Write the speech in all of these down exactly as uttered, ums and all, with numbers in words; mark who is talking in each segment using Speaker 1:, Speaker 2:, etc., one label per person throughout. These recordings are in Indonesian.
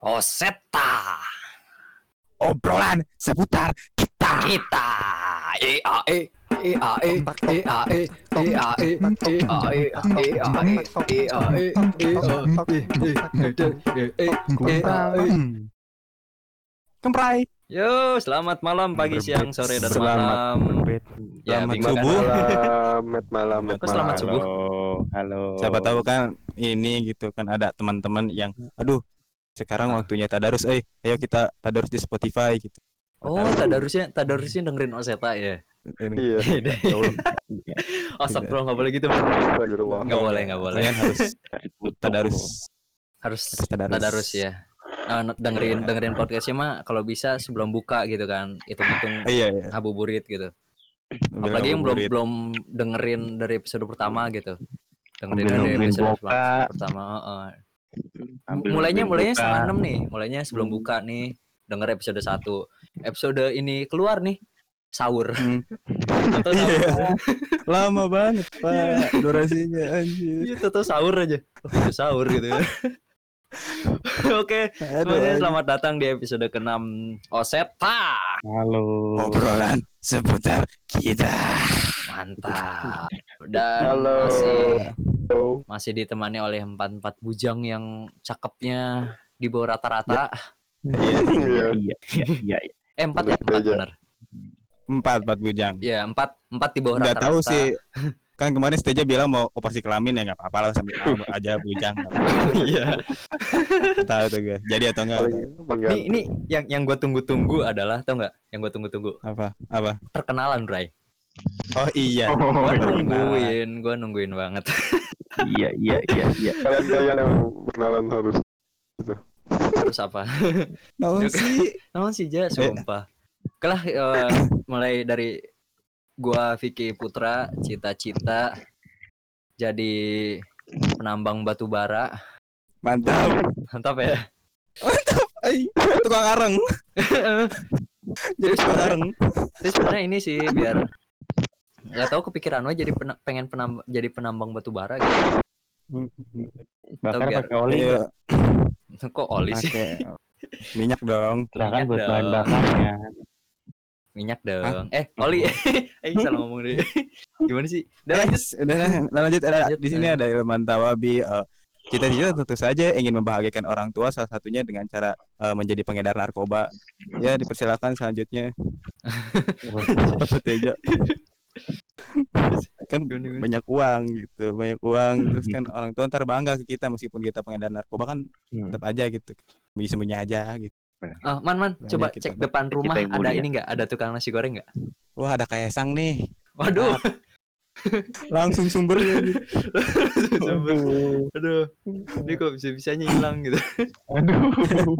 Speaker 1: Oseta.
Speaker 2: Obrolan seputar kita.
Speaker 1: Kita. E A E E A E E A E E A E E A E E A E E A E.
Speaker 2: Kemprai.
Speaker 1: Yo, selamat malam, pagi, siang, sore, dan malam.
Speaker 2: Ya,
Speaker 1: Selamat
Speaker 2: subuh.
Speaker 3: Malam, malam,
Speaker 1: Kok selamat
Speaker 3: malam.
Speaker 1: subuh?
Speaker 4: Halo.
Speaker 2: Siapa tahu kan ini gitu kan ada teman-teman yang aduh sekarang waktunya tadarus, eh ayo kita tadarus di Spotify gitu.
Speaker 1: Oh, tadarusnya tadarusnya dengerin Oseta ya.
Speaker 3: Iya.
Speaker 1: Astagfirullah, nggak boleh gitu. Nggak boleh, nggak boleh.
Speaker 2: Kalian harus tadarus.
Speaker 1: Harus
Speaker 2: Harus tadarus.
Speaker 1: tadarus ya. Nah, dengerin dengerin podcastnya mah kalau bisa sebelum buka gitu kan, hitung-hitung
Speaker 2: Iya, iya.
Speaker 1: ngabuburit gitu. Apalagi yang belum belum dengerin dari episode pertama gitu. Dengerin
Speaker 4: Ambil
Speaker 1: dari
Speaker 4: nungguin
Speaker 1: episode
Speaker 4: buka.
Speaker 1: pertama. heeh.
Speaker 4: Ambil
Speaker 1: mulainya
Speaker 4: nungguin
Speaker 1: mulainya
Speaker 4: buka.
Speaker 1: setengah enam nih, mulainya sebelum
Speaker 4: Hmm.
Speaker 1: buka nih. Denger episode satu. Episode ini keluar nih sahur.
Speaker 2: Hmm.
Speaker 1: Atau sahur.
Speaker 2: Iya. Lama banget, Pak. Durasinya anjir.
Speaker 1: Iya, tahu sahur aja. Oh, udah sahur gitu. Oke,
Speaker 2: Aduh,
Speaker 1: semuanya
Speaker 2: anjir.
Speaker 1: selamat datang di episode keenam Oseta.
Speaker 4: Halo.
Speaker 2: Obrolan seputar kita.
Speaker 1: Mantap. Dan
Speaker 3: Halo.
Speaker 1: masih
Speaker 3: Halo.
Speaker 1: masih ditemani oleh empat empat bujang yang cakepnya di bawah rata-rata.
Speaker 2: Iya.
Speaker 3: Iya.
Speaker 4: Iya, iya, iya. iya.
Speaker 1: Eh empat ya, empat
Speaker 3: Beja.
Speaker 1: benar.
Speaker 2: Empat, empat bujang.
Speaker 1: Ya empat empat di bawah
Speaker 2: Nggak
Speaker 1: rata-rata.
Speaker 2: tahu sih. Kan kemarin stage bilang mau operasi kelamin ya nggak apa-apa lah sambil tahu aja bujang.
Speaker 1: Iya.
Speaker 2: Tahu tuh gue. Jadi atau enggak?
Speaker 1: Ini ini yang yang gue tunggu-tunggu adalah, tau nggak? Yang gue tunggu-tunggu
Speaker 2: Apa? Apa?
Speaker 1: perkenalan, Bray.
Speaker 2: Oh iya.
Speaker 4: Oh,
Speaker 1: Gue
Speaker 4: iya.
Speaker 1: nungguin, gue nungguin banget.
Speaker 4: Iya, iya, iya, iya.
Speaker 3: Kalian kalian yang berkenalan harus.
Speaker 1: Terus apa?
Speaker 2: Mau sih.
Speaker 1: Namun sih Ja, sumpah. Kelah eh, mulai dari gua Vicky Putra, cita-cita jadi penambang batu bara.
Speaker 2: Mantap.
Speaker 1: Mantap ya.
Speaker 2: Ay, tukang areng. Jadi tukang areng.
Speaker 1: Terus sebenarnya ini sih biar nggak tahu kepikiran lo jadi pena- pengen penambang jadi penambang batu bara gitu.
Speaker 4: Bakar
Speaker 1: biar-
Speaker 4: pakai oli.
Speaker 2: Iya,
Speaker 1: Kok oli sih?
Speaker 2: pakai minyak dong.
Speaker 4: Silakan
Speaker 1: Minyak
Speaker 4: buat bahan
Speaker 1: dong.
Speaker 4: bakarnya.
Speaker 1: Minyak dong. Eh, oli. Eh, salah ngomong deh. Gimana sih? Udah lanjut.
Speaker 2: Udah, nah, lanjut. Ada,
Speaker 1: Lanjut,
Speaker 2: di sini
Speaker 1: eh.
Speaker 2: ada Ilman Tawabi. eh, Cita-cita tentu saja ingin membahagiakan orang tua, salah satunya dengan cara eh, menjadi pengedar narkoba. Ya, dipersilakan selanjutnya. Apa Teja? Kan banyak uang gitu, banyak uang. Terus kan orang tua ntar bangga ke kita meskipun kita pengedar narkoba kan
Speaker 4: Hmm.
Speaker 2: tetap aja gitu. Sembunyi aja gitu.
Speaker 1: Ah, man man,
Speaker 2: Banyak
Speaker 1: coba
Speaker 2: kita.
Speaker 1: cek depan rumah
Speaker 4: yang
Speaker 1: ada
Speaker 4: mulia.
Speaker 1: ini enggak? Ada tukang nasi goreng enggak?
Speaker 2: Wah, ada kaisang nih.
Speaker 1: Waduh.
Speaker 2: Langsung sumbernya gitu.
Speaker 4: Aduh.
Speaker 1: Aduh. Ini kok bisa-bisanya hilang gitu.
Speaker 4: Aduh.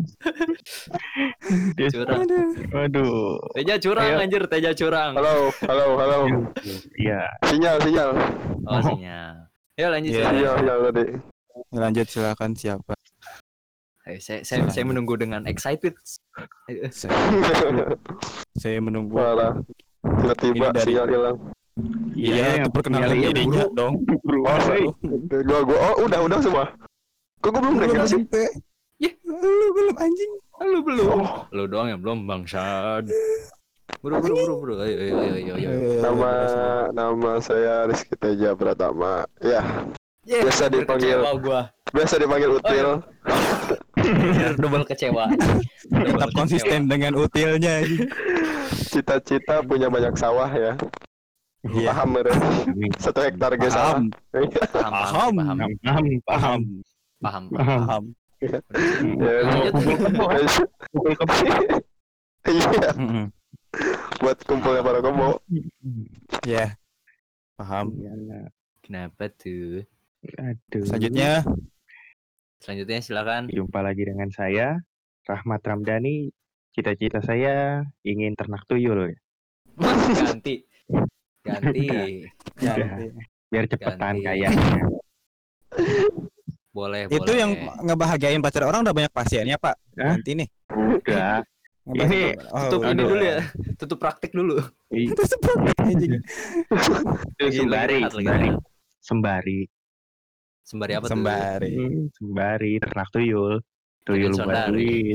Speaker 4: Dia
Speaker 1: Curang.
Speaker 4: Aduh.
Speaker 1: Teja curang
Speaker 4: Ayo.
Speaker 1: anjir, Teja curang.
Speaker 3: Halo, halo, halo.
Speaker 4: Iya.
Speaker 3: Sinyal, sinyal.
Speaker 1: Oh, sinyal. Yuk lanjut.
Speaker 2: Iya.
Speaker 1: silakan.
Speaker 3: Sinyal, sinyal tadi.
Speaker 2: Lanjut silakan siapa?
Speaker 1: Ayo, saya, saya, saya menunggu dengan excited. Ayo.
Speaker 2: Saya, saya menunggu.
Speaker 3: Parah. Tiba-tiba
Speaker 2: Ini dari-
Speaker 3: sinyal hilang.
Speaker 2: Iya, itu perkenalan
Speaker 4: iya,
Speaker 2: dirinya
Speaker 4: buru.
Speaker 2: dong.
Speaker 4: Buru.
Speaker 3: Oh, gua gua oh udah udah semua. Kok gua belum denger sih?
Speaker 1: Ya.
Speaker 2: Lu belum anjing.
Speaker 1: Lu belum. Lu doang yang belum bangsat. Buru buru buru buru. Ayo ayo ayo ayo. ayo.
Speaker 3: Nama nama saya Rizky Teja Pratama. Ya,
Speaker 1: Yeah,
Speaker 3: Biasa
Speaker 1: hampir
Speaker 3: dipanggil.
Speaker 1: kecewa gua.
Speaker 3: biasa dipanggil Util.
Speaker 1: Double kecewa.
Speaker 2: Tetap
Speaker 1: Double
Speaker 2: konsisten dengan utilnya. anjing.
Speaker 3: Cita-cita punya banyak sawah ya.
Speaker 2: Iya.
Speaker 3: Paham ya? Satu hektar ge sawah.
Speaker 2: Paham.
Speaker 1: kecewa. Paham,
Speaker 2: Paham.
Speaker 1: paham, paham,
Speaker 4: Paham, paham.
Speaker 1: paham.
Speaker 2: Paham.
Speaker 3: Ya,
Speaker 1: Lanjut.
Speaker 4: Pukul kebo.
Speaker 3: iya,
Speaker 2: Mm-mm.
Speaker 3: buat kumpulnya para kebo.
Speaker 2: Ya. Paham.
Speaker 1: Kenapa tuh?
Speaker 4: Aduh.
Speaker 2: Selanjutnya
Speaker 1: Selanjutnya silakan.
Speaker 4: Jumpa lagi dengan saya, Rahmat Ramdhani. Cita-cita saya ingin ternak tuyul.
Speaker 1: Ganti. Ganti.
Speaker 4: Ya.
Speaker 2: ganti.
Speaker 4: Biar cepetan
Speaker 1: Ganti.
Speaker 4: kayaknya.
Speaker 1: Boleh,
Speaker 2: Itu
Speaker 1: boleh.
Speaker 2: yang ngebahagiain pacar orang udah banyak pasiennya, Pak.
Speaker 4: Hah?
Speaker 2: Ganti nih.
Speaker 4: Udah.
Speaker 2: Ngebahagiain-
Speaker 4: Ini-
Speaker 2: oh,
Speaker 1: tutup ini
Speaker 4: aduh.
Speaker 1: dulu ya. Tutup praktik dulu.
Speaker 4: Ih,
Speaker 2: Itu seperti anjing.
Speaker 4: itu
Speaker 1: Lagi-
Speaker 4: sembari,
Speaker 1: lagi rehat, lagi
Speaker 4: sembari,
Speaker 1: rehat.
Speaker 4: sembari,
Speaker 1: Sembari apa tuh?
Speaker 2: Sembari.
Speaker 4: Hmm, sembari ternak tuyul. Tuyul buat
Speaker 1: Sondari.
Speaker 4: duit.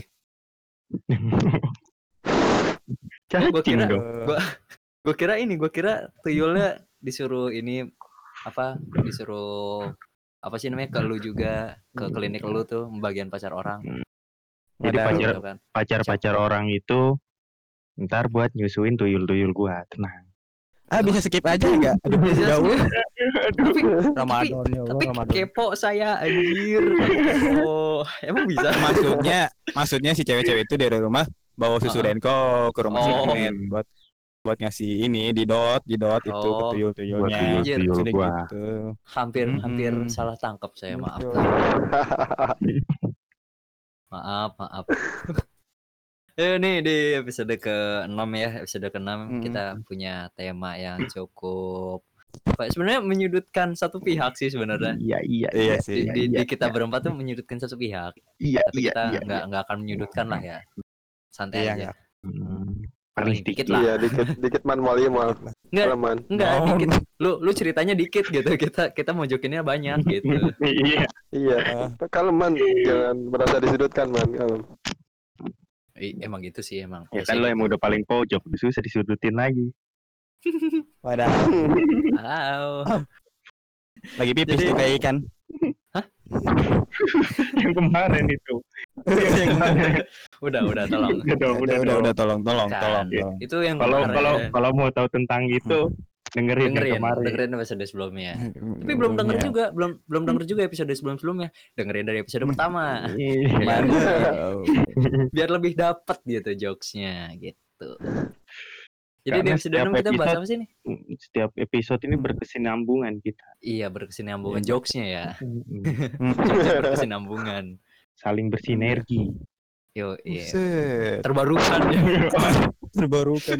Speaker 1: Oh, gua
Speaker 4: Cacing
Speaker 1: kira-
Speaker 4: dong.
Speaker 1: Gua Gue kira ini, gue kira tuyulnya disuruh ini apa? Disuruh apa sih namanya ke lu juga ke klinik lu tuh bagian pacar orang.
Speaker 4: Jadi
Speaker 2: Ada-
Speaker 4: pacar
Speaker 1: Gitu kan.
Speaker 4: pacar-pacar orang itu ntar buat nyusuin tuyul-tuyul gua. Tenang.
Speaker 2: Ah bisa skip aja enggak? Aduh
Speaker 1: Bisa
Speaker 2: jauh.
Speaker 1: Tapi
Speaker 2: Ramadan ya Allah,
Speaker 1: tapi
Speaker 2: Ramadan.
Speaker 1: kepo saya anjir. Oh, emang bisa?
Speaker 2: Maksudnya maksudnya si cewek-cewek itu dari rumah bawa susu
Speaker 1: Uh-uh.
Speaker 2: Denko ke rumah si
Speaker 1: Oh.
Speaker 2: Kemet buat buat ngasih ini di dot di dot itu ke
Speaker 1: Oh.
Speaker 2: tuyul-tuyulnya.
Speaker 1: Buat
Speaker 4: tuyul-tuyul
Speaker 2: Maksudnya
Speaker 4: gua.
Speaker 2: gitu.
Speaker 1: Hampir
Speaker 2: Mm-mm.
Speaker 1: hampir salah tangkap saya, maaf.
Speaker 2: Gitu.
Speaker 1: Maaf, maaf. Eh nih di episode ke-enam ya, episode ke-enam
Speaker 2: Mm.
Speaker 1: kita punya tema yang cukup apa sebenarnya menyudutkan satu pihak sih sebenarnya.
Speaker 4: Iya iya
Speaker 2: Iya
Speaker 4: iya.
Speaker 2: sih.
Speaker 1: Di, di,
Speaker 4: iya,
Speaker 1: di kita
Speaker 4: iya.
Speaker 1: berempat tuh menyudutkan satu pihak,
Speaker 4: Iya
Speaker 1: tapi
Speaker 4: iya
Speaker 1: kita
Speaker 4: iya.
Speaker 1: nggak nggak akan menyudutkan lah ya. Santai
Speaker 2: Iya,
Speaker 1: aja.
Speaker 2: nggak.
Speaker 4: Hmm,
Speaker 1: Paling
Speaker 4: paling
Speaker 1: dikit
Speaker 4: sedikit
Speaker 1: lah.
Speaker 3: Iya dikit dikit man wali mal.
Speaker 1: Enggak,
Speaker 3: Kaleman.
Speaker 1: enggak
Speaker 2: No.
Speaker 1: dikit. Lu lu ceritanya dikit gitu. Kita kita mojokinnya banyak gitu.
Speaker 4: Iya.
Speaker 3: Iya. Kaleman jangan merasa disudutkan man. Kalem.
Speaker 1: I, emang gitu sih emang.
Speaker 4: Ya
Speaker 1: Biasa
Speaker 4: kan lo
Speaker 1: gitu.
Speaker 4: yang udah paling pojok, susah disudutin lagi.
Speaker 2: Padahal
Speaker 1: Wow.
Speaker 2: lagi pipis
Speaker 1: Jadi-
Speaker 2: tuh kayak ikan.
Speaker 4: Yang kemarin itu. Yang kemarin.
Speaker 1: Udah udah tolong.
Speaker 4: Udah dong,
Speaker 2: Udah
Speaker 4: udah
Speaker 2: udah
Speaker 4: dong.
Speaker 2: udah tolong tolong
Speaker 1: Kan,
Speaker 2: tolong. tolong.
Speaker 1: Itu yang
Speaker 4: Kalau
Speaker 1: kemarin.
Speaker 4: kalau kalau mau tahu tentang itu dengerin, yang
Speaker 1: dengerin,
Speaker 4: kemarin.
Speaker 1: dengerin episode sebelumnya. Tapi belum denger
Speaker 2: Iya.
Speaker 1: juga, belum belum denger juga episode sebelum-sebelumnya. Dengerin dari episode pertama.
Speaker 4: Iya.
Speaker 2: Mantap.
Speaker 1: Biar lebih dapet gitu jokesnya gitu. Jadi di
Speaker 4: Karena
Speaker 1: episode
Speaker 4: setiap
Speaker 1: enam kita bahas
Speaker 4: episode-
Speaker 1: apa sih nih?
Speaker 4: Setiap episode ini berkesinambungan kita.
Speaker 1: Iya, berkesinambungan jokesnya ya.
Speaker 2: Hmm.
Speaker 1: Jokesnya berkesinambungan.
Speaker 4: Saling bersinergi.
Speaker 1: Yo, iya.
Speaker 2: Buset.
Speaker 1: Terbarukan ya.
Speaker 2: Terbarukan.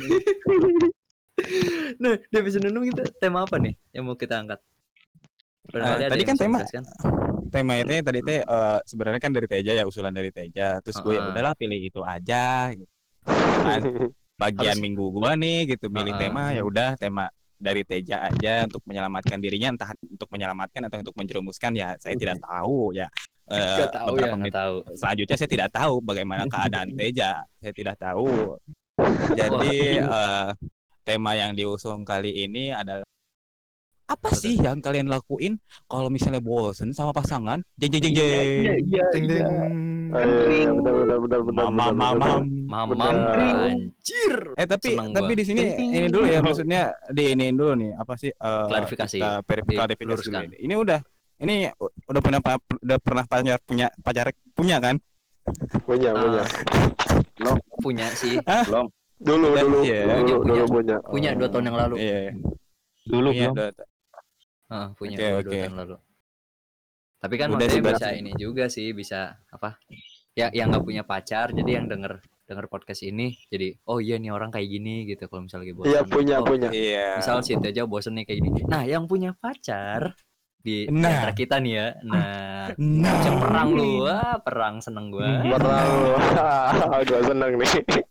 Speaker 1: Nah, di episode enam kita tema apa nih yang mau kita angkat? Barangkali
Speaker 2: Eh,
Speaker 1: ada
Speaker 2: tadi
Speaker 1: yang
Speaker 2: kan
Speaker 1: bisa
Speaker 2: tema-
Speaker 1: dijelaskan?
Speaker 2: Tema itu tadi teh eh, sebenarnya kan dari Teja ya, usulan dari Teja. Terus gue ya
Speaker 1: Heeh.
Speaker 2: udahlah pilih itu aja. Gitu. Kan, bagian
Speaker 1: Harus-
Speaker 2: minggu gua nih gitu pilih
Speaker 1: Heeh.
Speaker 2: tema ya udah tema dari Teja aja untuk menyelamatkan dirinya, entah untuk menyelamatkan atau untuk menjerumuskan ya saya tidak tahu ya. Eh,
Speaker 1: Gak tahu ya,
Speaker 2: beberapa
Speaker 1: gak
Speaker 2: menit
Speaker 1: tahu.
Speaker 2: selanjutnya saya tidak tahu bagaimana keadaan Teja, saya tidak tahu. Jadi eh, tema yang diusung kali ini adalah apa
Speaker 1: Betul.
Speaker 2: sih yang kalian lakuin kalau misalnya bosen sama pasangan? Jeng jeng jeng
Speaker 4: Iya
Speaker 2: jeng.
Speaker 4: iya
Speaker 1: Ding,
Speaker 4: iya.
Speaker 1: ding.
Speaker 3: Oh, iya, benar benar benar benar.
Speaker 2: Mama
Speaker 3: benar,
Speaker 2: mama.
Speaker 3: benar.
Speaker 1: Mamam
Speaker 3: Bener.
Speaker 1: anjir.
Speaker 2: Eh tapi
Speaker 1: Seneng
Speaker 2: tapi
Speaker 1: gua.
Speaker 2: di sini ini dulu ya, maksudnya di ini dulu nih apa sih eh,
Speaker 1: Klarifikasi.
Speaker 2: kita verifikasi dulu
Speaker 1: Diluruskan.
Speaker 2: ini. Ini udah ini u- udah pernah pa- udah pernah pacar punya pacar punya kan?
Speaker 3: Punya punya.
Speaker 1: Ah, punya sih.
Speaker 4: Belum.
Speaker 3: Dulu
Speaker 2: Udah,
Speaker 3: dulu
Speaker 2: iya.
Speaker 3: dulu
Speaker 1: Punya,
Speaker 3: dulu punya.
Speaker 1: Punya dua tahun yang lalu.
Speaker 2: Iya.
Speaker 4: Dulu
Speaker 2: Punya,
Speaker 4: belum.
Speaker 2: udah-
Speaker 1: Heeh, punya
Speaker 2: Oke,
Speaker 1: dua, dua
Speaker 2: oke.
Speaker 1: tahun lalu. Tapi kan
Speaker 2: Udah
Speaker 1: maksudnya
Speaker 2: sih,
Speaker 1: bisa
Speaker 2: berarti.
Speaker 1: ini juga sih, bisa apa? Ya yang nggak punya pacar, jadi yang denger denger podcast ini, jadi oh iya nih orang kayak gini gitu. Kalau misalnya lagi bosan.
Speaker 3: Iya punya
Speaker 1: oh,
Speaker 3: punya.
Speaker 2: Iya.
Speaker 1: Misal si aja bosen nih kayak gini. Nah, yang punya pacar di, di
Speaker 2: Nah.
Speaker 1: antara kita nih ya. Nah,
Speaker 2: Nah,
Speaker 1: bisa perang lu, wah perang seneng gua.
Speaker 3: Perang lu. Gua seneng nih.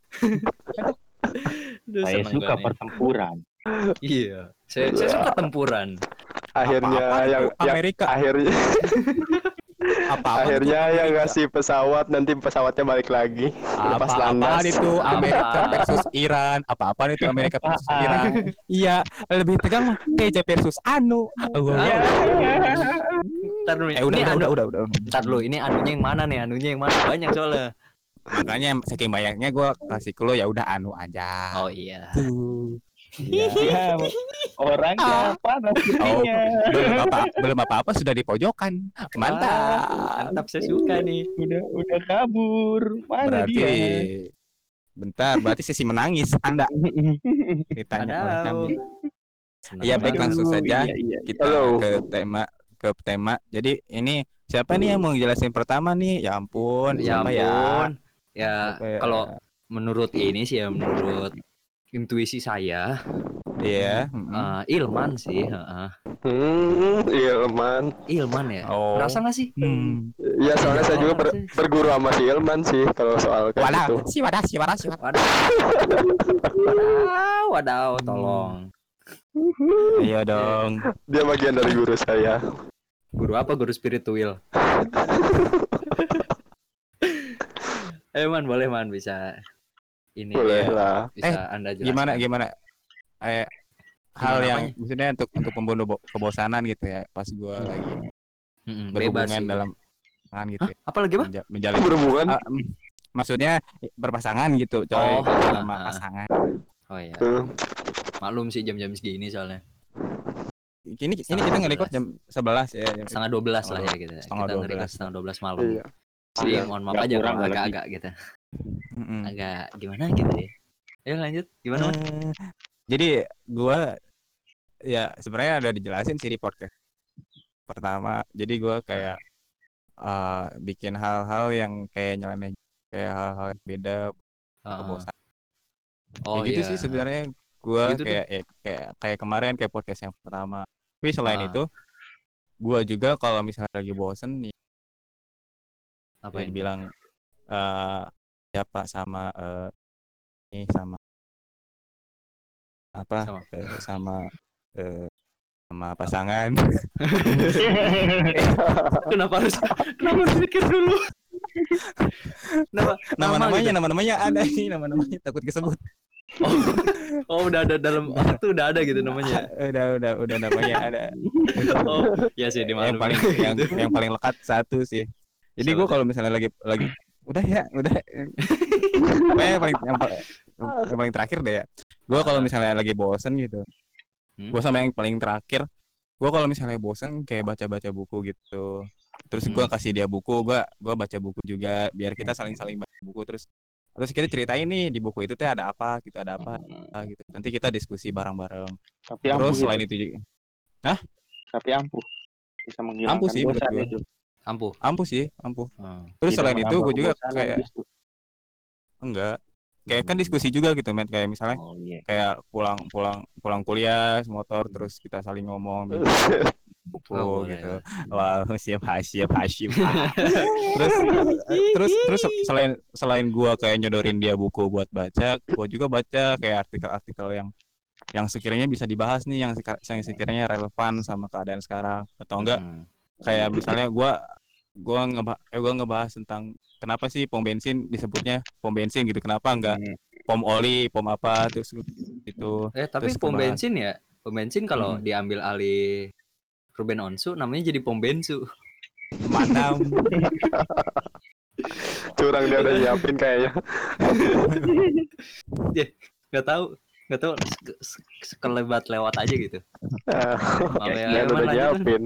Speaker 1: Aduh,
Speaker 4: Saya
Speaker 1: seneng
Speaker 4: suka
Speaker 1: gua nih.
Speaker 4: pertempuran.
Speaker 1: Iya, saya, saya suka tempuran.
Speaker 3: Akhirnya
Speaker 2: Apa-apa
Speaker 3: yang,
Speaker 2: itu
Speaker 3: yang
Speaker 2: Amerika.
Speaker 3: akhirnya
Speaker 2: Apa-apa
Speaker 3: akhirnya
Speaker 2: itu
Speaker 3: yang
Speaker 2: Amerika.
Speaker 3: ngasih pesawat nanti pesawatnya balik lagi. Lepas
Speaker 2: Apa-apaan
Speaker 3: landas.
Speaker 2: itu Amerika
Speaker 1: Apa?
Speaker 2: versus Iran? Apa-apaan itu Amerika versus Iran? Iya, lebih tegang mah Teja versus Anu. Wow.
Speaker 1: Ya. Ntar dulu,
Speaker 2: Eh udah
Speaker 1: ini
Speaker 2: udah,
Speaker 1: anu,
Speaker 2: udah udah udah.
Speaker 1: ntar dulu, ini anunya yang mana nih? Anunya yang mana? Banyak soalnya.
Speaker 2: Makanya saking banyaknya gue kasih ke lo ya udah Anu aja.
Speaker 1: Oh iya.
Speaker 2: Tuh.
Speaker 4: Ya, orangnya panas
Speaker 2: Oh,
Speaker 4: pipinya.
Speaker 2: belum apa belum apa-apa sudah di pojokan. Mantap.
Speaker 1: Mantap, saya suka nih.
Speaker 4: Udah udah kabur. Mana
Speaker 2: Berarti
Speaker 4: dia?
Speaker 2: bentar, berarti sesi menangis Anda ditanya oleh
Speaker 1: Padahal.
Speaker 2: kami.
Speaker 1: Senang
Speaker 2: Iya, baik,
Speaker 1: banget.
Speaker 2: langsung saja.
Speaker 4: Iya, iya.
Speaker 2: Kita
Speaker 3: Halo.
Speaker 2: ke tema ke tema. Jadi ini siapa nih yang mau jelasin pertama nih? Ya ampun,
Speaker 1: Ya
Speaker 2: siapa ya?
Speaker 1: ampun. Ya,
Speaker 2: Siapa ya?
Speaker 1: kalau menurut ini sih ya, menurut intuisi saya,
Speaker 2: Iya, mm-mm.
Speaker 1: eh, Ilman sih. heeh.
Speaker 3: Hmm, Ilman.
Speaker 1: Ilman ya.
Speaker 2: Oh.
Speaker 1: Rasa nggak sih?
Speaker 2: Hmm.
Speaker 3: Iya soalnya saya juga ber-
Speaker 1: sih.
Speaker 3: berguru sama si Ilman sih kalau soal kayak
Speaker 2: Wadah,
Speaker 3: gitu.
Speaker 2: si wadah, si wadah, si wadah.
Speaker 1: Wadaw. Wadaw, wadaw, tolong.
Speaker 2: Ayo dong.
Speaker 3: Dia bagian dari guru saya.
Speaker 1: Guru apa? Guru spiritual. Eh man, boleh man, bisa ini
Speaker 3: Boleh
Speaker 2: Iya.
Speaker 3: lah.
Speaker 1: bisa
Speaker 2: Eh,
Speaker 1: Anda jelaskan.
Speaker 2: Gimana gimana? Eh, hal
Speaker 1: Gimana
Speaker 2: yang
Speaker 1: apanya?
Speaker 2: maksudnya untuk untuk membunuh bo- kebosanan gitu ya pas gua
Speaker 1: Hmm.
Speaker 2: lagi
Speaker 1: Mm-mm, bebas
Speaker 2: berhubungan
Speaker 1: sih.
Speaker 2: dalam pasangan gitu
Speaker 1: Hah?
Speaker 2: ya.
Speaker 1: Apa lagi, Pak?
Speaker 2: Menja- menjalin
Speaker 3: Berhubungan.
Speaker 2: Ah, em, maksudnya berpasangan gitu coy
Speaker 1: Oh,
Speaker 2: sama
Speaker 1: ah, ah.
Speaker 2: pasangan.
Speaker 1: Oh iya.
Speaker 3: Hmm.
Speaker 1: Maklum sih jam-jam segini soalnya.
Speaker 2: Ini ini
Speaker 1: Setengah
Speaker 2: kita
Speaker 1: dua
Speaker 2: nge-record
Speaker 1: belas.
Speaker 2: jam sebelas ya. Jam
Speaker 1: Setengah dua belas lah
Speaker 2: setengah
Speaker 1: ya kita.
Speaker 2: setengah
Speaker 1: Kita
Speaker 2: dua
Speaker 1: nge-record
Speaker 2: belas.
Speaker 1: setengah dua belas malam.
Speaker 3: Iya.
Speaker 1: Jadi
Speaker 3: Iya.
Speaker 1: mohon maaf
Speaker 4: Nggak
Speaker 1: aja
Speaker 4: kurang,
Speaker 1: kalau
Speaker 4: nggak lebih.
Speaker 1: agak-agak gitu.
Speaker 2: Mm-mm.
Speaker 1: Agak gimana gitu deh. Ayo lanjut. Gimana, Man?
Speaker 2: Eh, Jadi gua ya sebenarnya ada dijelasin sih di podcast pertama. Jadi gua kayak eh, bikin hal-hal yang kayak nyeleneh, kayak hal-hal yang beda,
Speaker 1: Heeh.
Speaker 2: kebosan.
Speaker 1: Oh
Speaker 2: Ya gitu
Speaker 1: iya.
Speaker 2: sih sebenarnya gua
Speaker 1: Gitu tuh.
Speaker 2: kayak eh, kayak kayak kemarin kayak podcast yang pertama. Tapi selain
Speaker 1: Heeh.
Speaker 2: itu gua juga kalau misalnya lagi bosen nih
Speaker 1: Apa
Speaker 2: ya
Speaker 1: ini?
Speaker 2: dibilang eh siapa sama eh, ini sama apa
Speaker 1: Sama.
Speaker 2: eh, sama eh, sama pasangan.
Speaker 1: Kenapa harus kenapa harus mikir dulu? Nama
Speaker 2: Nama-namanya
Speaker 1: gitu?
Speaker 2: nama-namanya ada nih, nama-namanya takut kesebut.
Speaker 1: Oh, oh udah ada dalam itu udah ada gitu namanya.
Speaker 2: udah udah udah namanya ada.
Speaker 1: Oh, ya sih
Speaker 2: yang
Speaker 1: dimaklumi.
Speaker 2: paling yang yang paling lekat satu sih. Jadi
Speaker 1: Siapa
Speaker 2: gue
Speaker 1: tuh?
Speaker 2: kalau misalnya lagi lagi udah ya udah Pokoknya yang paling yang, paling- yang paling terakhir deh ya. Gue kalau misalnya lagi bosen gitu,
Speaker 1: Hmm?
Speaker 2: gue sama yang paling terakhir, gue kalau misalnya bosen kayak baca-baca buku gitu. Terus gue
Speaker 1: Hmm.
Speaker 2: kasih dia buku, gue gue baca buku juga biar kita saling-saling baca buku terus terus kita ceritain nih di buku itu teh ada apa gitu ada apa gitu. Nanti kita diskusi bareng-bareng.
Speaker 4: Tapi ampuh
Speaker 2: Terus
Speaker 4: gitu.
Speaker 2: selain itu juga
Speaker 4: Tapi ampuh. Bisa menghilangkan
Speaker 2: ampuh sih menurut
Speaker 4: bosan
Speaker 2: gue.
Speaker 4: itu.
Speaker 1: Ampuh.
Speaker 2: Ampuh sih, ampuh.
Speaker 1: Hmm.
Speaker 2: Terus
Speaker 4: Tidak
Speaker 2: selain itu
Speaker 4: menambah
Speaker 2: gue juga
Speaker 4: kebosanan
Speaker 2: kayak
Speaker 4: justru.
Speaker 2: enggak kayak kan diskusi juga gitu men kayak misalnya
Speaker 4: Oh iya.
Speaker 2: kayak pulang pulang pulang kuliah motor terus kita saling ngomong gitu, buku
Speaker 1: Oh, boleh,
Speaker 2: gitu.
Speaker 1: boleh.
Speaker 2: Wah, siap siap Hashim. terus eh, terus terus selain selain gua kayak nyodorin dia buku buat baca, gua juga baca kayak artikel-artikel yang yang sekiranya bisa dibahas nih yang seka- yang sekiranya relevan sama keadaan sekarang atau enggak
Speaker 1: Mm-mm.
Speaker 2: kayak misalnya gua gua ngebahas eh, gua ngebahas tentang kenapa sih pom bensin disebutnya pom bensin gitu, kenapa enggak
Speaker 4: Hmm.
Speaker 2: pom oli, pom apa terus itu.
Speaker 1: Eh tapi
Speaker 2: Terus
Speaker 1: pom
Speaker 2: ngebahas
Speaker 1: bensin ya, pom bensin kalau
Speaker 2: Mm-mm.
Speaker 1: diambil alih Ruben Onsu namanya jadi pom bensu.
Speaker 2: Madam.
Speaker 3: Curang dia udah nyiapin kayaknya.
Speaker 1: Gak tahu, gak tahu se- se- sekelebat lewat aja gitu.
Speaker 3: Ah,
Speaker 1: Maaf ya,
Speaker 3: dia
Speaker 1: ayo,
Speaker 3: udah
Speaker 1: Man, lanjut, Man.
Speaker 3: nyiapin.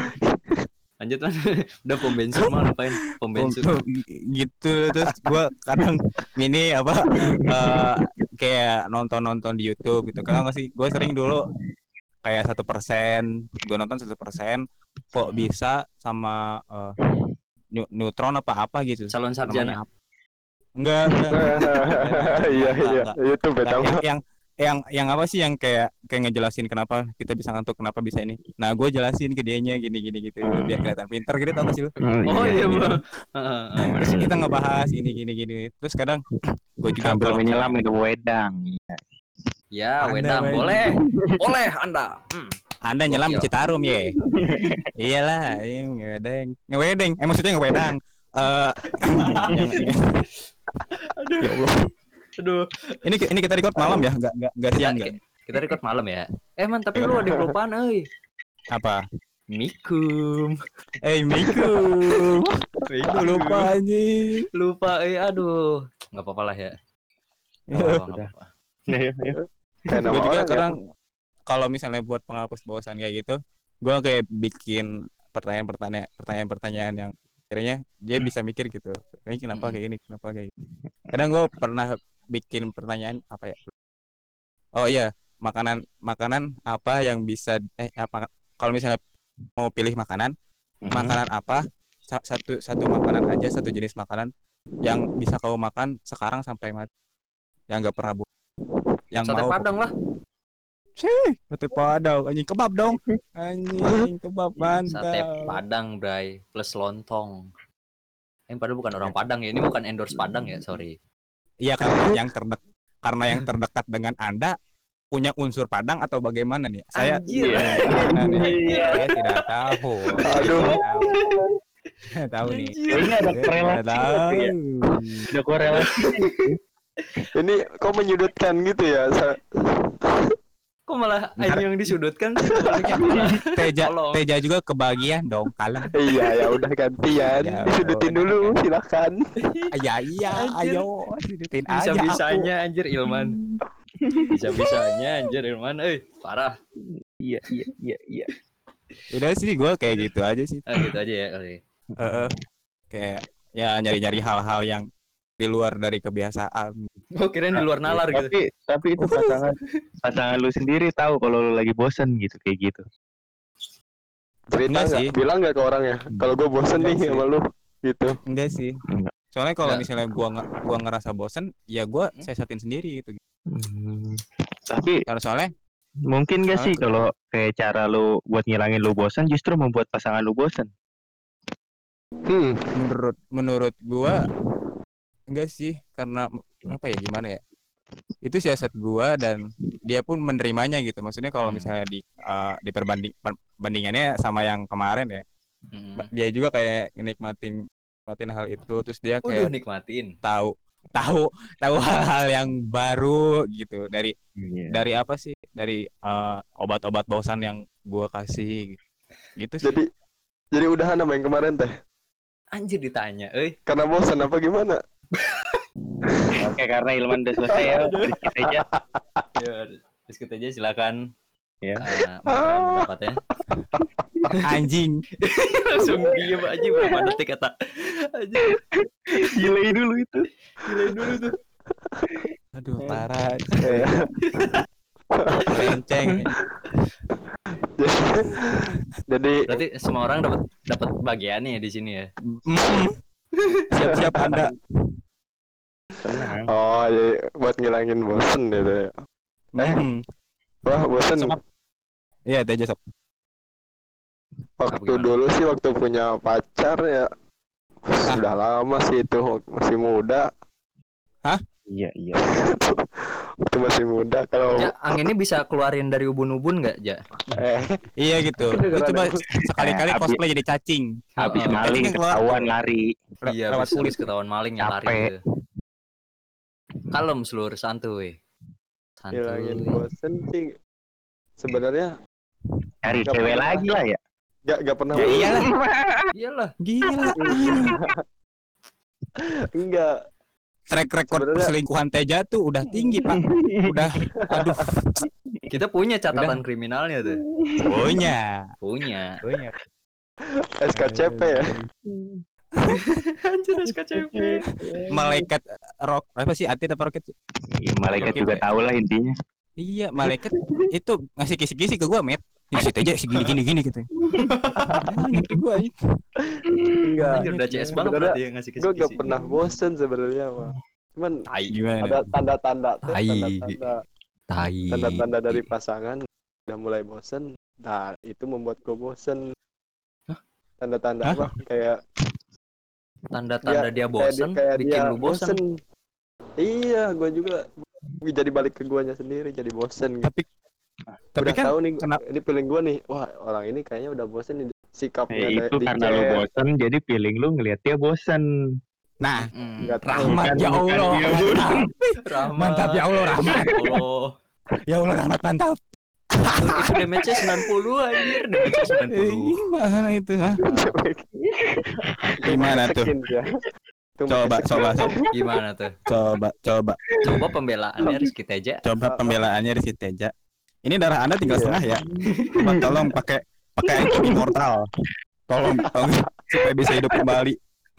Speaker 1: Lanjut Man. Udah pom bensin mau ngapain? Pom bensin.
Speaker 2: gitu terus gua kadang ini apa eh, kayak nonton-nonton di YouTube gitu kadang nggak sih gue sering dulu kayak satu persen gue nonton satu persen kok bisa sama eh, nu- neutron apa apa gitu
Speaker 1: Calon sarjana.
Speaker 2: namanya apa enggak enggak
Speaker 3: Iya iya,
Speaker 2: Enggak,
Speaker 3: itu beda.
Speaker 2: Nah, yang, yang yang yang apa sih yang kayak kayak ngejelasin kenapa kita bisa ngantuk kenapa bisa ini nah gue jelasin ke dianya gini gini gitu biar kelihatan pinter gitu tau gak sih lu.
Speaker 1: Oh iya,
Speaker 2: gitu.
Speaker 1: Bang. Heeh, heeh,
Speaker 2: Terus
Speaker 1: bener.
Speaker 2: kita ngebahas ini gini gini terus kadang gue juga
Speaker 4: Sambil
Speaker 2: kalau
Speaker 4: menyelam
Speaker 2: misalnya-
Speaker 4: minum wedang.
Speaker 1: Ya,
Speaker 2: Anda,
Speaker 1: wedang
Speaker 2: Bay.
Speaker 1: boleh. Boleh Anda. Hmm.
Speaker 2: Anda nyelam di
Speaker 1: Gokil.
Speaker 2: Citarum ya iyalah ini ngewedeng ngewedeng eh maksudnya ngewedang eh yang-
Speaker 1: Aduh.
Speaker 2: ya Allah
Speaker 1: Aduh.
Speaker 2: ini ini kita record malam ya nggak nggak nggak
Speaker 1: Kita,
Speaker 2: siang nggak
Speaker 1: kita record malam ya. Eh man, tapi lu ada kelupaan euy.
Speaker 2: apa
Speaker 1: Mikum.
Speaker 2: eh Miku Gua lupa anjing
Speaker 1: Lupa eh aduh. Enggak apa-apa lah ya. Nggak apa-apa, nggak apa-apa.
Speaker 4: Ayo, ayo.
Speaker 3: Kayak nama
Speaker 2: gue juga
Speaker 3: orang ya.
Speaker 2: kadang kalau misalnya buat penghapus bosan kayak gitu gue kayak bikin pertanyaan-pertanyaan pertanyaan-pertanyaan yang akhirnya dia bisa mikir gitu ini kenapa kayak gini kenapa kayak gini kadang gue pernah bikin pertanyaan apa ya oh iya makanan makanan apa yang bisa eh apa kalau misalnya mau pilih makanan makanan apa sa- satu satu makanan aja satu jenis makanan yang bisa kau makan sekarang sampai mati yang nggak pernah bu yang
Speaker 1: Sate
Speaker 2: mau
Speaker 1: Padang lah.
Speaker 2: Cih, sate Padang, anjing kebab dong. Anjing kebab
Speaker 1: Sate
Speaker 2: mantap.
Speaker 1: Padang, Bray, plus lontong. Yang padahal bukan orang Padang ya. Ini bukan endorse Padang ya, sorry.
Speaker 2: Iya karena yang terdek karena yang terdekat dengan Anda punya unsur Padang atau bagaimana nih? Saya
Speaker 1: Anjir.
Speaker 2: Bagaimana nih? Saya tidak tahu.
Speaker 3: Aduh.
Speaker 2: Tahu nih.
Speaker 1: Anjir.
Speaker 4: Ini ada korelasi
Speaker 2: Tahu.
Speaker 4: gitu ya. Ada korelasi.
Speaker 3: Ini kok menyudutkan gitu ya? Sa-
Speaker 1: Kok malah
Speaker 2: Bentar.
Speaker 1: Aing yang disudutkan sih? Sebaliknya malah.
Speaker 2: Teja,
Speaker 1: Tolong.
Speaker 2: Teja juga kebagian dong, kalem.
Speaker 3: Iya ya udah gantian.
Speaker 2: Ya,
Speaker 3: Disudutin
Speaker 2: udah.
Speaker 3: dulu silakan.
Speaker 2: Ya iya,
Speaker 1: Anjir.
Speaker 2: ayo sudutin aja aku.
Speaker 1: Bisa-bisanya anjir Ilman. Bisa-bisanya anjir Ilman. Eh, parah.
Speaker 4: Iya iya iya iya.
Speaker 2: Udah sih gue kayak gitu aja sih.
Speaker 1: Ah, gitu aja ya kali.
Speaker 2: Heeh. Kayak ya nyari-nyari hal-hal yang di luar dari kebiasaan.
Speaker 1: Oh, kirain di luar nalar gitu.
Speaker 4: Tapi tapi itu pasangan pasangan lu sendiri tahu kalau lu lagi bosen gitu kayak gitu.
Speaker 3: Cerita
Speaker 2: Enggak
Speaker 3: nggak?
Speaker 2: sih.
Speaker 3: Bilang nggak ke orangnya? Kalau gue bosen
Speaker 2: Enggak
Speaker 3: nih
Speaker 2: sih.
Speaker 3: sama lu gitu.
Speaker 2: Enggak sih.
Speaker 4: Enggak.
Speaker 2: Soalnya kalau
Speaker 1: Enggak.
Speaker 2: misalnya gua nge- gua ngerasa bosen, ya gua siasatin sendiri gitu.
Speaker 4: Hmm. Tapi
Speaker 2: Karena soalnya
Speaker 4: mungkin gak
Speaker 2: Soalnya
Speaker 4: sih
Speaker 2: tuh-
Speaker 4: kalau kayak cara lu buat ngilangin lu bosan justru membuat pasangan lu bosan?
Speaker 3: Hmm.
Speaker 2: menurut menurut gua enggak sih, karena apa ya gimana ya? Itu siasat gua dan dia pun menerimanya gitu. Maksudnya kalau
Speaker 1: Hmm.
Speaker 2: misalnya di uh, diperbanding perbandingannya sama yang kemarin ya,
Speaker 1: Hmm.
Speaker 2: dia juga kayak nikmatin nikmatin hal itu, terus dia
Speaker 1: Udah
Speaker 2: kayak
Speaker 1: nikmatin.
Speaker 2: tahu tahu tahu hal-hal yang baru gitu dari
Speaker 4: Iya.
Speaker 2: dari apa sih, dari uh, obat-obat bosan yang gua kasih gitu sih.
Speaker 3: Jadi jadi udahan sama yang kemarin teh.
Speaker 1: Anjir ditanya, eh.
Speaker 3: Karena bosan apa gimana?
Speaker 4: Oke, karena Ilman udah selesai ya, sedikit aja.
Speaker 1: Ya, diskut aja silakan.
Speaker 4: Ya.
Speaker 1: Uh, mengatakan pendapatnya.
Speaker 2: Anjing.
Speaker 1: Langsung diem aja berapa detik kata. Aja.
Speaker 4: Gilai dulu itu.
Speaker 1: Gila dulu tuh.
Speaker 2: Aduh, parah.
Speaker 3: Ya.
Speaker 2: Lenceng.
Speaker 3: Jadi
Speaker 1: Berarti semua orang dapat dapat bagiannya di sini ya.
Speaker 2: Mm. Siap-siap Anda.
Speaker 4: Tenang.
Speaker 3: oh jadi buat ngilangin bosen gitu ya. Eh.
Speaker 2: Mm.
Speaker 3: Wah bosen.
Speaker 2: Sok. Iya, Teja sok.
Speaker 3: Waktu
Speaker 1: Gimana?
Speaker 3: dulu sih waktu punya pacar ya. Sudah lama sih itu masih muda.
Speaker 4: Iya iya.
Speaker 3: Waktu masih muda kalau
Speaker 1: Ja, anginnya bisa keluarin dari ubun-ubun nggak, Ja?
Speaker 3: eh
Speaker 2: Iya gitu. Lu coba sekali-kali
Speaker 4: Eh, habis-
Speaker 2: cosplay jadi cacing.
Speaker 4: Habis
Speaker 1: Heeh.
Speaker 4: maling
Speaker 2: Cacing keluar.
Speaker 4: ketahuan lari.
Speaker 2: Le-
Speaker 1: Iya,
Speaker 2: lewat
Speaker 1: habis,
Speaker 2: kulit.
Speaker 1: habis ketahuan maling yang lari
Speaker 4: Capek.
Speaker 1: gitu. Kalem seluruh santuy.
Speaker 3: ngilangin
Speaker 1: Santuy.
Speaker 3: bosen sih. Sebenarnya
Speaker 4: Cari
Speaker 3: Nggak
Speaker 4: cewek
Speaker 3: pernah.
Speaker 4: lagi lah ya.
Speaker 3: gak gak pernah.
Speaker 2: Ya iyalah.
Speaker 1: Iyalah.
Speaker 2: Gila.
Speaker 3: Enggak.
Speaker 2: Track record
Speaker 3: Sebenarnya-
Speaker 2: perselingkuhan Teja tuh udah tinggi, Pak. Udah aduh,
Speaker 1: Kita punya catatan kriminalnya tuh.
Speaker 2: punya.
Speaker 1: Punya.
Speaker 2: Punya.
Speaker 3: S K C P ya.
Speaker 1: Anjir S K C P.
Speaker 2: Malaikat rock apa sih? Atit apa roket?
Speaker 4: Iya, malaikat
Speaker 2: Oke,
Speaker 4: juga
Speaker 2: Pak.
Speaker 4: tahu lah intinya.
Speaker 2: Iya, malaikat itu ngasih kisi-kisi ke gua, Met. Ih, si Teja segini gini gini gitu. Ngerti gua ini.
Speaker 3: Enggak.
Speaker 1: Anjir udah C S banget
Speaker 3: Sebenarnya
Speaker 1: berarti yang ngasih
Speaker 3: Gue gak
Speaker 1: kisi-kisi.
Speaker 3: pernah bosen sebenarnya mah. Cuman
Speaker 1: Tai.
Speaker 2: Gimana?
Speaker 3: ada tanda-tanda tuh,
Speaker 1: Tai.
Speaker 3: tanda-tanda
Speaker 1: Tai.
Speaker 3: tanda-tanda dari pasangan udah mulai bosen. Nah itu membuat gue bosen. Tanda-tanda
Speaker 2: Hah?
Speaker 3: apa? Kayak
Speaker 1: Tanda-tanda dia
Speaker 3: kayak
Speaker 1: bosen,
Speaker 3: di- kayak
Speaker 1: bikin
Speaker 3: dia
Speaker 1: lu bosen.
Speaker 3: Iya, gue juga jadi balik ke guanya sendiri jadi bosen. Gitu.
Speaker 2: Tapi tapi
Speaker 3: Udah
Speaker 2: kan
Speaker 3: tahu nih,
Speaker 2: kenapa-
Speaker 3: ini feeling gue nih. Wah orang ini kayaknya udah bosen nih sikapnya
Speaker 4: Ya, itu
Speaker 3: di
Speaker 4: karena lu
Speaker 3: chat.
Speaker 4: bosen, jadi feeling lu ngeliat dia bosen.
Speaker 2: nah,
Speaker 1: Mm.
Speaker 3: Nggak tahu.
Speaker 2: rahmat
Speaker 4: Bukan-
Speaker 2: ya
Speaker 4: bukan
Speaker 2: Allah.
Speaker 4: dia,
Speaker 2: Mantap.
Speaker 1: Rahmat.
Speaker 2: Mantap ya Allah, rahmat.
Speaker 1: Ya Allah.
Speaker 2: Ya Allah, rahmat mantap.
Speaker 1: Itu, itu damage-nya sembilan puluh anjir, damage-nya sembilan
Speaker 2: Eh,
Speaker 1: puluh.
Speaker 2: Gimana itu, ha? Gimana tuh?
Speaker 3: Sekin dia. Tuh,
Speaker 2: Coba,
Speaker 3: sekin.
Speaker 2: coba, coba,
Speaker 1: Gimana tuh?
Speaker 2: coba, coba,
Speaker 1: Coba pembelaannya Rizky Teja.
Speaker 2: coba pembelaannya di si Teja. Ini darah Anda tinggal
Speaker 3: Iya.
Speaker 2: setengah ya. Coba tolong pakai pakai item immortal. Tolong, tolong supaya bisa hidup kembali.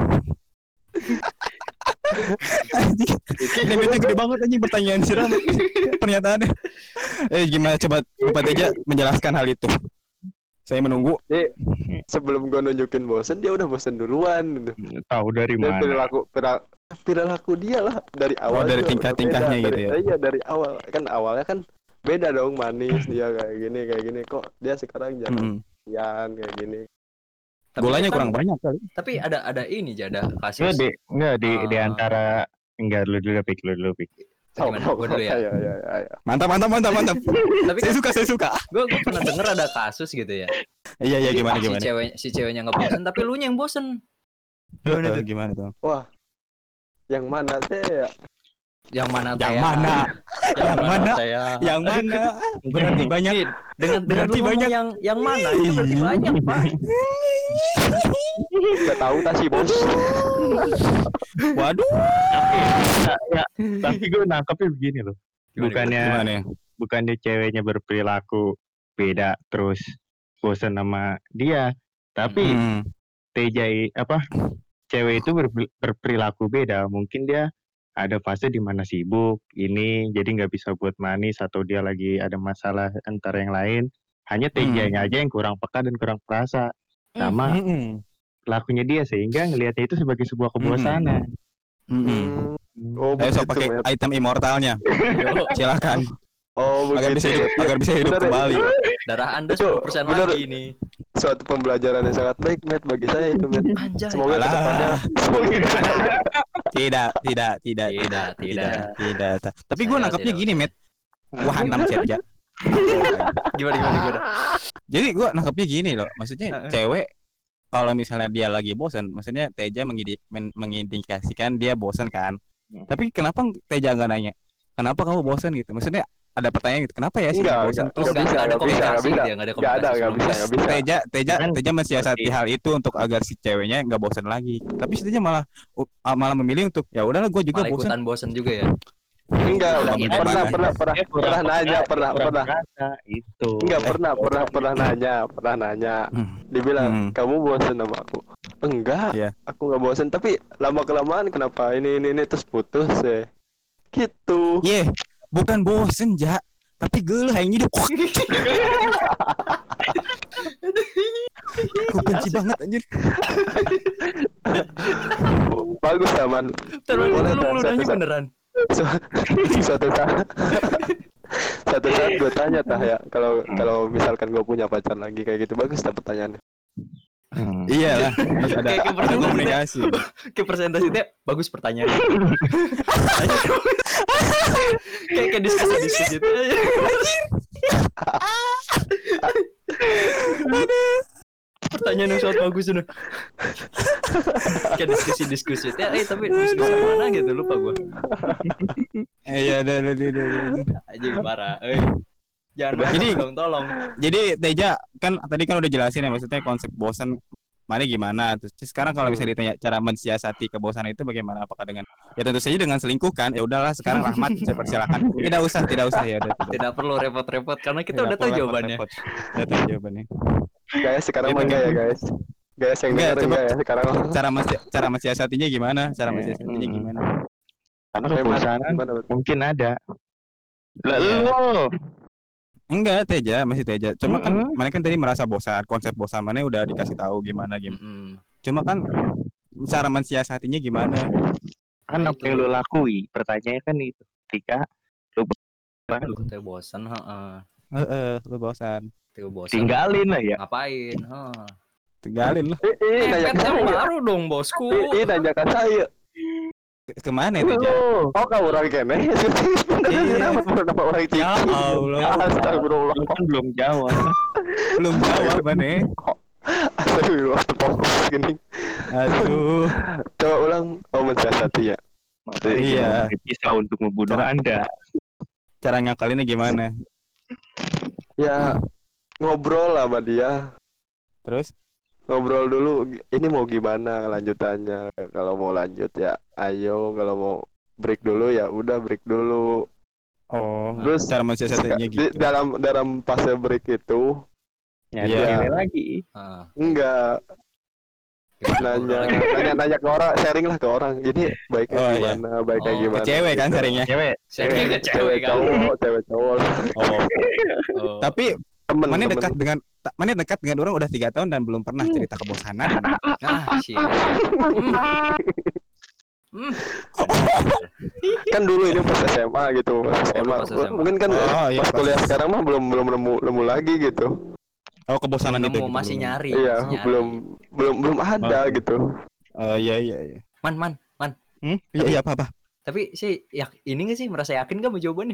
Speaker 2: Anjing, damage-nya gede banget anjing, pertanyaan siram pernyataannya. Eh gimana, coba Bapak Teja menjelaskan hal itu. Saya menunggu.
Speaker 3: Jadi sebelum gue nunjukin bosen dia udah bosen duluan gitu.
Speaker 4: Tahu dari
Speaker 3: Dan
Speaker 4: mana?
Speaker 3: perilaku perilaku, perilaku dia lah dari awal.
Speaker 2: dari
Speaker 3: juga
Speaker 2: tingkah-tingkahnya
Speaker 3: beda.
Speaker 2: gitu
Speaker 3: Dari-
Speaker 2: ya?
Speaker 3: Iya dari awal kan awalnya kan beda dong manis dia kayak gini kayak gini kok dia sekarang
Speaker 2: Mm-mm.
Speaker 3: jangan kian kayak gini.
Speaker 1: Tapi
Speaker 2: Golanya
Speaker 1: kan-
Speaker 2: kurang banyak kali.
Speaker 1: Tapi ada ada ini Jada
Speaker 4: Enggak
Speaker 1: kasus.
Speaker 4: di enggak di di
Speaker 1: Ah.
Speaker 4: antara enggak lu dulu pik lu dulu pik.
Speaker 1: Gimana? Gue dulu ya.
Speaker 3: Ya, ya, ya, ya.
Speaker 2: Mantap, mantap, mantap, mantap.
Speaker 1: Tapi
Speaker 2: Saya
Speaker 1: kan
Speaker 2: suka, saya suka.
Speaker 1: gue gue pernah denger ada kasus gitu ya.
Speaker 2: Iya, iya, gimana,
Speaker 1: Si
Speaker 2: gimana?
Speaker 1: cewek si ceweknya nggak bosen, tapi lu yang bosen.
Speaker 2: Gimana tuh? Gimana tuh?
Speaker 3: Wah, yang mana sih ya?
Speaker 1: Yang mana?
Speaker 2: Yang
Speaker 1: Taya?
Speaker 2: mana? Yang mana?
Speaker 1: Saya?
Speaker 2: Yang mana? Berarti banyak.
Speaker 1: Nih, dengan dengan
Speaker 2: Berarti
Speaker 1: lu ngomong
Speaker 2: banyak.
Speaker 1: yang yang mana? Itu berarti banyak, Pak.
Speaker 3: Gak tahu tak sih bos.
Speaker 2: Waduh.
Speaker 4: Tapi ya, ya, tapi gue nangkepnya begini loh.
Speaker 1: Gimana,
Speaker 4: Bukannya
Speaker 2: Gimana ya?
Speaker 4: bukannya ceweknya berperilaku beda terus bosan sama dia, tapi
Speaker 2: Hmm.
Speaker 4: Teja i- apa cewek itu ber- berperilaku beda. Mungkin dia ada fase di mana sibuk ini jadi nggak bisa buat manis atau dia lagi ada masalah antara yang lain. Hanya Tejanya aja yang kurang peka dan kurang perasa sama
Speaker 2: Hmm.
Speaker 4: lakunya dia sehingga ngelihatnya itu sebagai sebuah kebosanan.
Speaker 2: Hmm.
Speaker 3: Hmm. Oh,
Speaker 2: Ayo sok
Speaker 3: begitu,
Speaker 2: pakai
Speaker 3: Matt.
Speaker 2: item immortalnya.
Speaker 1: Yo,
Speaker 2: Silakan.
Speaker 3: Oh,
Speaker 2: Agar bisa
Speaker 3: begitu.
Speaker 2: hidup, agar bisa hidup
Speaker 3: Bener ya?
Speaker 2: kembali.
Speaker 1: darah Anda
Speaker 3: Itu
Speaker 1: sepuluh persen
Speaker 3: bener.
Speaker 1: lagi nih.
Speaker 3: Suatu pembelajaran yang sangat baik, Matt, bagi saya itu, Matt.
Speaker 1: Anjay.
Speaker 3: Semoga
Speaker 2: Alah.
Speaker 3: kedepannya
Speaker 2: Tidak, tidak, tidak,
Speaker 1: Tidak, tidak.
Speaker 2: tidak. Ta- Tapi gue
Speaker 1: Saya
Speaker 2: nangkapnya
Speaker 1: tidak
Speaker 2: gini, Met. Wah, enam Serja.
Speaker 1: Gimana gimana gimana?
Speaker 2: Jadi gue nangkapnya gini loh. Maksudnya
Speaker 1: Heeh.
Speaker 2: cewek kalau misalnya dia lagi bosan, maksudnya Teja mengidi- men- mengindikasikan dia bosan kan. Tapi kenapa Teja nggak nanya? Kenapa kamu bosan gitu? Maksudnya ada pertanyaan gitu. Kenapa ya sih
Speaker 3: Enggak,
Speaker 2: dia bosan?
Speaker 3: enggak.
Speaker 2: Terus
Speaker 1: Oh,
Speaker 3: Nggak
Speaker 1: nggak
Speaker 3: bisa,
Speaker 1: ada
Speaker 3: nggak bisa,
Speaker 1: komunikasi
Speaker 3: nggak
Speaker 1: gitu
Speaker 3: bisa.
Speaker 1: ya, nggak ada
Speaker 3: Nggak ada,
Speaker 1: komunikasi.
Speaker 3: nggak bisa,
Speaker 2: Terus
Speaker 3: nggak bisa.
Speaker 2: Teja, Teja,
Speaker 4: Kan
Speaker 2: Teja mensiasati
Speaker 4: seperti-
Speaker 2: hal itu untuk agar si ceweknya nggak bosan lagi. Tapi si Teja malah uh, malah memilih untuk ya udahlah gue juga
Speaker 1: Malah
Speaker 2: bosan.
Speaker 1: ikutan bosen juga ya.
Speaker 3: Enggak,
Speaker 2: Udah
Speaker 3: pernah,
Speaker 2: mendebat.
Speaker 3: pernah, pernah,
Speaker 4: Dia kurang
Speaker 3: pernah nanya,
Speaker 4: peka,
Speaker 3: pernah,
Speaker 4: kurang
Speaker 3: pernah.
Speaker 4: perasa, itu.
Speaker 3: Enggak, pernah, pernah, pernah nanya, pernah nanya.
Speaker 2: Hmm.
Speaker 3: Dibilang,
Speaker 2: Hmm.
Speaker 3: kamu bosan sama aku? Enggak,
Speaker 2: Iya.
Speaker 3: aku nggak bosan. Tapi lama kelamaan kenapa ini ini ini terus putus ya? Gitu.
Speaker 2: Ye, bukan bosen, Ja. Tapi geuleuh yang hidup. Aku benci banget anjir.
Speaker 3: Bagus aman.
Speaker 1: Terus
Speaker 3: Boleh,
Speaker 1: lu
Speaker 3: Tan,
Speaker 1: lu
Speaker 3: satu
Speaker 1: nanya
Speaker 3: saat.
Speaker 1: beneran.
Speaker 3: Su- Suatu saat, suatu saat gue tanya tah ya, kalau kalau misalkan gue punya pacar lagi kayak gitu, bagus tak pertanyaannya.
Speaker 4: Hmm.
Speaker 2: Iya lah, harus ada,
Speaker 1: Kayak
Speaker 2: ada
Speaker 1: kepercayaan.
Speaker 2: komunikasi.
Speaker 1: Ke presentasinya bagus pertanyaan. kayak kayak diskusi diskusi gitu. Pertanyaan yang sangat bagus itu. Kayak diskusi diskusi. Ya, eh tapi diskusi mana gitu lupa gua.
Speaker 2: Eh, Iya, ada ada ada.
Speaker 1: Aja parah. Eh. Jangan
Speaker 2: Jadi-
Speaker 1: jadi dong, tolong.
Speaker 2: Jadi Teja kan tadi kan udah jelasin ya maksudnya konsep bosan mana gimana. Terus sekarang kalau bisa ditanya cara mensiasati kebosanan itu bagaimana? Apakah dengan ya tentu saja dengan selingkuh kan? Ya udahlah sekarang Rahmat saya persilakan. Tidak usah, tidak usah ya udah. tidak.
Speaker 1: Tidak perlu repot-repot karena kita
Speaker 2: Tidak
Speaker 1: udah tahu
Speaker 2: perlu
Speaker 1: jawabannya.
Speaker 2: repot-repot. Udah tahu jawabannya.
Speaker 3: Guys, sekarang
Speaker 2: Gitu,
Speaker 3: mah enggak ya
Speaker 2: gitu.
Speaker 3: guys. Guys yang
Speaker 2: Enggak,
Speaker 3: denger
Speaker 2: coba-
Speaker 3: enggak ya sekarang.
Speaker 2: Cara mensi- cara mensiasatinya gimana? Cara mensiasatinya
Speaker 4: Hmm.
Speaker 2: gimana?
Speaker 4: Karena
Speaker 3: Oke, Mas,
Speaker 4: kebosanan
Speaker 3: gimana, Mas?
Speaker 4: mungkin ada. Lah
Speaker 2: Iya.
Speaker 4: lu
Speaker 2: Enggak, Teja, masih Teja. Cuma kan
Speaker 4: Mm-mm.
Speaker 2: mana kan tadi merasa bosan, konsep bosan mana udah dikasih tahu gimana gimana.
Speaker 1: Mm-mm.
Speaker 2: Cuma kan cara mensiasatinya gimana?
Speaker 4: kan apa yang lu lakui? Pertanyaannya kan itu. Ketika lu
Speaker 1: Lu teh bosan, heeh.
Speaker 2: Heeh, lu bosan.
Speaker 1: Teh bosan.
Speaker 4: tinggalin lah ya.
Speaker 1: Ngapain? Heeh.
Speaker 2: Tinggalin lu.
Speaker 3: Eh, eh, nanya
Speaker 1: Eh,
Speaker 3: ke
Speaker 1: yang
Speaker 3: saya.
Speaker 1: baru dong, bosku.
Speaker 3: Eh, eh, nanya ke saya.
Speaker 2: Ke- Kemana ya, Teja?
Speaker 3: Oh, kamu orang kene.
Speaker 2: Iya.
Speaker 3: Kenapa baru nama orang Cici?
Speaker 2: Ya Allah.
Speaker 3: Astagfirullah.
Speaker 4: Lu kan belum jawab.
Speaker 2: Belum jawab mana?
Speaker 3: Astagfirullah. Fokus gini.
Speaker 2: Aduh.
Speaker 3: Coba ulang. Oh, mensiasati ya.
Speaker 4: Maksudnya
Speaker 2: Iya.
Speaker 4: bisa untuk membunuh
Speaker 2: Cara-
Speaker 4: Anda.
Speaker 2: Cara ngakalinnya gimana?
Speaker 3: Ya, ngobrol lah sama dia.
Speaker 2: Terus?
Speaker 3: Ngobrol dulu. Ini mau gimana lanjutannya? Kalau mau lanjut ya, ayo. Kalau mau break dulu ya, udah break dulu.
Speaker 2: Oh,
Speaker 3: Terus
Speaker 2: cara mensiasatinya
Speaker 3: Di-
Speaker 2: gitu.
Speaker 3: dalam dalam fase break itu
Speaker 4: Nyari
Speaker 2: Iya.
Speaker 4: cewek lagi.
Speaker 1: Heeh.
Speaker 3: enggak nanya nanya nanya ke orang, sharing lah ke orang. Jadi baiknya
Speaker 2: Oh, iya.
Speaker 3: gimana, baiknya
Speaker 1: Oh, ke
Speaker 3: gimana.
Speaker 2: Ke cewek kan
Speaker 3: gitu.
Speaker 2: seringnya.
Speaker 4: Cewek.
Speaker 1: Saya ke
Speaker 3: Cewek
Speaker 1: cewek kan.
Speaker 3: cowok, cewek cowok.
Speaker 2: Oh.
Speaker 1: Oh.
Speaker 2: Tapi
Speaker 3: Temen,
Speaker 2: mana
Speaker 3: temen.
Speaker 2: dekat dengan ta- mana dekat dengan orang udah tiga tahun dan belum pernah cerita kebosanan.
Speaker 1: Ah, sih. Hmm. Hmm.
Speaker 3: Kan dulu ini pas S M A gitu, pas S M A.
Speaker 1: pas S M A.
Speaker 3: Mungkin kan
Speaker 2: Oh, iya,
Speaker 3: pas
Speaker 2: pas
Speaker 3: kuliah
Speaker 2: S M A.
Speaker 3: sekarang mah belum belum nemu nemu lagi gitu.
Speaker 2: Oh, kebosanan itu.
Speaker 1: Nemu,
Speaker 2: gitu,
Speaker 1: masih
Speaker 2: belum.
Speaker 1: nyari.
Speaker 3: Iya,
Speaker 1: masih nyari.
Speaker 3: belum belum belum ada
Speaker 2: Oh.
Speaker 3: gitu.
Speaker 2: Oh, iya iya iya.
Speaker 1: Man, man, man.
Speaker 2: Hmm? Iya iya apa apa.
Speaker 1: Tapi sih ya ini nggak sih merasa yakin gak mau jawabannya?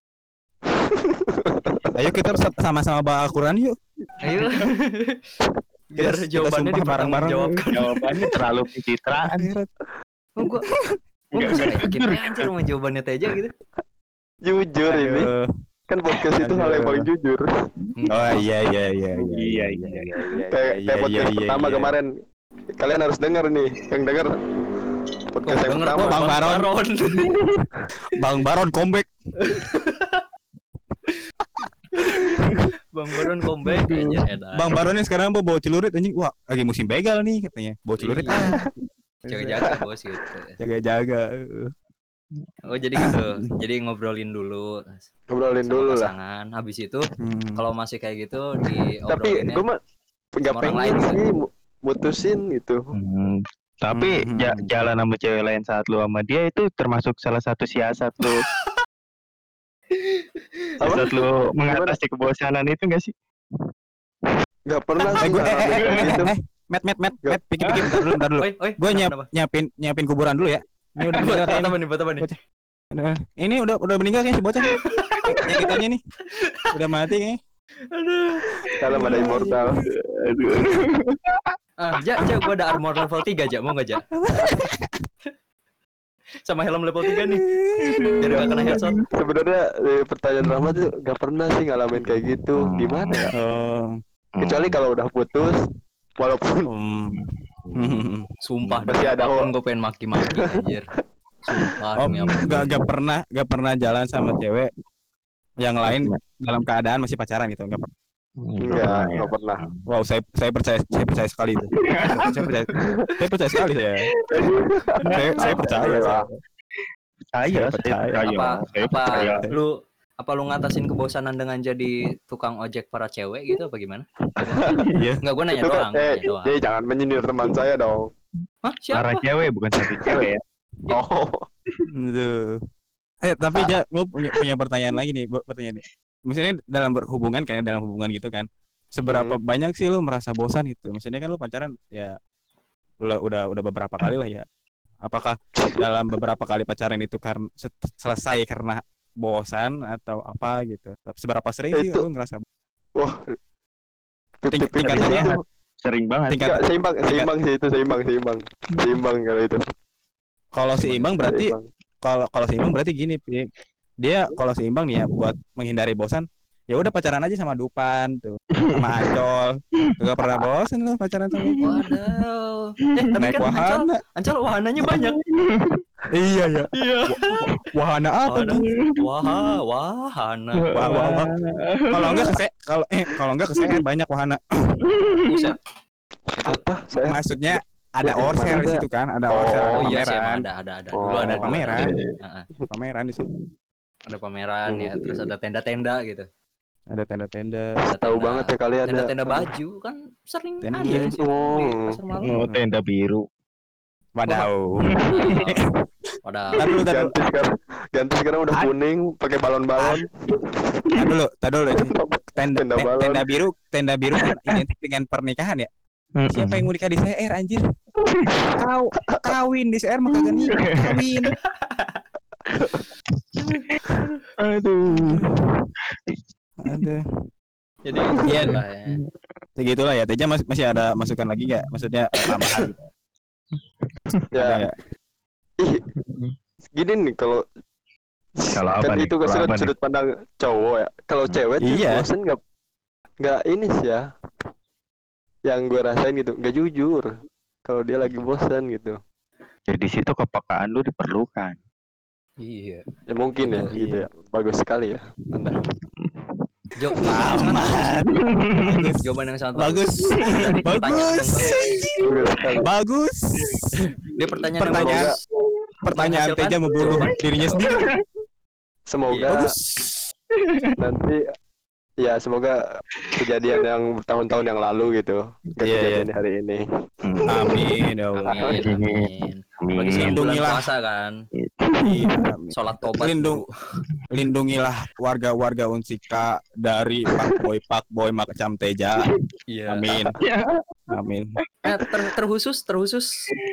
Speaker 2: Ayo kita sama-sama baca Al-Quran yuk.
Speaker 1: Ayo. Biar
Speaker 2: Kita- kita
Speaker 1: jawabannya
Speaker 2: sumpah bareng-bareng.
Speaker 1: dipertanggungjawabkan.
Speaker 4: Jawabannya terlalu pencitraan.
Speaker 1: Oh, gua gua
Speaker 4: Nggak-
Speaker 1: bisa
Speaker 4: nggak
Speaker 1: yakin
Speaker 4: jujur.
Speaker 1: aja anjir sama jawabannya Teja gitu.
Speaker 3: Jujur ini.
Speaker 2: Aduh.
Speaker 3: Kan podcast itu hal yang paling jujur.
Speaker 2: Oh iya iya iya
Speaker 4: Iya iya iya.
Speaker 3: Kayak
Speaker 2: iya,
Speaker 3: kayak podcast
Speaker 2: iya, iya,
Speaker 3: pertama
Speaker 2: iya.
Speaker 3: kemarin. Kalian harus dengar nih, yang denger podcast yang
Speaker 1: Denger
Speaker 3: pertama.
Speaker 1: gua
Speaker 2: Bang Baron.
Speaker 1: Baron.
Speaker 2: Bang Baron comeback.
Speaker 1: Bang Baron comeback aja edan.
Speaker 2: Bang Baron ini sekarang bawa celurit anjing. Wah, lagi musim begal nih katanya. Bawa celurit
Speaker 1: Iya.
Speaker 2: ah.
Speaker 1: Jaga-jaga bos gitu.
Speaker 2: Jaga-jaga.
Speaker 1: Oh jadi gitu. Jadi ngobrolin dulu
Speaker 3: Ngobrolin
Speaker 1: sama
Speaker 3: dulu lah.
Speaker 1: pasangan. Habis itu
Speaker 2: Hmm.
Speaker 1: kalau masih kayak gitu di
Speaker 3: Tapi gue mah nggak
Speaker 1: sama orang
Speaker 3: pengen
Speaker 1: lain gitu.
Speaker 3: sih mu- mutusin gitu.
Speaker 4: Hmm. Tapi
Speaker 2: Hmm.
Speaker 4: ja- jalan sama cewek lain saat lu sama dia itu termasuk salah satu siasat lu.
Speaker 3: Apa?
Speaker 4: Saat lu mengatasi kebosanan itu enggak sih?
Speaker 3: Nggak pernah
Speaker 2: Eh
Speaker 3: sih
Speaker 2: gue eh eh
Speaker 3: ngalamin
Speaker 2: eh
Speaker 3: kayak
Speaker 2: eh,
Speaker 3: gitu.
Speaker 2: eh, Met met met met pikir pikir bentar dulu bentar dulu.
Speaker 1: Oi, oi.
Speaker 2: Gue nyiap,
Speaker 1: kenapa,
Speaker 2: nyiapin nyiapin kuburan dulu ya. Ini udah meninggal
Speaker 1: kenapa?
Speaker 2: kayaknya.
Speaker 1: Buat apa nih? Buat apa nih?
Speaker 2: Udah- Ini udah udah meninggal kayaknya si bocah. Yang kitanya nih. Udah mati kayaknya.
Speaker 3: Dalam ada immortal.
Speaker 1: Ah, Ja, Ja, gua ada armor level tiga, Ja. Mau enggak, Ja? Sama helm level tiga nih. Biar gak kena headshot.
Speaker 3: Sebenarnya eh, pertanyaan Rahmat tuh nggak pernah sih ngalamin kayak gitu. Gimana ya?
Speaker 2: Oh.
Speaker 3: Kecuali kalau udah putus, walaupun
Speaker 2: Hmm.
Speaker 1: Sumpah,
Speaker 3: Masih ada
Speaker 1: apapun gue pengen maki-maki anjir. Sumpah
Speaker 2: Oh,
Speaker 1: demi apa?
Speaker 2: gak, gak pernah gak pernah jalan sama cewek yang lain dalam keadaan masih pacaran gitu. Gak pernah.
Speaker 3: enggak, nggak pernah.
Speaker 2: Wow, saya saya percaya saya percaya sekali itu. saya percaya saya percaya sekali saya. saya saya percaya. Saya.
Speaker 4: Saya
Speaker 2: percaya.
Speaker 1: Apa
Speaker 4: saya
Speaker 1: apa
Speaker 4: percaya.
Speaker 1: lu apa lu ngatasin kebosanan dengan jadi tukang ojek para cewek gitu apa gimana?
Speaker 2: Iya.
Speaker 1: Enggak, gue nanya
Speaker 3: Itu kan,
Speaker 1: doang,
Speaker 3: eh,
Speaker 1: nanya doang.
Speaker 3: eh, jangan menyindir teman saya dong.
Speaker 1: Hah,
Speaker 4: Para
Speaker 1: siapa?
Speaker 4: cewek bukan satu cewek ya.
Speaker 3: Oh,
Speaker 2: Gitu. Eh tapi ja, gue punya, punya pertanyaan lagi nih, buat pertanyaan nih. Misalnya dalam berhubungan kan, dalam hubungan gitu kan, seberapa banyak sih lu merasa bosan gitu? Misalnya kan lu pacaran ya udah udah udah beberapa kali lah ya. Apakah dalam beberapa kali pacaran itu karena selesai karena bosan atau apa gitu? Seberapa sering sih
Speaker 3: Itu-
Speaker 2: lu ngerasa
Speaker 3: wah.
Speaker 2: Ting-
Speaker 3: Fifty-fifty
Speaker 2: tingkatannya
Speaker 3: itu.
Speaker 4: Sering banget.
Speaker 2: tingkat
Speaker 3: Enggak, seimbang, seimbang sih itu, seimbang, seimbang. Seimbang kalau itu.
Speaker 2: kalau seimbang berarti
Speaker 3: Seimbang.
Speaker 2: kalau kalau seimbang berarti gini, Pi. Dia kalau seimbang nih ya buat menghindari bosan, ya udah pacaran aja sama Dupan tuh, sama Ancol. Gak pernah bosan lu pacaran sama itu.
Speaker 1: Waduh. Eh, tapi
Speaker 2: Naik
Speaker 1: kan Ancol,
Speaker 2: wahana.
Speaker 1: Ancol wahananya banyak.
Speaker 2: Iya ya.
Speaker 1: Iya.
Speaker 2: Wahana apa
Speaker 1: Wahana.
Speaker 2: tuh?
Speaker 1: Wah, wahana.
Speaker 2: Wah, wah, wah. Kalau enggak ke se- kalau eh kalau enggak ke se- banyak wahana.
Speaker 1: Buset.
Speaker 3: Apa? Saya
Speaker 2: Maksudnya ada
Speaker 3: Yang
Speaker 2: orser
Speaker 3: mana
Speaker 2: di
Speaker 3: ada?
Speaker 2: situ kan, ada
Speaker 3: Oh,
Speaker 2: orser, ada
Speaker 1: Oh iya sih,
Speaker 2: pameran.
Speaker 1: emang ada, ada, ada.
Speaker 3: Oh,
Speaker 1: Dulu ada dulu
Speaker 2: pameran.
Speaker 1: ada. Heeh.
Speaker 2: Pameran di situ.
Speaker 1: Ada pameran ya, terus ada tenda-tenda gitu.
Speaker 2: Ada tenda-tenda.
Speaker 1: Ada
Speaker 3: tahu
Speaker 1: tenda-
Speaker 3: banget ya kalian ya.
Speaker 1: Tenda-tenda baju kan sering
Speaker 2: Tenda-
Speaker 1: ada
Speaker 2: iya.
Speaker 1: di situ, di
Speaker 3: Oh.
Speaker 1: pasar malam.
Speaker 4: Oh, tenda biru.
Speaker 2: Wadaw.
Speaker 1: Pada
Speaker 2: Tadi dulu, tadi dulu.
Speaker 3: Ganti sekarang, ganti sekarang udah kuning, pakai balon-balon.
Speaker 2: Tadi dulu, tadi dulu. Tenda,
Speaker 3: Tenda
Speaker 2: te-
Speaker 3: balon.
Speaker 2: tenda biru, tenda biru kan identik dengan pernikahan ya. Siapa yang mau nikah di C R anjir? Kau kawin di C R mah kagak nikah, kawin.
Speaker 4: Aduh.
Speaker 2: Ada.
Speaker 1: jadi
Speaker 2: Iya.
Speaker 1: itulah ya.
Speaker 2: Segitulah ya. Teja mas- masih ada masukan lagi nggak? Maksudnya eh, tambahan gitu. Ada
Speaker 3: Ya,
Speaker 2: nggak?
Speaker 3: ih, gini nih kalau
Speaker 4: Kalau apa
Speaker 3: kan
Speaker 4: nih?
Speaker 3: itu kan
Speaker 4: Kalau
Speaker 3: sudut,
Speaker 4: apa nih?
Speaker 3: sudut pandang cowok ya. Kalau cewek tuh
Speaker 2: Iya.
Speaker 3: bosen nggak nggak ini sih ya. Yang gue rasain gitu, nggak jujur. Kalau dia lagi bosen gitu,
Speaker 4: Jadi situ kepekaan lu diperlukan.
Speaker 1: Iya.
Speaker 3: ya mungkin ya,
Speaker 2: Iya.
Speaker 3: gitu ya. Bagus sekali ya, Anda.
Speaker 1: Jo,
Speaker 2: Aman.
Speaker 1: bagus. Jawaban yang sangat
Speaker 2: Bagus.
Speaker 1: Dari pertanyaan
Speaker 2: Bagus.
Speaker 1: yang
Speaker 3: Bagus sekali.
Speaker 2: Bagus.
Speaker 1: Dia pertanyaan, yang
Speaker 2: Pertanyaan
Speaker 1: bagus.
Speaker 2: Pertanyaan
Speaker 1: Menghasilkan
Speaker 2: Teja membunuh
Speaker 1: jawaban.
Speaker 2: dirinya sendiri.
Speaker 3: Semoga
Speaker 2: Bagus.
Speaker 3: nanti ya semoga kejadian yang bertahun-tahun yang lalu gitu nggak
Speaker 2: Iya,
Speaker 3: kejadian
Speaker 2: iya.
Speaker 3: di hari ini.
Speaker 2: Amin ya Allah.
Speaker 1: Amin, amin. Bagi
Speaker 4: Amin.
Speaker 1: bulan
Speaker 2: Lindungilah.
Speaker 1: puasa kan,
Speaker 2: Iya, amin.
Speaker 1: sholat tobat.
Speaker 2: Lindung. Lindungilah warga-warga Unsika dari Pak Boy Pak Boy Macam Teja.
Speaker 1: Iya.
Speaker 2: Amin. Amin.
Speaker 1: Eh, ter- terkhusus, terkhusus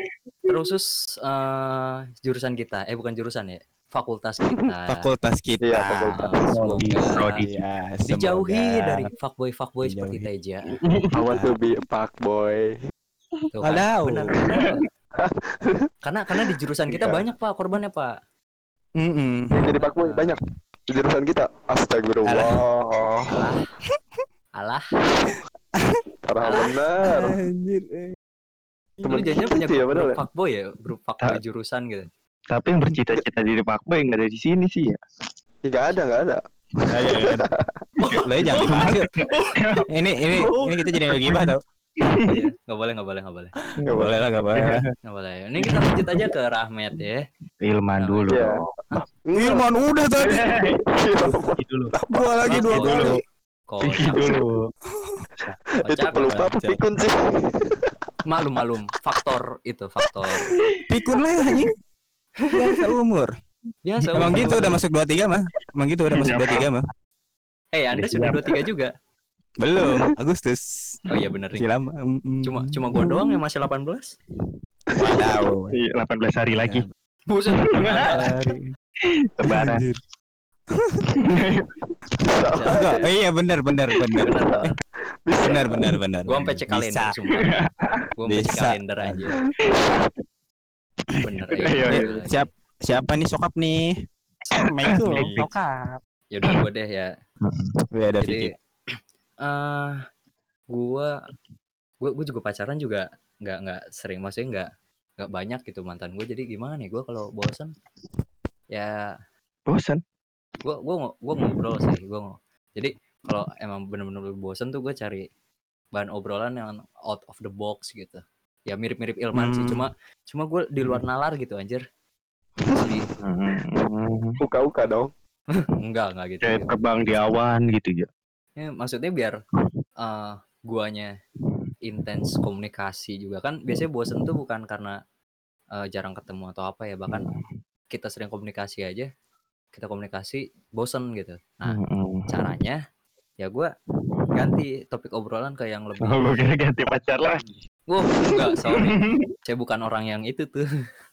Speaker 1: terusus eh, jurusan kita, eh bukan jurusan ya, fakultas kita.
Speaker 2: Fakultas kita.
Speaker 3: Iya, fakultas.
Speaker 1: Eh, semoga
Speaker 4: Prodi.
Speaker 2: Ya,
Speaker 1: dijauhi
Speaker 2: semoga.
Speaker 1: dari fuckboy fuckboy seperti
Speaker 2: Dijauhi.
Speaker 1: Teja.
Speaker 3: I want to be a fuckboy.
Speaker 1: Tuh kan,
Speaker 2: Walau.
Speaker 1: benar benar. karena karena di jurusan kita
Speaker 3: Iya.
Speaker 1: banyak Pak korbannya Pak.
Speaker 2: Mm-mm.
Speaker 3: Yang jadi fuckboy banyak di jurusan kita. Astagfirullah.
Speaker 1: Alah,
Speaker 3: Parah bener.
Speaker 2: Anjir. eh.
Speaker 1: lu
Speaker 3: Temen
Speaker 1: jadinya
Speaker 3: kita
Speaker 1: punya
Speaker 3: sih ya,
Speaker 1: grup,
Speaker 3: bener
Speaker 1: grup
Speaker 3: ya?
Speaker 1: fuckboy ya, grup fuckboy jurusan gitu.
Speaker 4: Tapi yang bercita-cita jadi fuckboy nggak ada di sini sih ya.
Speaker 3: Nggak ada, nggak ada.
Speaker 2: Ya, ya, ya. Lo jangan dibahas yuk. Ini ini ini kita jadi gibah tau.
Speaker 1: Iya, nggak boleh nggak boleh nggak boleh
Speaker 2: Gak boleh lah, gak boleh lah.
Speaker 1: nggak boleh. Ini kita lanjut aja ke Rahmat ya.
Speaker 4: Ilman dulu
Speaker 3: Iya.
Speaker 4: dong.
Speaker 2: Ilman udah tadi.
Speaker 4: Itu dulu.
Speaker 2: Gua lagi dua
Speaker 1: Dulu.
Speaker 2: kali.
Speaker 1: Kocak,
Speaker 4: dulu.
Speaker 3: Itu
Speaker 1: kocak.
Speaker 3: pelupa apa pikun sih?
Speaker 1: Malum malum. Faktor itu faktor.
Speaker 2: Pikun lah anjing. Biasa umur.
Speaker 1: Biasa.
Speaker 2: Emang
Speaker 1: umur.
Speaker 2: gitu udah masuk dua tiga mah. Emang gitu udah masuk dua tiga mah.
Speaker 1: Eh Anda sudah dua tiga juga.
Speaker 2: Belum, Agustus.
Speaker 1: Oh iya bener nih.
Speaker 2: Masih lama. Mm-mm.
Speaker 1: Cuma cuma gua doang yang masih delapan belas.
Speaker 2: Wadaw.
Speaker 4: Iya, delapan belas hari lagi.
Speaker 1: Buset.
Speaker 4: Lebaran.
Speaker 2: Anjir. Enggak, eh, iya benar benar benar. Benar benar benar.
Speaker 1: Gua sampai cek kalender
Speaker 2: Bisa.
Speaker 1: sumpah. Gua sampai cek
Speaker 2: Bisa.
Speaker 1: kalender aja. Bener
Speaker 4: Iya,
Speaker 1: ya.
Speaker 4: iya.
Speaker 2: Eh, siap siapa nih sokap nih? Assalamualaikum. Sokap.
Speaker 1: Ya udah gua deh ya.
Speaker 2: Ya ada
Speaker 1: Jadi
Speaker 2: Vicky.
Speaker 1: eh gua gua gua juga pacaran juga nggak nggak sering, maksudnya nggak nggak banyak gitu mantan gue. Jadi gimana nih, gue kalau bosan ya
Speaker 4: Bosan.
Speaker 1: gue gue gue ngobrol sih gue ngo- jadi kalau emang bener-bener bosan tuh gue cari bahan obrolan yang out of the box gitu, ya mirip-mirip Ilman sih,
Speaker 2: Hmm.
Speaker 1: cuma cuma gue di luar nalar gitu anjir. Jadi
Speaker 3: Uka-uka dong.
Speaker 1: enggak enggak gitu,
Speaker 4: Kayak
Speaker 1: gitu.
Speaker 4: terbang di awan gitu ya.
Speaker 1: Ya, maksudnya biar eh guanya intens komunikasi juga kan. Biasanya bosen tuh bukan karena eh, jarang ketemu atau apa ya, bahkan kita sering komunikasi aja, kita komunikasi bosen gitu. Nah caranya ya gue ganti topik obrolan ke yang lebih
Speaker 4: Oh, gue kira ganti pacar lagi.
Speaker 1: wah enggak, sorry, saya bukan orang yang itu tuh.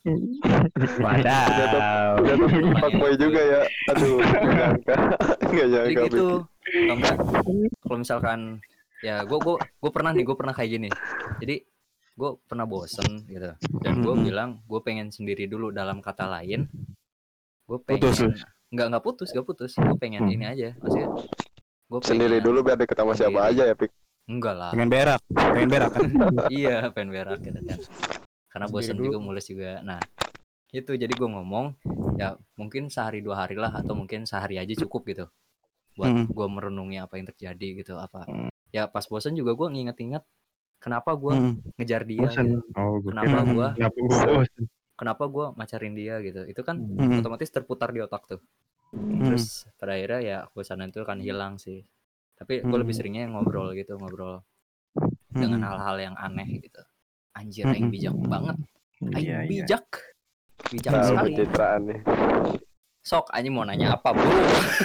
Speaker 2: Wadaw.
Speaker 3: Udah tuh
Speaker 1: Lumayan.
Speaker 3: fuckboy juga ya. Aduh, nggak nyangka. Nggak
Speaker 1: Jadi
Speaker 3: nyangka.
Speaker 1: gitu. Atau enggak, kalau misalkan ya gue gue gue pernah nih gue pernah kayak gini. Jadi gue pernah bosen gitu dan gue
Speaker 2: Mm-mm.
Speaker 1: bilang gue pengen sendiri dulu. Dalam kata lain, gue
Speaker 2: Putus
Speaker 1: pengen nggak nggak putus nggak putus gue pengen
Speaker 4: Hmm.
Speaker 1: ini aja, maksudnya gue
Speaker 3: Sendiri dulu biar deket sama siapa
Speaker 1: Sendiri.
Speaker 3: aja ya, Pik.
Speaker 1: enggak lah.
Speaker 2: Pengen berak, pengen berak kan.
Speaker 1: Iya, pengen berak gitu kan, karena
Speaker 2: Sendiri
Speaker 1: bosen
Speaker 2: dulu.
Speaker 1: juga, mulus juga. Nah itu jadi gue ngomong ya mungkin sehari dua hari lah, atau mungkin sehari aja cukup gitu buat
Speaker 2: Hmm.
Speaker 1: gue merenungi apa yang terjadi gitu. Apa
Speaker 4: Hmm.
Speaker 1: ya pas bosen juga gue nginget-inget kenapa gue
Speaker 2: Mm.
Speaker 1: ngejar dia
Speaker 4: Bosan.
Speaker 1: gitu.
Speaker 4: Oh, gue
Speaker 1: Kenapa
Speaker 4: kira.
Speaker 1: gua
Speaker 4: Kenapa gue bosan?
Speaker 1: kenapa gue macarin dia gitu, itu kan
Speaker 2: Mm.
Speaker 1: otomatis terputar di otak tuh.
Speaker 2: Mm.
Speaker 1: Terus pada akhirnya ya kebosanan itu kan hilang sih, tapi gue lebih
Speaker 2: Hmm.
Speaker 1: seringnya ngobrol gitu, ngobrol dengan
Speaker 2: Mm.
Speaker 1: hal-hal yang aneh gitu. Anjir,
Speaker 2: Mm-mm.
Speaker 1: aing bijak banget, aing
Speaker 4: Iya, iya.
Speaker 1: bijak bijak
Speaker 3: Tahu
Speaker 1: sekali.
Speaker 3: pencitraan nih.
Speaker 1: Sok anjing mau nanya apa buru?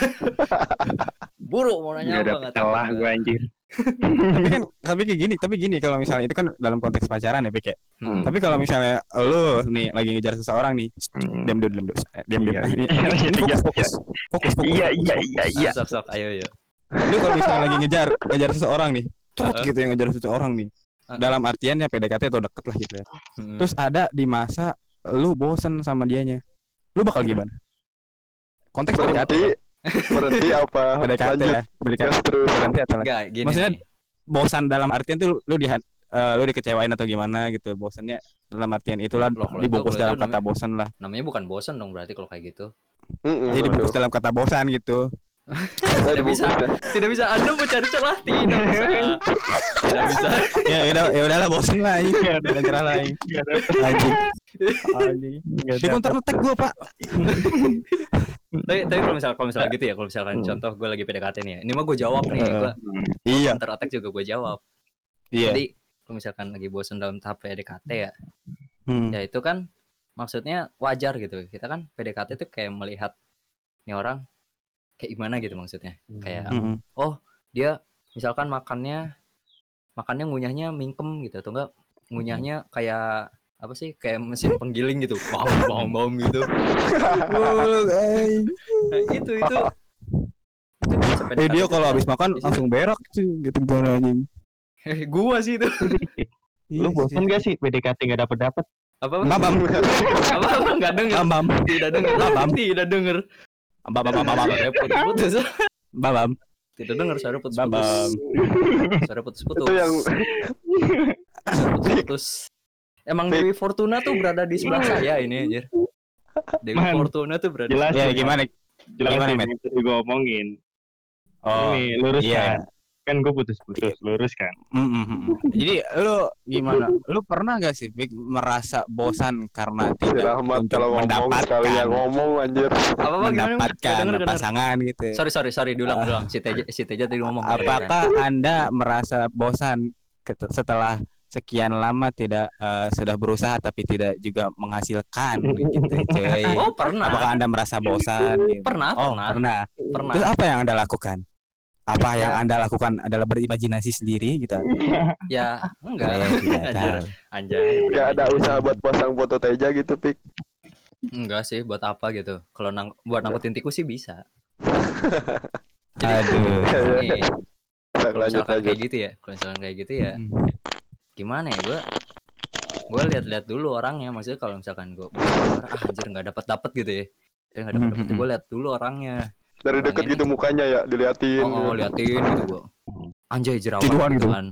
Speaker 1: Buru mau nanya
Speaker 4: Gak
Speaker 1: apa?
Speaker 4: ada
Speaker 1: Nggak tahu
Speaker 4: celah
Speaker 1: juga.
Speaker 4: gue anjir.
Speaker 2: Tapi kan tapi kayak gini, tapi gini kalau misalnya itu kan dalam konteks pacaran ya, Pik ya.
Speaker 1: Hmm.
Speaker 2: Tapi kalau misalnya lu nih lagi ngejar seseorang nih,
Speaker 4: Hmm.
Speaker 2: diam dulu, diam dulu. Eh, Diam diam.
Speaker 4: Iya,
Speaker 2: Ini
Speaker 4: iya, iya,
Speaker 2: fokus,
Speaker 4: iya,
Speaker 2: fokus, fokus, fokus.
Speaker 4: Iya,
Speaker 2: fokus,
Speaker 4: iya,
Speaker 2: fokus.
Speaker 4: iya, iya.
Speaker 1: Ah, sok sok ayo yo.
Speaker 2: Lu kalau misalnya lagi ngejar ngejar seseorang nih, terus
Speaker 1: Heeh.
Speaker 2: gitu yang ngejar seseorang nih.
Speaker 1: Heeh.
Speaker 2: Dalam artian ya P D K T atau deket lah gitu ya.
Speaker 1: Hmm.
Speaker 2: Terus ada di masa lu bosen sama dianya. Lu bakal gimana? Konteks P D K T
Speaker 3: Berhenti.
Speaker 2: ya.
Speaker 3: Berhenti apa?
Speaker 2: P D K T
Speaker 3: Lanjut.
Speaker 2: ya. P D K T
Speaker 3: Gas terus.
Speaker 2: berhenti atau
Speaker 1: enggak gini.
Speaker 2: Maksudnya
Speaker 1: nih.
Speaker 2: bosan dalam artian tuh lu di eh, lu dikecewain atau gimana gitu. Bosannya dalam artian itulah
Speaker 1: Loh, kalau
Speaker 2: dibungkus
Speaker 1: itu- kalau
Speaker 2: dalam
Speaker 1: itu
Speaker 2: kata bosan lah.
Speaker 1: namanya bukan bosan dong berarti kalau kayak gitu.
Speaker 3: Mm-mm,
Speaker 2: Jadi dibungkus
Speaker 3: waduh.
Speaker 2: dalam kata bosan gitu.
Speaker 3: Saya
Speaker 1: Tidak bisa.
Speaker 3: dibungkus dah.
Speaker 1: Tidak bisa, Anda mencari celah, tidak bisa. Tidak bisa.
Speaker 2: Ya udah ya udahlah bosan lah ini. Udah cerah lah ini. Anjing. Anjing. Di counter attack gua, Pak.
Speaker 1: Tapi tapi kalau misal kalau misalnya gitu ya, kalau misalkan
Speaker 4: Hmm.
Speaker 1: contoh gue lagi P D K T nih ya. Ini mah gue jawab nih,
Speaker 2: Heeh.
Speaker 1: gue
Speaker 2: Iya.
Speaker 1: counter attack juga gue jawab.
Speaker 2: Iya.
Speaker 1: Jadi kalau misalkan lagi bosan dalam tahap P D K T ya,
Speaker 2: Hmm.
Speaker 1: ya itu kan maksudnya wajar gitu. Kita kan P D K T itu kayak melihat nih orang kayak gimana gitu maksudnya. Kayak
Speaker 2: Mm-mm.
Speaker 1: oh dia misalkan makannya makannya ngunyahnya mingkem gitu, atau enggak ngunyahnya kayak apa sih kayak mesin penggiling gitu, bam bam bam gitu. Nah, itu itu itu bisa
Speaker 2: Eh dia
Speaker 1: P D K T
Speaker 2: kalau
Speaker 1: kita
Speaker 2: habis makan
Speaker 1: di situ.
Speaker 2: langsung berak sih gitu gimana anjing.
Speaker 1: Gua sih itu.
Speaker 4: Lu bosan gak sih P D K T nggak dapet dapet?
Speaker 1: Apa
Speaker 2: Bam bam
Speaker 1: apa apa nggak denger,
Speaker 2: bam bam
Speaker 1: tidak denger,
Speaker 2: Bam, bam.
Speaker 1: tidak denger.
Speaker 2: bam bam bam bam bam
Speaker 1: Suaranya putus-putus.
Speaker 2: bam bam
Speaker 1: Tidak dengar suara
Speaker 2: bam
Speaker 1: putus-putus.
Speaker 2: bam.
Speaker 1: Suara putus-putus.
Speaker 3: Itu yang
Speaker 1: Suara putus-putus. Emang Dewi Fortuna tuh berada di sebelah saya ini anjir. Dewi
Speaker 4: Man,
Speaker 1: Fortuna tuh berada.
Speaker 4: jelas.
Speaker 2: Ya gimana?
Speaker 4: Jelas
Speaker 2: Gimana,
Speaker 4: yang
Speaker 2: Met?
Speaker 4: tadi gue omongin.
Speaker 2: Oh
Speaker 4: Ini lurus
Speaker 2: iya.
Speaker 4: kan? Kan gue putus-putus, lurus kan?
Speaker 2: Mm, mm, mm. Jadi lu gimana? Lu pernah gak sih Vic, merasa bosan karena
Speaker 3: si
Speaker 2: tidak
Speaker 3: Rahmat
Speaker 2: untuk
Speaker 3: kalau ngomong sekali yang
Speaker 2: mendapatkan
Speaker 3: ngomong anjir.
Speaker 1: Apa apa gimana?
Speaker 2: mendapatkan
Speaker 1: Denger, denger.
Speaker 2: pasangan gitu?
Speaker 1: Sorry sorry sorry diulang
Speaker 2: Ah.
Speaker 1: diulang. Si Teja si Teja tadi ngomong.
Speaker 2: Apakah Anda merasa bosan ket- setelah sekian lama tidak eh, sudah berusaha tapi tidak juga menghasilkan gitu, cuy?
Speaker 1: Oh, pernah.
Speaker 2: Apakah Anda merasa bosan? Gitu?
Speaker 1: Pernah,
Speaker 2: Oh,
Speaker 1: pernah.
Speaker 2: pernah.
Speaker 1: Pernah.
Speaker 2: Terus apa yang Anda lakukan? Apa yang Anda lakukan adalah berimajinasi sendiri gitu?
Speaker 1: Ya, enggak.
Speaker 2: Saya tidak
Speaker 1: Anjir.
Speaker 2: tahu.
Speaker 1: Anjay.
Speaker 3: Gak ada usaha buat pasang foto Teja gitu, Pik.
Speaker 1: Enggak sih, buat apa gitu. Kalau nang buat nangkutin tikus sih bisa.
Speaker 2: Aduh.
Speaker 1: Nih,
Speaker 3: Nah,
Speaker 1: kalau
Speaker 3: lanjut
Speaker 1: misalkan
Speaker 3: lanjut.
Speaker 1: kayak gitu ya, kalau misalkan kayak gitu ya, gimana ya gue? Gue lihat-lihat dulu orangnya, maksudnya kalau misalkan gue ah anjir nggak dapat dapat gitu ya, ya nggak dapat dapat, gue lihat dulu orangnya.
Speaker 3: Dari deket
Speaker 1: Orangnya
Speaker 3: gitu mukanya ya, diliatin.
Speaker 1: Oh, oh liatin gitu gue. Anjay jerawat
Speaker 2: Tiduran
Speaker 1: gitu
Speaker 2: gitu.
Speaker 1: kan.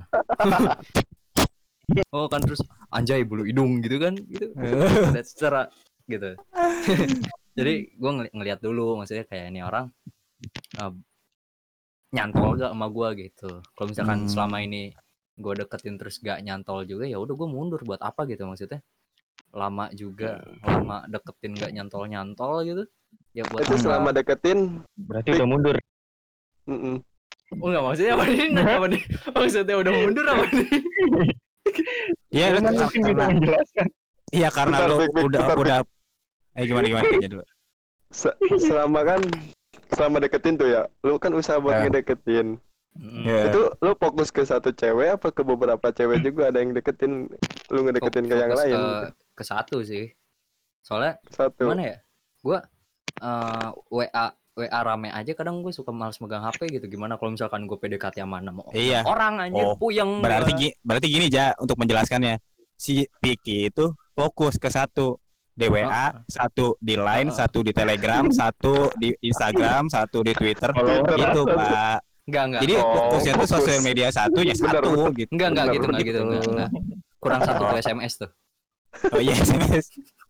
Speaker 1: Oh kan terus anjay bulu hidung gitu kan, gitu. Lihat secara gitu. Jadi gue ngeli- ngeliat dulu, maksudnya kayak ini orang uh, nyantol gak sama gue gitu. Kalau misalkan
Speaker 2: Hmm.
Speaker 1: selama ini gue deketin terus gak nyantol juga, ya udah gue mundur buat apa gitu maksudnya. Lama juga, lama deketin gak nyantol nyantol gitu. Ya buat
Speaker 3: Itu
Speaker 1: apa?
Speaker 3: selama deketin.
Speaker 4: Berarti udah mundur.
Speaker 3: mm-mm.
Speaker 1: Oh enggak maksudnya apa nih? Apa nih? Maksudnya udah mundur apa nih?
Speaker 2: Iya, lu
Speaker 4: Kan
Speaker 2: kar-
Speaker 4: mungkin bisa
Speaker 2: karena
Speaker 4: menjelaskan.
Speaker 2: iya karena
Speaker 3: Bentar,
Speaker 2: lu
Speaker 3: Vic, Vic,
Speaker 2: udah
Speaker 3: bentar, Vic.
Speaker 2: udah eh gimana gimana aja dulu.
Speaker 3: Se- selama kan selama deketin tuh ya, lu kan usaha buat
Speaker 2: Ya.
Speaker 3: ngedeketin.
Speaker 1: Mm.
Speaker 2: Iya.
Speaker 3: Itu lu fokus ke satu cewek apa ke beberapa cewek juga ada yang deketin, lu ngedeketin ke yang
Speaker 1: Fokus
Speaker 3: lain?
Speaker 1: ke,
Speaker 3: gitu?
Speaker 1: ke satu sih. Soalnya
Speaker 3: Satu.
Speaker 1: gimana ya? Gua eh, W A W A rame aja kadang gue suka males megang H P gitu. Gimana kalau misalkan gue P D K T sama enam
Speaker 2: Iya.
Speaker 1: orang anjir
Speaker 2: Oh,
Speaker 1: puyeng.
Speaker 2: Berarti
Speaker 1: gua.
Speaker 2: gi- berarti gini Ja, untuk menjelaskannya. Si Piki itu fokus ke satu di W A, satu di Line,
Speaker 1: Oh.
Speaker 2: satu di Telegram, satu di Instagram, satu di Twitter.
Speaker 3: Twitter.
Speaker 2: Gitu, Pak.
Speaker 1: Enggak enggak.
Speaker 2: Jadi
Speaker 3: Oh,
Speaker 2: fokusnya tuh
Speaker 3: fokus.
Speaker 2: sosial media satu ya
Speaker 3: Benar,
Speaker 2: satu
Speaker 3: benar.
Speaker 2: gitu.
Speaker 1: Enggak enggak
Speaker 3: Benar,
Speaker 1: gitu enggak
Speaker 3: benar.
Speaker 1: gitu enggak enggak. Kurang satu tuh S M S tuh.
Speaker 2: Oh iya S M S.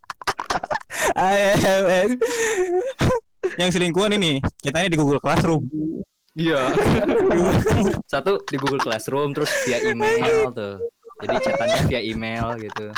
Speaker 2: S M S. Yang selingkuhan ini, kita ini di Google Classroom.
Speaker 1: Iya. Satu di Google Classroom terus via email tuh. Jadi chatannya via email gitu.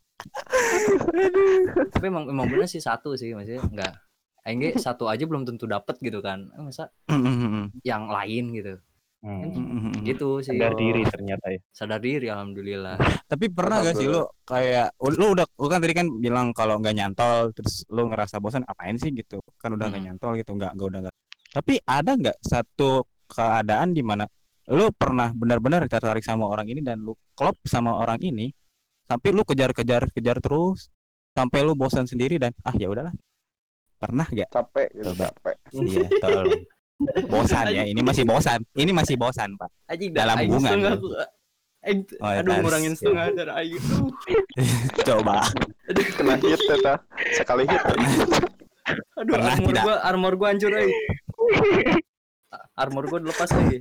Speaker 1: Tapi emang emang bener sih satu sih maksudnya enggak. Enggak satu aja belum tentu dapet gitu kan. Eh, Masa yang lain gitu.
Speaker 4: Hmm.
Speaker 1: Gitu sih.
Speaker 4: Sadar diri ternyata ya.
Speaker 1: Sadar diri alhamdulillah.
Speaker 2: Tapi pernah gak sih lu kayak lu udah lu kan tadi kan bilang kalau nggak nyantol terus lu ngerasa bosan apain sih gitu kan udah nggak
Speaker 1: Hmm.
Speaker 2: nyantol gitu nggak nggak udah nggak. Tapi ada nggak satu keadaan di mana lu pernah benar-benar tertarik sama orang ini dan lu klop sama orang ini sampai lu kejar-kejar kejar terus sampai lu bosan sendiri dan ah ya udahlah. Pernah gak?
Speaker 3: Capek gitu,
Speaker 2: Coba.
Speaker 3: capek.
Speaker 2: Iya, tolong. Bosan ya, ini masih bosan. Ini masih bosan, Pak.
Speaker 1: Anjing
Speaker 2: Dalam
Speaker 1: aing
Speaker 2: hubungan,
Speaker 1: setengah
Speaker 2: ya.
Speaker 1: gua. Aing,
Speaker 2: Oh, ya,
Speaker 1: aduh
Speaker 2: tas.
Speaker 1: ngurangin setengah dari aing. Aduh.
Speaker 2: Coba.
Speaker 1: Aduh,
Speaker 3: Kena hit teta. Sekali hit.
Speaker 1: aduh
Speaker 2: Pernah
Speaker 1: armor
Speaker 2: tidak?
Speaker 1: gua armor gua hancur aing. Armor gua dilepas lagi.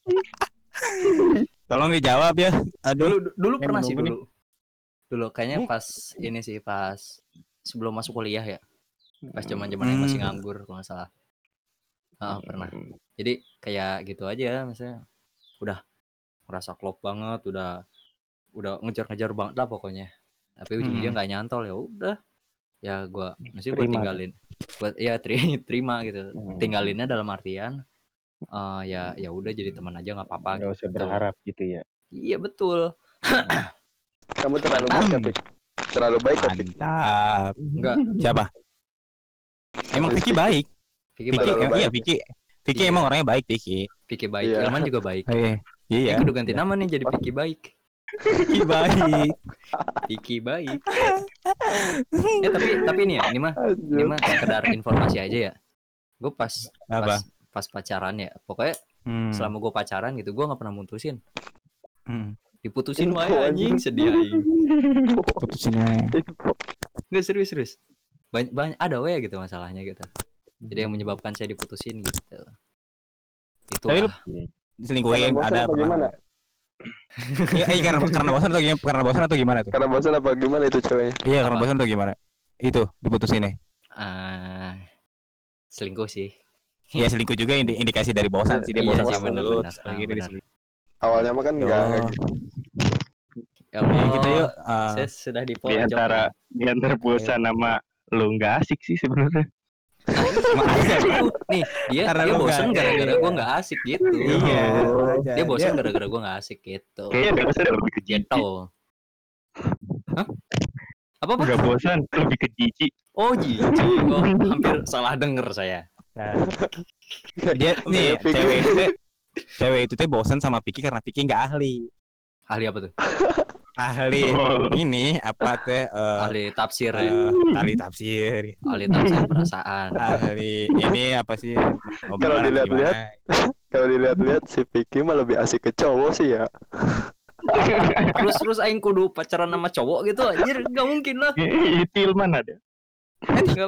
Speaker 2: Tolong dijawab ya. Aduh.
Speaker 1: Dulu dulu
Speaker 2: Yang
Speaker 1: pernah sih
Speaker 2: menunggu nih.
Speaker 1: dulu. Dulu kayaknya pas ini sih pas sebelum masuk kuliah ya. Pas zaman-zaman yang masih
Speaker 2: Hmm.
Speaker 1: nganggur kalau nggak salah. Ah, pernah. Jadi kayak gitu aja maksudnya. Udah merasa klop banget, udah udah ngejar-ngejar banget lah pokoknya. Tapi ujung-ujungnya
Speaker 2: Hmm.
Speaker 1: nggak nyantol ya udah. Ya gua mesti gua
Speaker 4: Terima.
Speaker 1: tinggalin. Buat ya tri- terima gitu.
Speaker 4: Hmm.
Speaker 1: Tinggalinnya dalam artian eh ya ya udah jadi teman aja nggak apa-apa
Speaker 4: Gak usah
Speaker 1: gitu.
Speaker 4: berharap gitu ya.
Speaker 1: Iya betul.
Speaker 3: Kamu terlalu baik ya, Pik. Terlalu baik ya, Pik.
Speaker 2: Mantap.
Speaker 1: Enggak,
Speaker 2: Siapa? Emang Vicky baik.
Speaker 1: Vicky
Speaker 2: Vicky
Speaker 1: baik.
Speaker 3: Terlalu
Speaker 2: em- iya
Speaker 3: baik.
Speaker 2: Vicky. Vicky
Speaker 1: Iya.
Speaker 2: emang orangnya baik Vicky.
Speaker 1: Vicky baik.
Speaker 3: Iya.
Speaker 1: Ilman juga baik.
Speaker 2: Iya. Iya.
Speaker 1: Ini kudu ganti nama nih jadi Vicky baik.
Speaker 2: Piki baik.
Speaker 1: Piki baik. Eh tapi tapi nih ya, ini mah ini mah sekedar informasi aja ya. Gue pas
Speaker 2: Apa?
Speaker 1: pas pas pacaran ya, pokoknya
Speaker 2: Hmm.
Speaker 1: selama gue pacaran gitu, gue nggak pernah mutusin.
Speaker 2: Hmm.
Speaker 1: Diputusin
Speaker 3: Info,
Speaker 1: wae anjing,
Speaker 3: anjing.
Speaker 1: sedih aing.
Speaker 2: Putusin aja.
Speaker 1: Nggak serius serius. Banyak banyak ada wae gitu masalahnya gitu. Jadi yang menyebabkan saya diputusin gitu. Itu
Speaker 2: Tapi lu
Speaker 1: lah.
Speaker 2: diselingkuhin
Speaker 3: Karena bosan
Speaker 2: ada
Speaker 3: apa
Speaker 2: pernah?
Speaker 3: gimana?
Speaker 2: Iya, iya karena karena bosan atau gimana? Karena bosan atau gimana tuh?
Speaker 3: Karena bosan apa gimana itu ceweknya?
Speaker 2: Iya, karena
Speaker 1: Apa?
Speaker 2: bosan atau gimana? Itu diputusinnya.
Speaker 1: Ah, selingkuh sih.
Speaker 2: Iya, selingkuh juga indi- indikasi dari bosan sih, dia
Speaker 1: Iya
Speaker 2: bosan
Speaker 1: sih,
Speaker 2: sama
Speaker 1: bener,
Speaker 2: lu.
Speaker 1: bener.
Speaker 2: terus
Speaker 1: Ah,
Speaker 2: akhirnya
Speaker 1: bener.
Speaker 2: diselingkuh.
Speaker 3: Awalnya mah kan
Speaker 2: Ya
Speaker 3: enggak
Speaker 2: Allah.
Speaker 3: gitu.
Speaker 1: Ya
Speaker 2: Ya,
Speaker 1: Allah,
Speaker 2: kita yuk. ah,
Speaker 1: saya sudah di
Speaker 4: Di
Speaker 1: pojok.
Speaker 4: antara
Speaker 1: ya.
Speaker 4: di antara bosan sama lu nggak asik sih sebenarnya.
Speaker 1: Cuma asik gitu. Nih, dia
Speaker 2: Karena
Speaker 1: dia
Speaker 2: lu
Speaker 1: bosen
Speaker 2: nggak-
Speaker 1: gara-gara
Speaker 2: iya.
Speaker 1: gue nggak asik gitu.
Speaker 2: Iya.
Speaker 4: Oh.
Speaker 2: aja.
Speaker 1: Dia bosen gara-gara gue nggak asik gitu.
Speaker 4: Kayaknya nggak bosan lebih ke jijik.
Speaker 1: Gitu. Hah? Apa apa?
Speaker 4: Nggak bosan lebih ke jijik.
Speaker 1: Oh jijik. Oh, hampir salah denger saya.
Speaker 2: Nah, dia nih
Speaker 3: Piki.
Speaker 2: cewek itu teh cewek itu teh bosan sama Piki karena Piki nggak ahli.
Speaker 1: Ahli apa tuh?
Speaker 2: Ahli
Speaker 4: Oh.
Speaker 2: ini apa teh eh,
Speaker 1: Ahli tafsir ya.
Speaker 2: eh, ahli tafsir.
Speaker 1: Ahli tafsir perasaan.
Speaker 2: Ahli ini apa sih?
Speaker 3: Kalau
Speaker 2: obrolan atau
Speaker 3: dilihat-lihat,
Speaker 2: gimana?
Speaker 3: Kalau dilihat-lihat si Piki mah lebih asik ke cowok sih ya.
Speaker 1: Terus terus aing kudu pacaran sama cowok gitu anjir, enggak mungkin lah.
Speaker 4: Itu Ilman ada.
Speaker 1: Enggak.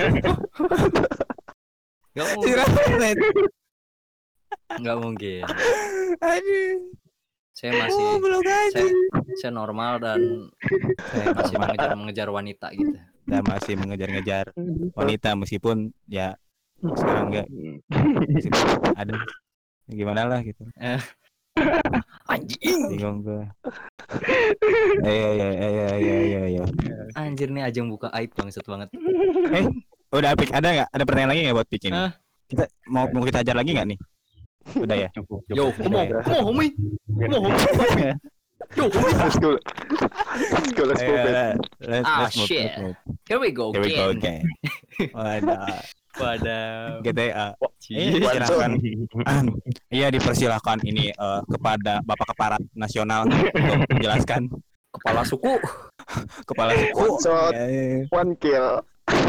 Speaker 1: Enggak
Speaker 2: Si
Speaker 1: mungkin.
Speaker 2: Ramet.
Speaker 1: Enggak mungkin.
Speaker 2: Aduh.
Speaker 1: Saya masih
Speaker 2: Oh, belum aja.
Speaker 1: saya, saya normal dan saya masih mengejar mengejar wanita gitu.
Speaker 2: Dan masih mengejar-ngejar wanita meskipun ya sekarang enggak meskipun ada gimana lah gitu.
Speaker 1: Anjing.
Speaker 2: Bingung gue. Eh ya ya ya ya ya ya ya.
Speaker 1: Anjir nih Ajeng buka aib bangsat banget.
Speaker 2: Eh, udah Pik, ada nggak? Ada pertanyaan lagi nggak buat Pik ini?
Speaker 1: Hah?
Speaker 2: Kita mau mau kita ajar lagi nggak nih? Udah ya.
Speaker 4: Cukup, cukup.
Speaker 1: Yo, come on, come on, homie. Come on, homie. Yo, homie.
Speaker 3: Let's go. Let's go, let's move it.
Speaker 2: Eh, let's-
Speaker 1: Ah,
Speaker 2: let's move,
Speaker 1: shit.
Speaker 2: let's move.
Speaker 1: Here we go
Speaker 2: Here we go
Speaker 1: again.
Speaker 2: again. Wadah.
Speaker 1: Wadah.
Speaker 2: Kita uh,
Speaker 1: Cie.
Speaker 2: silakan. Iya dipersilahkan ini eh, kepada Bapak Kepala Nasional untuk menjelaskan
Speaker 1: Kepala suku.
Speaker 2: kepala suku.
Speaker 3: One shot,
Speaker 2: Eh,
Speaker 3: one kill.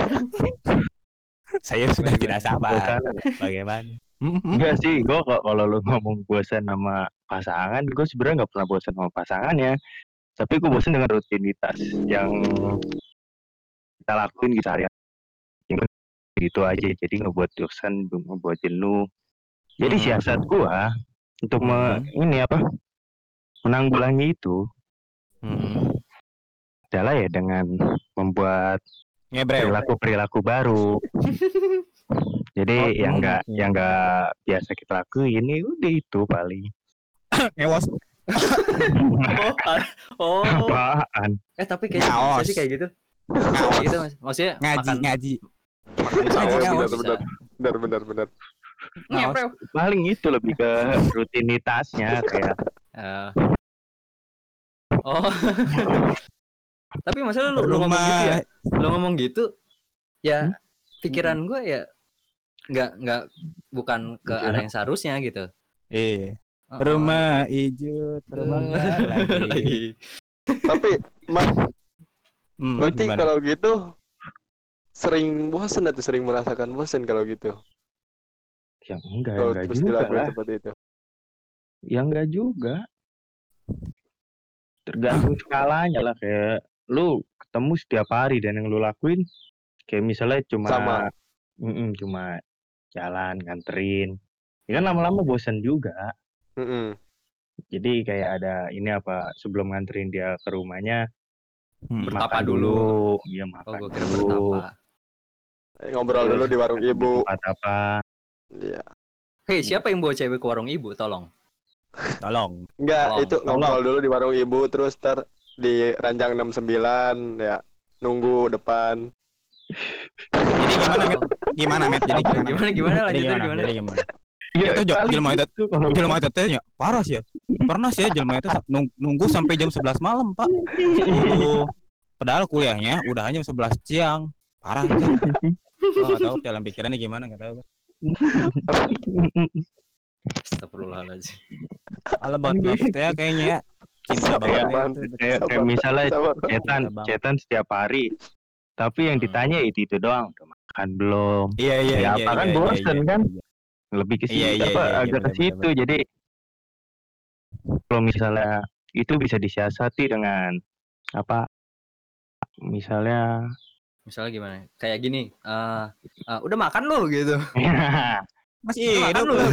Speaker 2: Saya sudah tidak sabar.
Speaker 4: Bosan.
Speaker 2: Bagaimana? Hmm, hmm.
Speaker 4: Enggak sih, gue kok kalau lu ngomong bosan sama pasangan, gue sebenarnya nggak pernah bosan sama pasangannya. Tapi gue bosan dengan rutinitas yang kita lakuin gitu hari gitu aja. Jadi ngebuat bosan, ngebuat jenuh. Jadi
Speaker 2: Hmm.
Speaker 4: siasat gue untuk me- ini apa menanggulangi itu
Speaker 2: Hmm.
Speaker 4: adalah ya dengan membuat
Speaker 2: Ngebreu.
Speaker 4: perilaku-perilaku baru. Jadi
Speaker 2: Oh,
Speaker 4: yang enggak
Speaker 2: hmm.
Speaker 4: yang enggak biasa kita lakuin ini udah itu paling.
Speaker 2: Ngewas.
Speaker 1: Oh, ah, oh.
Speaker 4: Apaan?
Speaker 1: Eh tapi kayaknya
Speaker 2: Ngaos.
Speaker 1: bisa sih kayak gitu.
Speaker 2: Ngaos.
Speaker 1: Kayak gitu Mas. Maksudnya
Speaker 2: Ngaji,
Speaker 1: makan
Speaker 2: ngaji.
Speaker 1: makan
Speaker 2: Ngaji,
Speaker 1: sahur juga
Speaker 2: ngaos.
Speaker 1: bisa.
Speaker 3: Benar, benar, benar.
Speaker 1: Ngepreu.
Speaker 4: Paling itu lebih ke rutinitasnya kayak
Speaker 1: Eh. Oh. Tapi masalah lu, lu ngomong
Speaker 2: Rumah.
Speaker 1: gitu ya. Lu ngomong gitu ya
Speaker 2: Hmm?
Speaker 1: pikiran gue ya nggak nggak bukan ke arah yang seharusnya gitu.
Speaker 2: Iya.
Speaker 1: Oh,
Speaker 2: Rumah hijau terbakar lagi.
Speaker 3: Tapi, Mas,
Speaker 2: Hmm,
Speaker 3: berarti
Speaker 2: gimana?
Speaker 3: kalau gitu sering bosan atau sering merasakan bosan kalau gitu?
Speaker 4: yang enggak
Speaker 3: Kalau
Speaker 4: enggak
Speaker 3: terus
Speaker 4: juga
Speaker 3: dilakuin
Speaker 4: lah.
Speaker 3: seperti itu.
Speaker 4: Yang enggak juga. Tergantung skalanya lah kayak lu ketemu setiap hari dan yang lu lakuin kayak misalnya cuma
Speaker 3: Sama.
Speaker 4: Mm-mm, cuma jalan nganterin. Ya kan lama-lama bosan juga.
Speaker 3: Mm-mm.
Speaker 4: Jadi kayak ada ini apa sebelum nganterin dia ke rumahnya
Speaker 2: Hmm.
Speaker 1: Bertapa
Speaker 4: makan
Speaker 1: dulu.
Speaker 4: Iya
Speaker 1: Oh,
Speaker 4: makan
Speaker 1: gue kira
Speaker 4: dulu.
Speaker 1: bertapa.
Speaker 3: Eh, Ngobrol dulu di warung ibu.
Speaker 4: Tempat apa?
Speaker 3: Iya.
Speaker 1: Hei, siapa yang bawa cewek ke warung ibu? Tolong.
Speaker 2: Tolong.
Speaker 3: Enggak,
Speaker 1: Tolong,
Speaker 3: itu ngobrol dulu di warung ibu terus ter di ranjang enam sembilan ya. Nunggu depan.
Speaker 2: Jadi gimana, Met? Gimana, Met? Jadi gimana?
Speaker 1: Gimana gimana
Speaker 2: Jadi
Speaker 1: lanjutin
Speaker 2: gimana?
Speaker 1: gimana?
Speaker 2: Jadi gimana?
Speaker 4: Iya,
Speaker 2: Itu jo-
Speaker 4: paling
Speaker 2: jelma itu
Speaker 4: gitu kalau
Speaker 2: jelma itu teh nya parah sih ya. Pernah sih ya jelma itu sa- nung- nunggu sampai jam sebelas malam, Pak. Uh, padahal kuliahnya udah jam sebelas siang. Parah itu. Gua enggak tahu dalam pikirannya gimana, enggak tahu.
Speaker 1: Astagfirullahaladzim.
Speaker 2: Kalau buat maksudnya kayaknya ya, cinta
Speaker 3: Sabar,
Speaker 2: banget ya
Speaker 3: Man.
Speaker 2: itu.
Speaker 4: Kayak kayak
Speaker 3: Sabar,
Speaker 4: misalnya
Speaker 3: sabar.
Speaker 4: cetan
Speaker 2: Cinta banget.
Speaker 4: cetan setiap hari, tapi yang
Speaker 1: Hmm.
Speaker 4: ditanya itu itu doang, udah makan belum?
Speaker 2: Iya iya
Speaker 4: Kayak
Speaker 2: iya
Speaker 4: apa kan
Speaker 2: iya iya
Speaker 4: bosen
Speaker 2: iya.
Speaker 4: kan?
Speaker 2: iya.
Speaker 4: Lebih ke
Speaker 2: Iya
Speaker 4: situ
Speaker 2: iya
Speaker 4: apa
Speaker 2: iya iya
Speaker 4: agak ke
Speaker 2: benar benar
Speaker 4: situ.
Speaker 2: benar.
Speaker 4: Jadi kalau misalnya itu bisa disiasati dengan apa? Misalnya
Speaker 1: Misalnya gimana? Kayak gini, eh eh, udah makan lu gitu.
Speaker 2: Masih
Speaker 1: Udah makan
Speaker 2: hidup
Speaker 1: lu.
Speaker 2: lu.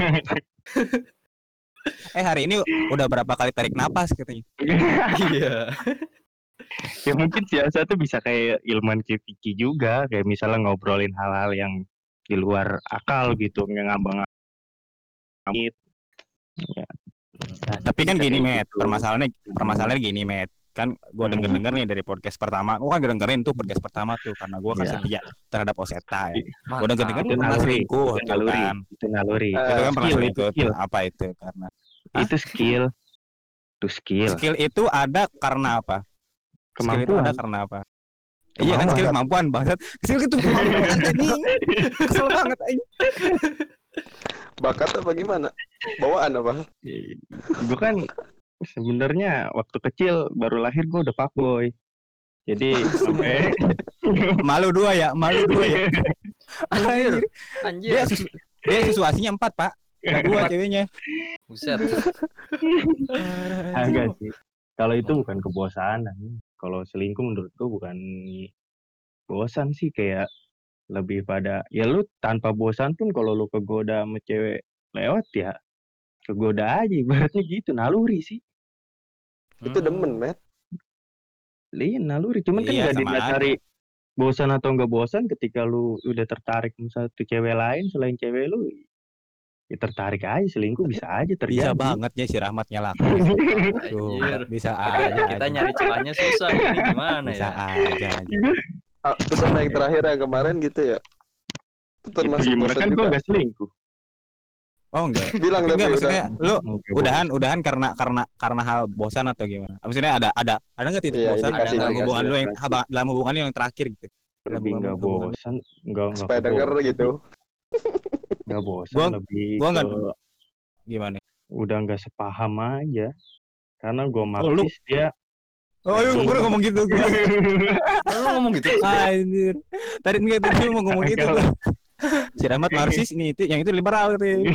Speaker 2: Eh hari ini udah berapa kali tarik napas katanya.
Speaker 1: Iya.
Speaker 4: ya mungkin siasat tuh bisa kayak ilmuwan kayak Vicky juga, kayak misalnya ngobrolin hal-hal yang di luar akal gitu, ngambang amit. Ya,
Speaker 2: Nah, tapi kan
Speaker 4: bisa
Speaker 2: gini,
Speaker 4: kayak
Speaker 2: Met.
Speaker 4: gitu.
Speaker 2: Permasalahannya
Speaker 4: Hmm.
Speaker 2: permasalahannya gini, Met. Kan gua
Speaker 4: Hmm.
Speaker 2: denger-denger nih dari podcast pertama. Gua kan dengerin tuh podcast pertama tuh karena gua kan
Speaker 4: Iya.
Speaker 2: setia terhadap Oseta ya. Gua
Speaker 1: Mantap.
Speaker 2: denger-denger
Speaker 4: Itu
Speaker 2: lu pernah
Speaker 4: naluri,
Speaker 2: selingkuh
Speaker 4: itu
Speaker 2: tuh
Speaker 4: naluri,
Speaker 2: kan.
Speaker 4: itu naluri.
Speaker 3: Eh,
Speaker 2: Itu kan pernah
Speaker 4: Skill itu
Speaker 2: selingkuh tuh.
Speaker 4: skill,
Speaker 2: Apa itu karena Hah?
Speaker 4: itu skill, itu skill,
Speaker 2: skill itu ada karena apa? Skill itu ada
Speaker 4: kemampuan,
Speaker 2: karena apa? Iya kan skill
Speaker 4: kemampuan.
Speaker 2: kemampuan banget. Skill itu kemampuan anjing. Kesel banget anjing.
Speaker 3: Bakat apa gimana? Bawaan apa?
Speaker 4: Gue kan sebenarnya waktu kecil baru lahir gue udah fuckboy. Jadi sampai
Speaker 2: Malu dua ya, malu dua ya.
Speaker 1: Anjir.
Speaker 2: Dia
Speaker 1: Anjir.
Speaker 2: susu, dia susuasinya empat, Pak. Gak dua ceweknya.
Speaker 1: Buset.
Speaker 4: agak sih. Kalau itu bukan kebosanan. Kalau selingkuh menurutku bukan bosan sih, kayak lebih pada ya lu tanpa bosan pun kalau lu kegoda sama cewek lewat ya kegoda aja, ibaratnya gitu, naluri sih.
Speaker 3: Itu demen, Met.
Speaker 4: Iya naluri, cuman kan
Speaker 2: Iya,
Speaker 4: nggak
Speaker 2: sama
Speaker 4: didasari bosan atau nggak bosan ketika lu udah tertarik sama satu cewek lain selain cewek lu, ya tertarik aja, selingkuh bisa aja terjadi.
Speaker 2: Bisa banget ya si Rahmat nyalakan. Tuh,
Speaker 1: Anjir.
Speaker 2: bisa
Speaker 1: Kita,
Speaker 2: aja.
Speaker 1: kita
Speaker 2: aja.
Speaker 1: nyari celahnya susah ini gimana
Speaker 2: Bisa
Speaker 1: ya?
Speaker 2: aja. aja.
Speaker 3: Ah, terus sama yang terakhir yang kemarin gitu ya. Itu
Speaker 4: Itu
Speaker 3: termasuk
Speaker 4: gimana
Speaker 3: bosan
Speaker 4: kan gue
Speaker 3: juga.
Speaker 4: nggak selingkuh.
Speaker 2: Oh enggak.
Speaker 3: Bilang
Speaker 2: Tapi
Speaker 3: tapi
Speaker 2: enggak
Speaker 3: udah.
Speaker 2: maksudnya lu
Speaker 4: Oke,
Speaker 2: udahan udahan karena karena karena hal bosan atau gimana? Maksudnya ada ada ada nggak titik
Speaker 3: Iya,
Speaker 2: bosan
Speaker 3: indikasi,
Speaker 2: dalam
Speaker 1: indikasi.
Speaker 2: hubungan lu yang
Speaker 4: Indikasi.
Speaker 2: dalam hubungan lu yang terakhir gitu? Dalam
Speaker 4: lebih nggak
Speaker 2: hubungan lu.
Speaker 4: bosan, nggak nggak
Speaker 3: Supaya denger
Speaker 4: kebosan
Speaker 3: gitu.
Speaker 4: sih. Nggak bosan,
Speaker 2: Gua-
Speaker 4: lebih
Speaker 2: gua
Speaker 4: ke
Speaker 2: nggak- Gimana?
Speaker 4: udah nggak sepaham aja. Karena gue
Speaker 2: lu-
Speaker 4: Marxis, dia
Speaker 2: Oh, iya, gue ngomong gitu. Gua.
Speaker 1: Lu ngomong gitu.
Speaker 2: Anjir. Tadi enggak tadi gua mau ngomong gitu. Gua. Si Rahmat Marxis nih itu yang itu liberal gitu.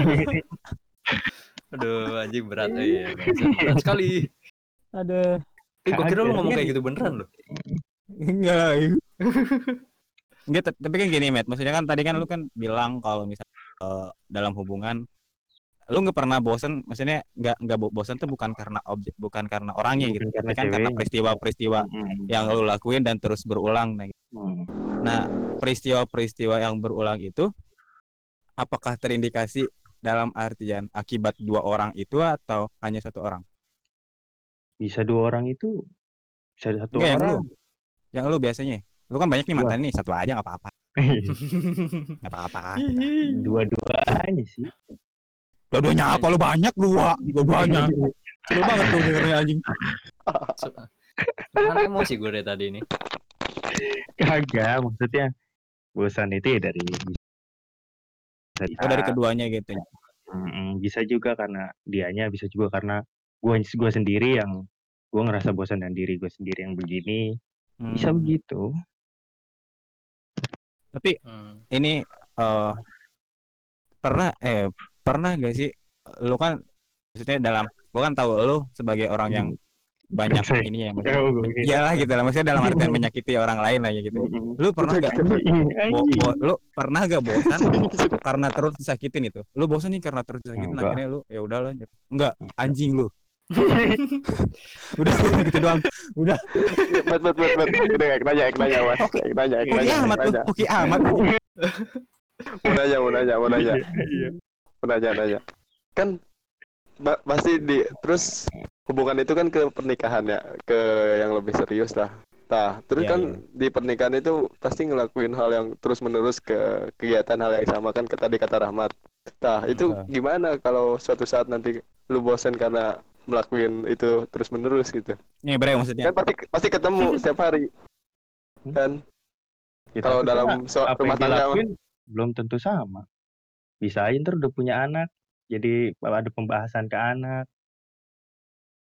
Speaker 1: Aduh, anjing berat. Oh, iya, bangsat. Berat sekali.
Speaker 2: Ada
Speaker 1: Eh, gua kira lu
Speaker 4: Kagak.
Speaker 1: ngomong kayak gitu beneran loh.
Speaker 2: enggak. Enggak, t- tapi kan gini, Matt. Maksudnya kan tadi kan lu kan bilang kalau misalnya eh, dalam hubungan lu nggak pernah bosen, maksudnya nggak nggak bo- bosen tuh bukan karena objek, bukan karena orangnya
Speaker 4: Bukan
Speaker 2: gitu,
Speaker 4: karena
Speaker 2: tapi kan karena
Speaker 4: ceweknya.
Speaker 2: peristiwa-peristiwa
Speaker 4: Mm-mm.
Speaker 2: yang lu lakuin dan terus berulang. Nah, gitu.
Speaker 4: Hmm.
Speaker 2: Nah, peristiwa-peristiwa yang berulang itu apakah terindikasi dalam artian akibat dua orang itu atau hanya satu orang?
Speaker 4: Bisa dua orang itu, bisa satu
Speaker 2: Enggak, yang lu.
Speaker 4: orang.
Speaker 2: Yang lu biasanya. Lu kan banyak nih
Speaker 4: Gua.
Speaker 2: mantan nih, satu aja nggak apa-apa. Nggak apa-apa.
Speaker 4: Dua-duanya sih.
Speaker 2: Dua-duanya apa lu banyak dua, dua-duanya. Seru banget tuh dengernya anjing.
Speaker 1: Kan emosi gue dari tadi ini.
Speaker 4: Kagak, maksudnya bosan itu ya dari bisa,
Speaker 2: Oh, dari keduanya gitu.
Speaker 4: Mm-mm, bisa juga karena dianya, bisa juga karena gua gua sendiri yang gua ngerasa bosan dan diri gue sendiri yang begini. Bisa
Speaker 2: Hmm.
Speaker 4: begitu.
Speaker 2: Tapi
Speaker 1: Hmm.
Speaker 2: ini eh pernah eh pernah gak sih lu kan maksudnya dalam gua kan tahu lu sebagai orang yang banyak
Speaker 4: Saya-
Speaker 2: ini ya
Speaker 4: Oh,
Speaker 2: maksudnya
Speaker 4: oke.
Speaker 2: iyalah gitu lah maksudnya dalam artian menyakiti orang lain lah ya gitu.
Speaker 4: Mm-mm.
Speaker 2: Lu pernah gak bo,
Speaker 4: Anjing.
Speaker 2: bo- lu pernah gak bosan karena terus disakitin itu? Lu bosan nih karena terus disakitin
Speaker 4: Enggak.
Speaker 2: akhirnya lu ya udahlah. Enggak, anjing lu. Udah gitu doang. Udah.
Speaker 3: Bet bet bet bet. Udah ek nanya ek nanya mas. Ek nanya ek
Speaker 2: Oke
Speaker 3: nanya ek
Speaker 2: amat lu,
Speaker 3: nanya.
Speaker 2: oke amat.
Speaker 3: Mau nanya mau nanya mau nanya.
Speaker 4: Iya.
Speaker 3: Mau nanya nanya. Kan ba- pasti di terus hubungan itu kan ke pernikahan ya, ke yang lebih serius lah. Nah, terus
Speaker 2: Iya,
Speaker 3: kan
Speaker 2: iya.
Speaker 3: di pernikahan itu pasti ngelakuin hal yang terus menerus ke kegiatan hal yang sama kan ke tadi kata Rahmat. Nah, itu
Speaker 2: Iya.
Speaker 3: gimana kalau suatu saat nanti lu bosan karena melakukan itu terus menerus gitu?
Speaker 2: Nih bre maksudnya.
Speaker 3: Kan pasti pasti ketemu setiap hari. Kan
Speaker 4: Ya,
Speaker 3: kalau
Speaker 4: tapi
Speaker 3: dalam
Speaker 4: kan
Speaker 3: so-
Speaker 4: apa
Speaker 3: rumah
Speaker 4: yang
Speaker 3: tangga
Speaker 4: dilakuin belum tentu sama. Bisa aja ntar udah punya anak, jadi ada pembahasan ke anak.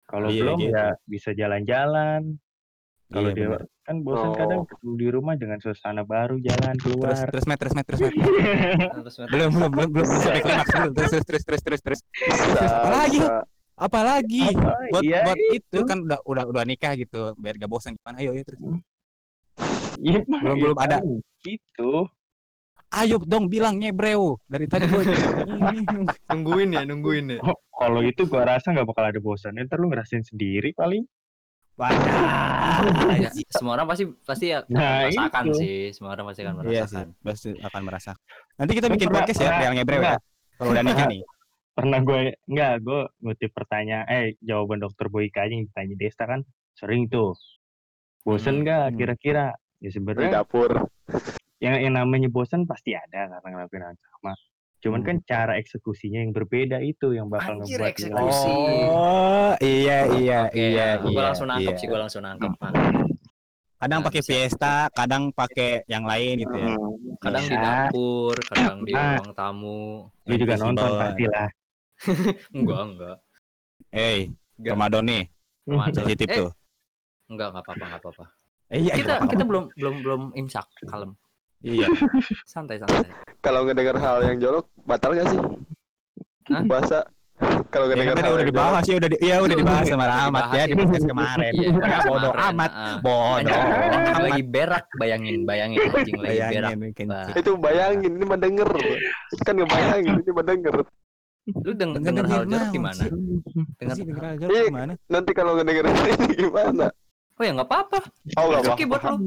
Speaker 4: Kalau
Speaker 2: Iya,
Speaker 4: belum
Speaker 2: gitu.
Speaker 4: ya bisa jalan-jalan. Kalau
Speaker 2: Iya,
Speaker 4: dia
Speaker 2: benar.
Speaker 4: kan bosan kadang
Speaker 3: Oh.
Speaker 4: di rumah dengan suasana baru jalan
Speaker 2: Terus
Speaker 4: keluar.
Speaker 2: terus met terus met terus met.
Speaker 1: Terus met-
Speaker 2: Belum belum belum belum belum sampai klimaks dulu. Terus terus terus terus terus terus.
Speaker 3: Bisa,
Speaker 2: Terus apa lagi?
Speaker 3: bisa.
Speaker 2: Apa lagi?
Speaker 4: Apa?
Speaker 2: Buat
Speaker 4: Iya
Speaker 2: buat itu
Speaker 4: itu.
Speaker 2: kan udah udah udah nikah gitu, biar gak bosan gimana? Ayo ayo terus.
Speaker 4: Iya,
Speaker 2: Belum
Speaker 4: iya,
Speaker 2: belum ada.
Speaker 4: paling gitu.
Speaker 2: Ayo dong bilang nyebreu. Dari tadi gue ini.
Speaker 1: nungguin ya, nungguin ya.
Speaker 4: Oh, kalau itu gua rasa nggak bakal ada bosan. Ntar lu ngerasain sendiri paling.
Speaker 2: Wadah.
Speaker 1: Ya, semua orang pasti pasti akan
Speaker 4: Nah,
Speaker 1: merasakan
Speaker 4: itu.
Speaker 1: sih, semua orang pasti akan
Speaker 2: Iya sih,
Speaker 1: merasakan.
Speaker 2: pasti akan merasakan. Nanti kita
Speaker 4: Kan
Speaker 2: bikin
Speaker 4: pernah-
Speaker 2: podcast ya,
Speaker 4: pernah-
Speaker 2: real ngebreu ya.
Speaker 4: enggak.
Speaker 2: Kalau udah nikah nih.
Speaker 4: Pernah gue nggak gue ngutip pertanyaan eh jawaban dokter Boyka aja yang ditanya Desta kan sering tuh bosen
Speaker 1: Hmm,
Speaker 4: nggak
Speaker 2: hmm.
Speaker 4: kira-kira ya
Speaker 3: Di
Speaker 4: sebenarnya
Speaker 3: dapur.
Speaker 4: yang yang namanya bosen pasti ada karena ngelakuin hal yang sama cuman
Speaker 2: Hmm.
Speaker 4: kan cara eksekusinya yang berbeda itu yang bakal
Speaker 1: Anjir,
Speaker 4: ngebuat
Speaker 1: eksekusi.
Speaker 4: nilai.
Speaker 1: Eksekusi.
Speaker 2: Oh, iya iya
Speaker 1: Oke,
Speaker 2: iya
Speaker 1: nah, gue
Speaker 2: iya.
Speaker 1: langsung nangkep
Speaker 2: iya.
Speaker 1: sih, gue langsung nangkep. Nah,
Speaker 2: Kadang
Speaker 1: Nah,
Speaker 2: pakai
Speaker 1: bisa.
Speaker 2: fiesta, kadang pakai yang lain gitu ya.
Speaker 4: Hmm,
Speaker 1: kadang di
Speaker 4: bisa.
Speaker 1: dapur, kadang di
Speaker 4: Nah.
Speaker 1: ruang tamu.
Speaker 4: Dia juga nonton
Speaker 2: Invisible.
Speaker 4: pasti lah.
Speaker 1: Enggak, enggak.
Speaker 2: Eh,
Speaker 1: Enggak.
Speaker 2: Ramadan nih,
Speaker 1: Ramadan.
Speaker 2: sensitif
Speaker 1: Eh,
Speaker 2: tuh.
Speaker 1: enggak, enggak apa-apa, enggak apa-apa.
Speaker 2: Eh, iya,
Speaker 1: Kita
Speaker 2: apa-apa.
Speaker 1: kita belum belum belum imsak, kalem.
Speaker 2: Iya.
Speaker 1: Santai, santai.
Speaker 3: Kalau ngedengar hal yang jorok, batal gak sih?
Speaker 1: Hah?
Speaker 3: Puasa. Kalau
Speaker 2: Ya,
Speaker 3: ngedengar
Speaker 2: kan
Speaker 3: hal
Speaker 2: tadi udah
Speaker 3: yang jorok.
Speaker 2: dibahas ya, udah di, iya udah dibahas sama
Speaker 1: Dibahas
Speaker 2: Rahmat ya di
Speaker 1: itu.
Speaker 2: podcast kemarin.
Speaker 1: Iya,
Speaker 2: Ya, bodoh
Speaker 1: kemarin,
Speaker 2: amat,
Speaker 1: ah.
Speaker 2: bodoh.
Speaker 1: Anjing, anjing lagi berak, bayangin, bayangin anjing lagi berak.
Speaker 2: Bayangin, kencing.
Speaker 1: Wah.
Speaker 3: Itu bayangin, ini mah denger. Itu kan ngebayangin, ini mah denger.
Speaker 1: Lu denger,
Speaker 2: Denger
Speaker 1: denger hal
Speaker 2: naon
Speaker 1: jorok gimana?
Speaker 2: sih?
Speaker 1: Dengar.
Speaker 2: Sih, denger aja
Speaker 3: Iya.
Speaker 2: gimana?
Speaker 3: Nanti kalau ngedenger ini gimana?
Speaker 1: Oh ya nggak apa-apa.
Speaker 3: Oh, gak
Speaker 1: Rezeki buat
Speaker 3: apa-apa.
Speaker 1: lu.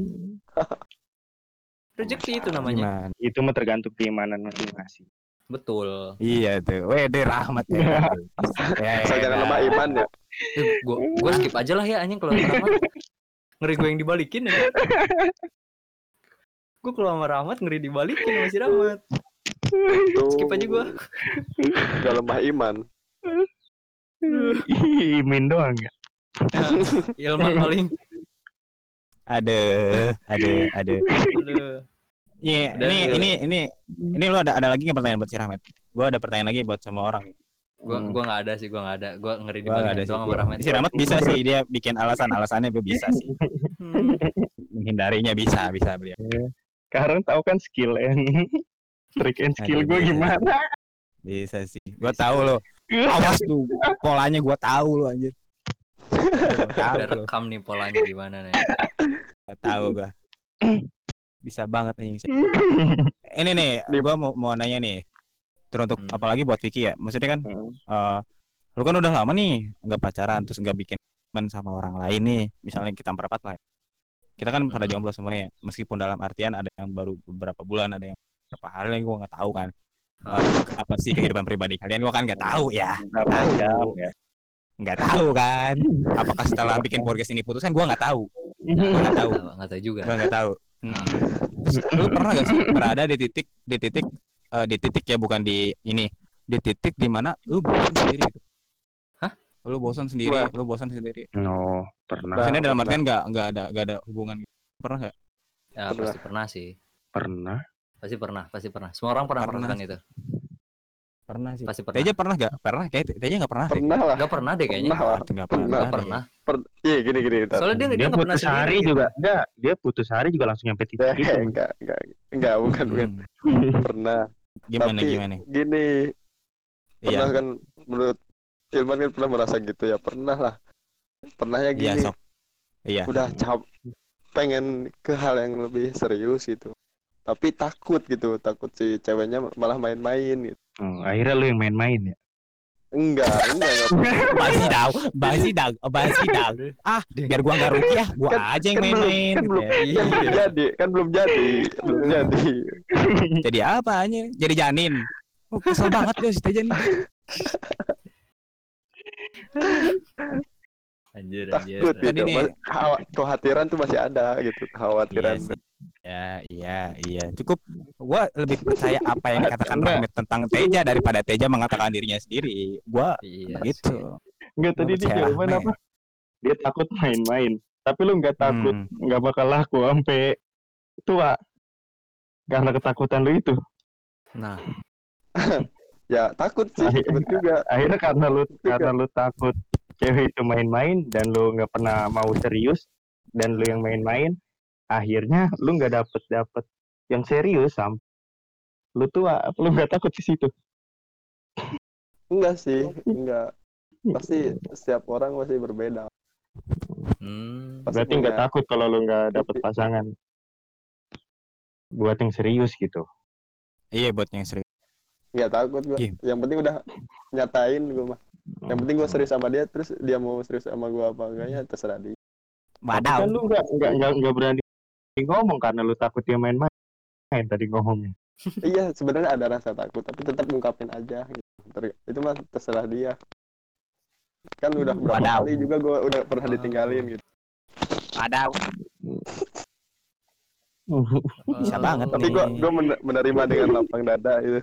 Speaker 1: Rezeki itu namanya.
Speaker 2: Gimana?
Speaker 4: Itu mah tergantung keimanan masing-masing.
Speaker 1: Betul.
Speaker 2: Iya tuh, weh deh Rahmat ya. Ya,
Speaker 3: Asal
Speaker 2: ya,
Speaker 3: jangan
Speaker 2: dah.
Speaker 3: lemah iman ya.
Speaker 1: Eh, gua gua skip aja lah ya anjing kalau sama Rahmat. Ngeri gue yang dibalikin ya. Gue kalau sama Rahmat ngeri dibalikin sama si Rahmat.
Speaker 3: Tuh.
Speaker 1: Skip aja gua.
Speaker 3: Gak lemah iman.
Speaker 4: Ih, Imin doang ya.
Speaker 1: Ilmu paling.
Speaker 2: Aduh, aduh, aduh.
Speaker 1: Aduh.
Speaker 2: Iya,
Speaker 1: Udah,
Speaker 2: ini
Speaker 1: udah.
Speaker 2: ini ini ini lu ada ada lagi nggak pertanyaan buat si Rahmat? Gua ada pertanyaan lagi buat semua orang.
Speaker 1: Gua gua enggak ada sih, gua enggak ada. Gua ngeri
Speaker 2: Gua nggak ada
Speaker 1: dibalikin
Speaker 2: sih.
Speaker 1: doang sama Rahmat.
Speaker 2: Si Rahmat bisa sih, dia bikin alasan alasannya gue bisa sih.
Speaker 1: Hmm.
Speaker 2: Menghindarinya bisa bisa beliau.
Speaker 4: Sekarang tahu kan skill and trick and skill
Speaker 2: Aduh,
Speaker 4: gue
Speaker 2: bisa.
Speaker 4: gimana.
Speaker 2: Bisa sih. Gua tahu lo. Awas tuh, polanya gua tahu lo anjir. Gua tahu
Speaker 1: Udah
Speaker 2: lo.
Speaker 1: rekam nih polanya gimana nih.
Speaker 2: Gua tahu gua. Bisa banget nih. Ini nih, gua mau mau nanya nih. Teruntuk
Speaker 1: Hmm.
Speaker 2: apalagi buat Vicky ya. Maksudnya kan eh lu kan udah lama nih nggak pacaran terus nggak bikin teman sama orang lain nih. Misalnya kita berempat lah. Kita kan pada jomblo semuanya. Meskipun dalam artian ada yang baru beberapa bulan, ada yang beberapa hari lagi gua nggak tahu kan. Eh, apa sih kehidupan pribadi kalian gua kan nggak tahu ya. Tahu. Nggak tahu kan. Apakah setelah bikin podcast ini putus kan gua nggak tahu. Gua nggak tahu.
Speaker 1: Enggak tahu juga.
Speaker 2: Gua nggak tahu. Hmm. Terus, lu pernah gak sih berada di titik di titik eh, di titik ya bukan di ini di titik di mana lu bosan sendiri gitu.
Speaker 1: Hah?
Speaker 2: Lu bosan sendiri,
Speaker 3: Wah.
Speaker 2: lu bosan sendiri.
Speaker 4: No, pernah.
Speaker 2: Maksudnya dalam
Speaker 3: pernah.
Speaker 2: artian nggak nggak ada nggak ada hubungan gitu. Pernah nggak?
Speaker 1: Ya
Speaker 3: Pernah.
Speaker 1: pasti pernah sih.
Speaker 4: Pernah.
Speaker 1: Pasti pernah, pasti pernah. Semua orang pernah
Speaker 2: Pernah.
Speaker 1: merasakan itu.
Speaker 2: Pernah sih.
Speaker 1: Pasti pernah.
Speaker 2: Teja pernah nggak? Pernah kayak Teja nggak pernah. deh.
Speaker 3: Pernah lah.
Speaker 1: Enggak pernah deh kayaknya.
Speaker 3: Pernah lah.
Speaker 2: Itu nggak
Speaker 3: Pernah,
Speaker 2: pernah.
Speaker 1: Enggak pernah.
Speaker 3: Per- Iya gini gini. Ntar.
Speaker 1: Soalnya dia
Speaker 4: Dia,
Speaker 1: dia enggak pernah
Speaker 4: putus hari
Speaker 1: sendiri. gitu.
Speaker 4: juga. Enggak, dia putus hari juga langsung nyampe titik
Speaker 3: Eh,
Speaker 4: itu.
Speaker 3: enggak, enggak, enggak, bukan, bukan.
Speaker 2: Hmm.
Speaker 3: Pernah.
Speaker 2: Gimana
Speaker 3: Tapi
Speaker 2: gimana?
Speaker 3: gini,
Speaker 2: Iya.
Speaker 3: pernah kan menurut Ilman kan pernah merasa gitu ya, pernah lah. Pernahnya
Speaker 2: Iya
Speaker 3: gini,
Speaker 2: sok. Iya.
Speaker 3: udah cap pengen ke hal yang lebih serius gitu. Tapi takut gitu, takut si ceweknya malah main-main gitu.
Speaker 4: Oh, akhirnya lu yang main-main ya.
Speaker 3: Enggak, enggak, enggak.
Speaker 2: Basi dah, basi dah, basi dah. Ah, biar gua nggak rugi ya, gua
Speaker 3: Kan-
Speaker 2: aja yang
Speaker 3: kan belum-
Speaker 2: main-main.
Speaker 3: kan
Speaker 2: gitu
Speaker 3: belum,
Speaker 2: ya.
Speaker 3: kan belum
Speaker 1: Iya.
Speaker 3: jadi, kan belum jadi, belum jadi.
Speaker 2: Jadi apa aja? Jadi janin. Oh, kesel banget tuh si Teja nih.
Speaker 1: Anjir, anjir.
Speaker 3: Takut
Speaker 2: Tadi
Speaker 3: gitu.
Speaker 2: nih-
Speaker 3: Mas- khawa- Kekhawatiran tuh masih ada gitu, kekhawatiran.
Speaker 2: Iya sih. Ya, iya, iya. Cukup gua lebih percaya apa yang dikatakan Rahmat tentang Teja daripada Teja mengatakan dirinya sendiri. Gua
Speaker 1: Iya.
Speaker 2: gitu.
Speaker 4: Enggak,
Speaker 2: Gua
Speaker 4: tadi dia
Speaker 2: percaya
Speaker 4: jawaban
Speaker 2: Rahmat.
Speaker 4: apa? Dia takut main-main. Tapi lu nggak takut,
Speaker 2: Hmm.
Speaker 4: nggak bakal laku sampai tua. Karena ketakutan lu itu.
Speaker 1: Nah,
Speaker 3: Ya takut sih, takut juga.
Speaker 4: Akhirnya karena lu
Speaker 3: Juga.
Speaker 4: karena lu takut cewek itu main-main dan lu nggak pernah mau serius dan lu yang main-main, akhirnya lu nggak dapet dapet yang serius sam. Lu tuh ah, lu nggak takut di situ?
Speaker 3: Enggak sih, enggak. Pasti setiap orang pasti berbeda.
Speaker 1: Hmm.
Speaker 3: Pasti
Speaker 4: Berarti nggak
Speaker 3: punya
Speaker 4: takut kalau lu nggak dapet
Speaker 3: titik.
Speaker 4: pasangan buat yang serius gitu.
Speaker 2: Iya buat yang serius.
Speaker 3: Nggak takut gua.
Speaker 2: Iya.
Speaker 3: Yang penting udah nyatain gua mah. Yang penting gua serius sama dia, terus dia mau serius sama gua apa enggaknya terserah dia.
Speaker 4: Tapi kan
Speaker 2: Wadaw.
Speaker 4: lu nggak nggak nggak nggak berani ngomong karena lu takut dia main-main tadi ngomongnya.
Speaker 3: Iya, sebenarnya ada rasa takut, tapi tetap ngungkapin aja gitu. Ter- Itu mah terserah dia. Kan udah berapa
Speaker 2: Wadaw.
Speaker 3: kali juga gua udah pernah
Speaker 1: Wow.
Speaker 3: ditinggalin gitu.
Speaker 2: Wadaw. Bisa
Speaker 1: Eh,
Speaker 2: banget
Speaker 3: Tapi gua
Speaker 2: nih.
Speaker 3: gua men- menerima dengan lapang dada itu.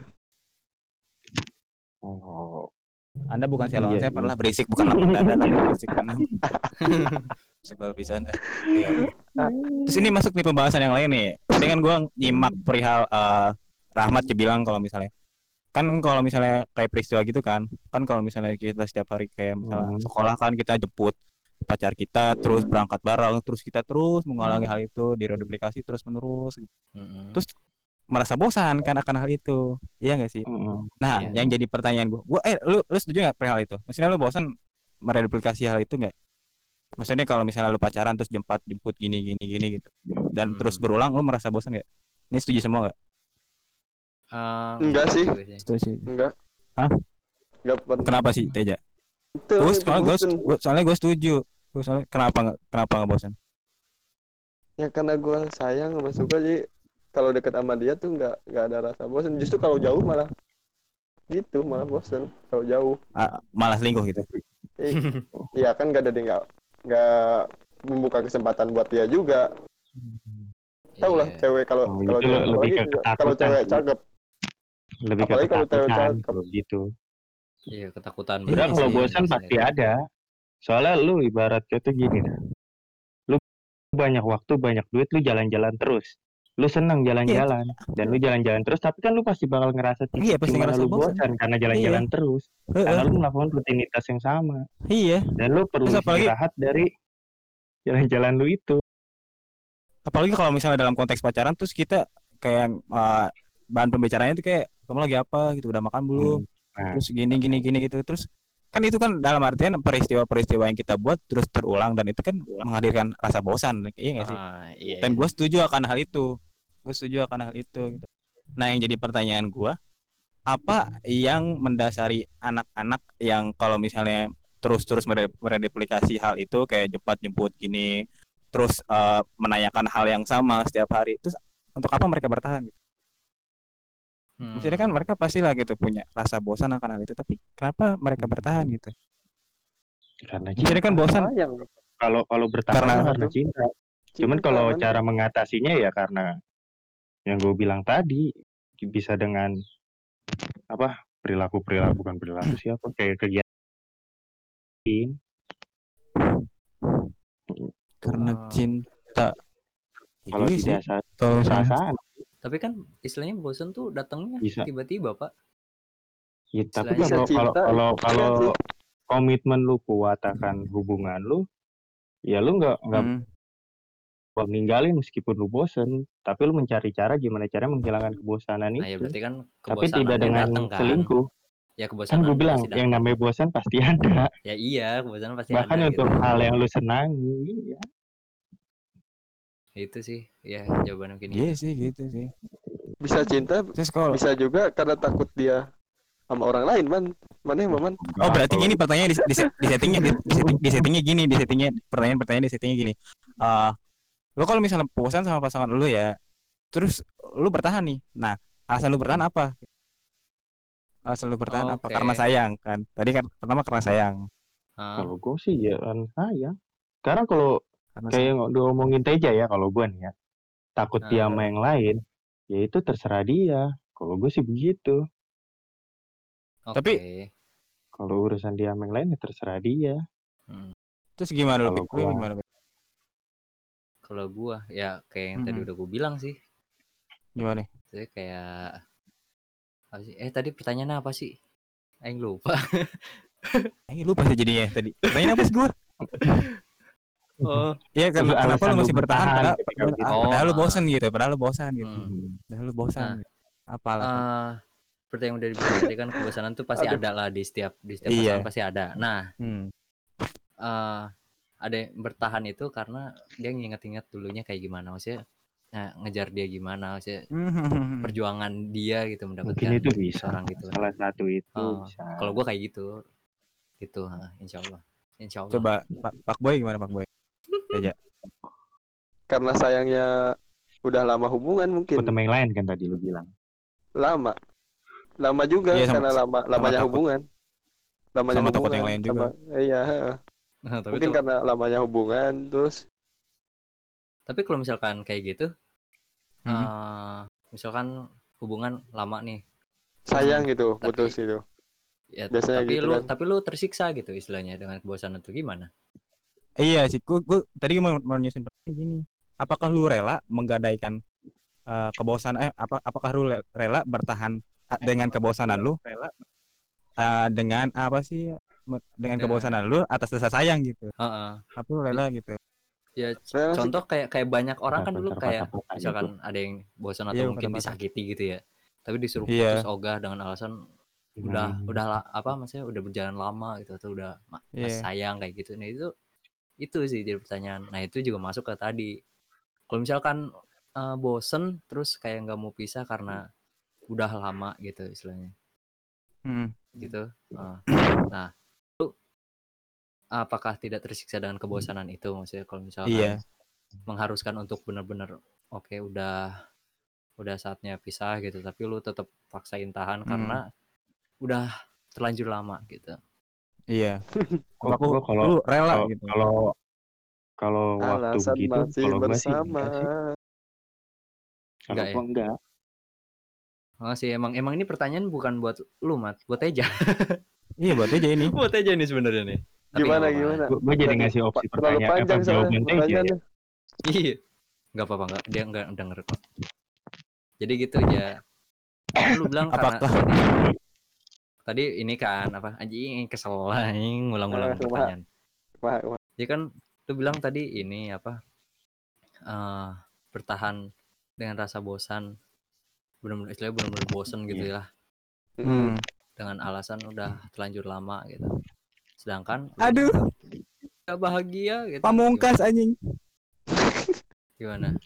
Speaker 4: Oh,
Speaker 2: Anda bukan Sherlock
Speaker 4: iya,
Speaker 2: Holmes, saya
Speaker 4: iya.
Speaker 2: pernah berisik bukan lapang dada tapi berisik kanan. Sebel bisa Anda. Iya. Terus ini masuk nih pembahasan yang lain nih. Tadi kan gua nyimak perihal eh, Rahmat dia bilang kalau misalnya kan kalau misalnya kayak peristiwa gitu kan, kan kalau misalnya kita setiap hari kayak misalnya
Speaker 4: Hmm.
Speaker 2: sekolah kan kita jemput pacar kita terus berangkat bareng terus kita terus mengulangi hal itu direplikasi terus menerus
Speaker 1: mm-mm.
Speaker 2: terus merasa bosan kan akan hal itu, iya nggak sih?
Speaker 4: Mm-mm.
Speaker 2: Nah,
Speaker 1: Iya.
Speaker 2: yang jadi pertanyaan gua, gua eh lu lu setuju nggak perihal itu? Maksudnya lu bosan mereplikasi hal itu nggak? Maksudnya kalau misalnya lu pacaran terus jemput jemput gini gini gini gitu dan
Speaker 1: Hmm.
Speaker 2: terus berulang, lu merasa bosan nggak? Ini setuju semua nggak?
Speaker 1: Eh,
Speaker 3: Enggak sih.
Speaker 1: setuju sih.
Speaker 2: Setuju.
Speaker 3: Enggak.
Speaker 2: Hah?
Speaker 3: Enggak pernah.
Speaker 2: Kenapa sih Teja?
Speaker 3: Itu
Speaker 2: Gue
Speaker 3: itu
Speaker 2: soalnya gue
Speaker 3: bosen.
Speaker 2: soalnya gue setuju. Gue soalnya kenapa nggak kenapa nggak bosan?
Speaker 3: Ya karena gua sayang sama suka, jadi kalau deket sama dia tuh nggak nggak ada rasa bosan. Justru kalau jauh malah gitu, malah bosan kalau jauh.
Speaker 2: Ah, malah selingkuh gitu.
Speaker 3: Eh, Iya kan nggak ada dia nggak nggak membuka kesempatan buat dia juga. Tahu lah
Speaker 1: Iya.
Speaker 3: cewek kalau
Speaker 4: Oh,
Speaker 3: kalau
Speaker 4: itu
Speaker 3: cewek
Speaker 4: lebih
Speaker 3: apalagi
Speaker 4: ke
Speaker 3: kalau
Speaker 4: ketakutan
Speaker 3: cewek
Speaker 4: sih.
Speaker 3: cakep.
Speaker 4: Lebih ke
Speaker 3: Apalagi kalau cewek
Speaker 4: ketakutan
Speaker 3: cakep.
Speaker 4: kalau gitu.
Speaker 1: Iya, ketakutan
Speaker 2: Iya,
Speaker 4: Sebenarnya
Speaker 1: banget
Speaker 4: kalau
Speaker 1: sih
Speaker 4: bosan
Speaker 1: yang
Speaker 4: pasti
Speaker 1: dasar.
Speaker 4: ada. Soalnya lu ibaratnya tuh gini dah. Lu banyak waktu, banyak duit, lu jalan-jalan terus. Lu senang jalan-jalan dan lu jalan-jalan terus, tapi kan lu pasti bakal ngerasa
Speaker 2: Iya,
Speaker 4: titik
Speaker 2: pasti
Speaker 4: di mana
Speaker 2: ngerasa
Speaker 4: lu
Speaker 2: bosan.
Speaker 4: bosan karena jalan-jalan terus.
Speaker 2: Heeh.
Speaker 4: Karena lu melakukan rutinitas yang sama
Speaker 2: Iya.
Speaker 4: dan lu perlu
Speaker 2: Terus apalagi
Speaker 4: istirahat dari jalan-jalan lu itu.
Speaker 2: apalagi kalau misalnya dalam konteks pacaran terus kita kayak uh, bahan pembicaranya itu kayak kamu lagi apa gitu, udah makan belum?
Speaker 4: Nah,
Speaker 2: Terus gini gini gini gitu. Terus kan itu kan dalam artian peristiwa-peristiwa yang kita buat terus terulang dan itu kan menghadirkan rasa bosan, iya nggak sih?
Speaker 1: Ah, iya.
Speaker 2: Dan
Speaker 1: iya.
Speaker 2: gue setuju akan hal itu. Gue setuju akan hal itu. Gitu. Nah, yang jadi pertanyaan gue, apa yang mendasari anak-anak yang kalau misalnya terus-terus mere- mereplikasi hal itu kayak jemput-jemput gini, terus eh, menanyakan hal yang sama setiap hari, terus untuk apa mereka bertahan?
Speaker 1: Hmm.
Speaker 2: Maksudnya kan mereka pastilah gitu punya rasa bosan akan hal itu, tapi kenapa mereka bertahan gitu?
Speaker 4: karena
Speaker 2: Maksudnya
Speaker 4: cinta.
Speaker 2: kan bosan
Speaker 3: Sayang.
Speaker 4: Kalau kalau bertahan
Speaker 2: Karena-
Speaker 4: mah karena cinta. Cuman
Speaker 3: Cinta,
Speaker 4: kalau
Speaker 3: kan.
Speaker 4: cara mengatasinya ya karena yang gue bilang tadi bisa dengan apa perilaku perilaku bukan perilaku siapa kayak kegiatan
Speaker 2: karena
Speaker 1: Ah.
Speaker 2: cinta. Ya
Speaker 4: kalau
Speaker 2: juga sih.
Speaker 4: tidak sa-
Speaker 2: Kalau misalnya-
Speaker 4: perasaan
Speaker 1: Tapi kan istilahnya bosan tuh datangnya
Speaker 4: Bisa.
Speaker 1: tiba-tiba, Pak.
Speaker 4: ya, tapi
Speaker 1: Istilahnya
Speaker 4: kalau
Speaker 3: Bisa
Speaker 4: kalau
Speaker 3: cinta,
Speaker 4: kalau
Speaker 3: iya
Speaker 4: kalau
Speaker 3: sih.
Speaker 4: komitmen lu kuat akan hubungan lu ya lu nggak nggak
Speaker 2: Hmm.
Speaker 4: bakal ninggalin meskipun lu bosen tapi lu mencari cara gimana cara menghilangkan kebosanan
Speaker 1: Nah, ya
Speaker 4: itu
Speaker 1: berarti kan
Speaker 4: tapi tidak
Speaker 1: kebosanannya
Speaker 4: dengan
Speaker 1: datang kan.
Speaker 4: selingkuh
Speaker 1: Ya
Speaker 4: kan
Speaker 1: kebosanan
Speaker 4: gue bilang
Speaker 1: pasti
Speaker 4: yang
Speaker 1: datang.
Speaker 4: namanya bosan pasti ada
Speaker 1: Ya iya, kebosanan pasti
Speaker 4: bahkan
Speaker 1: ada
Speaker 4: untuk
Speaker 1: gitu.
Speaker 4: hal yang lu senangi ya.
Speaker 1: Itu sih, ya jawaban mungkin
Speaker 2: Iya
Speaker 1: itu.
Speaker 2: sih gitu sih.
Speaker 3: Bisa cinta,
Speaker 2: Terus kalau
Speaker 3: bisa juga karena takut dia sama orang lain, man. Mana yang man?
Speaker 2: oh berarti gini pertanyaan di, di, di settingnya di, di, setting, di settingnya gini di settingnya pertanyaan pertanyaan di settingnya gini. Uh, lo kalau misalnya bosan sama pasangan lu ya, terus lu bertahan nih. Nah alasan lu bertahan apa? Alasan lu bertahan apa?
Speaker 1: Oke.
Speaker 2: Karena sayang kan. Tadi kan pertama karena sayang.
Speaker 1: Ah,
Speaker 4: Kalau gue sih ya kan sayang karena kalau
Speaker 2: Karena
Speaker 4: kayak
Speaker 2: sayang.
Speaker 4: yang ngomongin Teja ya kalau gue nih ya takut
Speaker 1: Ah.
Speaker 4: dia sama yang lain ya itu terserah dia kalau gue sih begitu
Speaker 1: oke.
Speaker 2: Tapi
Speaker 4: kalau urusan dia sama yang lain ya terserah dia
Speaker 1: Hmm.
Speaker 2: terus gimana lu?
Speaker 4: Kalau
Speaker 2: Lu
Speaker 4: gua-
Speaker 2: gimana? Pik?
Speaker 1: Kalau gua ya kayak yang tadi
Speaker 2: Mhm.
Speaker 1: udah gua bilang sih.
Speaker 2: Gimana?
Speaker 1: Saya kayak apa sih? Eh tadi pertanyaannya apa sih? Aing lupa.
Speaker 2: Eh, lupa sih jadinya tadi. Pertanyaan apa sih gua?
Speaker 1: Oh.
Speaker 2: Iya kan,
Speaker 4: Terus
Speaker 2: kenapa
Speaker 4: alasan
Speaker 2: lu
Speaker 4: lu
Speaker 2: masih bertahan
Speaker 4: bertahan
Speaker 2: padahal,
Speaker 4: ketika
Speaker 2: padahal,
Speaker 4: begitu.
Speaker 1: Oh,
Speaker 2: padahal lu
Speaker 1: ah.
Speaker 2: bosan gitu, padahal lu bosan gitu.
Speaker 1: Hmm.
Speaker 2: Padahal lu bosan.
Speaker 1: Nah,
Speaker 2: gitu. Apa alasan?
Speaker 1: eh seperti yang udah dibilang tadi kan kebosanan tuh pasti
Speaker 3: Aduh.
Speaker 1: ada lah di setiap di setiap
Speaker 2: Iya.
Speaker 1: pasangan pasti ada. Nah,
Speaker 2: Hmm.
Speaker 1: eh ada yang bertahan itu karena dia nginget-inget dulunya kayak gimana, maksudnya nah, ngejar dia gimana, maksudnya
Speaker 2: Hmm.
Speaker 1: perjuangan dia gitu
Speaker 4: Mungkin
Speaker 1: mendapatkan
Speaker 4: itu bisa.
Speaker 1: seorang gitu.
Speaker 4: Salah satu itu
Speaker 1: Eh,
Speaker 4: bisa.
Speaker 1: kalau gua kayak gitu, gitu, ha, insya Allah, insya Allah.
Speaker 2: Coba Pak, Pak Boy gimana Pak Boy? Aja.
Speaker 3: Karena sayangnya udah lama hubungan mungkin.
Speaker 4: Ketemu yang lain kan tadi lu bilang.
Speaker 3: Lama. Lama juga
Speaker 2: Iya, sama-
Speaker 3: karena lama lamanya
Speaker 2: takut.
Speaker 3: hubungan. Lamanya
Speaker 2: Sama takut
Speaker 3: hubungan.
Speaker 2: yang lain juga.
Speaker 3: sama- iya, heeh.
Speaker 1: Nah, tapi
Speaker 3: Mungkin
Speaker 1: kalau,
Speaker 3: karena lamanya hubungan terus
Speaker 1: tapi kalau misalkan kayak gitu,
Speaker 2: Hmm.
Speaker 1: eh misalkan hubungan lama nih,
Speaker 3: sayang gitu,
Speaker 1: Tapi-
Speaker 3: putus gitu.
Speaker 1: ya
Speaker 3: Biasanya
Speaker 1: tapi
Speaker 3: gitu
Speaker 1: lu
Speaker 3: kan.
Speaker 1: tapi lu tersiksa gitu istilahnya dengan kebosanan itu gimana?
Speaker 2: Iya sih, gua, gua tadi mau, mau nyusun pertanyaan gini. Apakah lu rela menggadaikan eh, kebosanan? Eh, apa? Apakah lu le- rela bertahan ah, dengan kebosanan lu? eh, dengan apa sih? me- Dengan
Speaker 1: Dengan-
Speaker 2: kebosanan lu atas rasa sayang gitu.
Speaker 1: Heeh.
Speaker 2: Apa lu rela gitu?
Speaker 1: Ya
Speaker 3: Saya masih-
Speaker 1: contoh kayak kayak banyak orang kan
Speaker 4: Bentar,
Speaker 1: dulu
Speaker 4: bentar,
Speaker 1: kayak
Speaker 4: patah-patah
Speaker 1: misalkan ada yang bosan atau
Speaker 2: Iya,
Speaker 1: mungkin
Speaker 2: patah-patah.
Speaker 1: disakiti gitu ya, tapi disuruh
Speaker 2: Iya.
Speaker 1: putus ogah dengan alasan udah
Speaker 4: Hmm.
Speaker 1: udah la- apa maksudnya udah berjalan lama gitu atau udah ma- masih
Speaker 2: Iya.
Speaker 1: sayang kayak gitu. Nah itu itu sih jadi pertanyaan. Nah itu juga masuk ke tadi. Kalau misalkan eh, bosen terus kayak nggak mau pisah karena udah lama gitu istilahnya
Speaker 2: Hmm.
Speaker 1: gitu. Eh, nah lu apakah tidak tersiksa dengan kebosanan itu, maksudnya kalau misalkan
Speaker 2: Iya.
Speaker 1: mengharuskan untuk benar-benar oke udah udah saatnya pisah gitu tapi lu tetap paksain tahan
Speaker 2: Hmm.
Speaker 1: karena udah terlanjur lama gitu.
Speaker 2: Iya.
Speaker 4: Kok
Speaker 2: Apa
Speaker 4: gua kalau
Speaker 2: lu rela
Speaker 4: kalau
Speaker 2: gitu?
Speaker 4: kalau kalau waktu
Speaker 3: alasan
Speaker 4: begitu
Speaker 3: masih
Speaker 4: kalau gua sih
Speaker 3: bersama.
Speaker 4: enggak sih. Kalau
Speaker 1: Enggak ya?
Speaker 4: gua enggak.
Speaker 1: Oh sih emang emang ini pertanyaan bukan buat lu Mat, buat Teja.
Speaker 2: Iya, buat aja ini.
Speaker 1: buat Teja nih sebenarnya nih. Tapi
Speaker 3: Gimana
Speaker 1: nggak apa-apa.
Speaker 3: gimana?
Speaker 4: Gua, gua jadi
Speaker 3: Terlalu-
Speaker 4: ngasih opsi
Speaker 3: terlalu
Speaker 4: pertanyaan apa
Speaker 3: panjang soalnya
Speaker 4: jawaban Teja ya.
Speaker 3: pertanyaannya.
Speaker 1: Iya. Enggak apa-apa enggak dia enggak denger kok. Jadi gitu aja. Lu bilang karena
Speaker 2: Apakah-
Speaker 1: tadi, tadi ini kan apa anjing kesel anjing ngulang-ngulang
Speaker 3: Ah, cuma-
Speaker 1: pertanyaan.
Speaker 3: Wah, wah.
Speaker 1: Jadi kan lu bilang tadi ini apa eh bertahan dengan rasa bosan, benar-benar istilahnya benar-benar bosan gitu ya
Speaker 2: Hmm.
Speaker 1: dengan alasan udah terlanjur lama gitu. Sedangkan lu
Speaker 2: Aduh,
Speaker 1: gak bahagia gitu.
Speaker 2: pamungkas anjing.
Speaker 1: Gimana?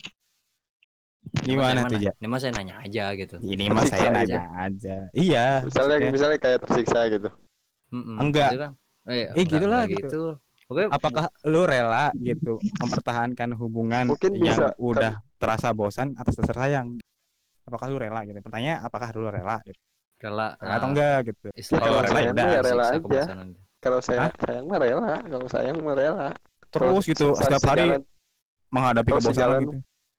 Speaker 2: Gimana tuh, Ja?
Speaker 1: Ini mah saya nanya aja gitu.
Speaker 2: Ini mah saya
Speaker 3: Tersiksa
Speaker 2: nanya aja. Iya.
Speaker 3: Misalnya
Speaker 2: maksudnya,
Speaker 3: misalnya kayak tersiksa gitu.
Speaker 1: Mm-mm.
Speaker 2: Enggak.
Speaker 1: Itu kan, eh,
Speaker 2: Eh, gitu lah,
Speaker 1: enggak
Speaker 2: gitu.
Speaker 1: gitu. Oke,
Speaker 2: apakah lu rela gitu mempertahankan hubungan
Speaker 3: Mungkin
Speaker 2: yang
Speaker 3: bisa,
Speaker 2: udah terasa bosan atas dasar sayang? Apakah lu rela gitu? Pertanyaan apakah lu rela gitu?
Speaker 1: rela
Speaker 2: Rela atau
Speaker 1: ah,
Speaker 2: enggak gitu?
Speaker 1: istilah
Speaker 3: Kalau
Speaker 2: Kalau rela
Speaker 3: sayang
Speaker 2: udah
Speaker 3: mah ya rela
Speaker 1: siksa
Speaker 3: aja.
Speaker 1: kebosanan.
Speaker 3: Kalau saya
Speaker 2: Hah?
Speaker 3: sayang mah rela, kalau sayang mah rela.
Speaker 2: Terus gitu
Speaker 3: Se-
Speaker 2: setiap hari
Speaker 3: sejalan-
Speaker 2: menghadapi
Speaker 3: kalau
Speaker 2: kebosanan
Speaker 3: sejalan-
Speaker 2: gitu.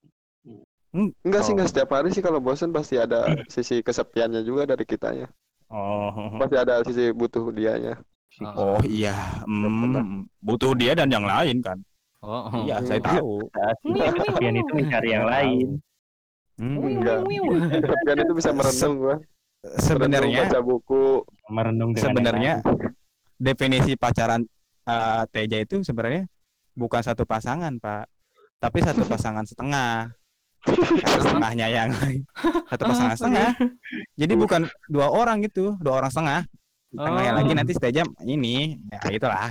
Speaker 3: Enggak sih,
Speaker 2: Oh.
Speaker 3: enggak setiap hari sih kalau bosan pasti ada sisi kesepiannya juga dari kitanya.
Speaker 2: Oh.
Speaker 3: Pasti ada sisi butuh dianya.
Speaker 1: Oh,
Speaker 2: Oh iya, hmm, butuh dia dan yang lain kan?
Speaker 1: oh, oh.
Speaker 2: Iya, saya
Speaker 3: Hmm.
Speaker 2: tahu.
Speaker 4: Kesepian itu mencari yang
Speaker 2: Saya
Speaker 4: lain.
Speaker 2: Hmm.
Speaker 3: Enggak. Kesepian itu bisa merenung gua. Merenung,
Speaker 2: Sebenarnya,
Speaker 3: baca buku.
Speaker 4: Merenung dengan
Speaker 2: sebenarnya
Speaker 4: yang lain.
Speaker 2: definisi pacaran uh, Teja itu sebenarnya bukan satu pasangan, Pak, tapi satu pasangan setengah. Satu setengahnya yang lain. Satu pasangan setengah. Jadi bukan dua orang gitu, dua orang setengah. Setengahnya
Speaker 1: Oh.
Speaker 2: lagi nanti si Teja ini, ya itulah.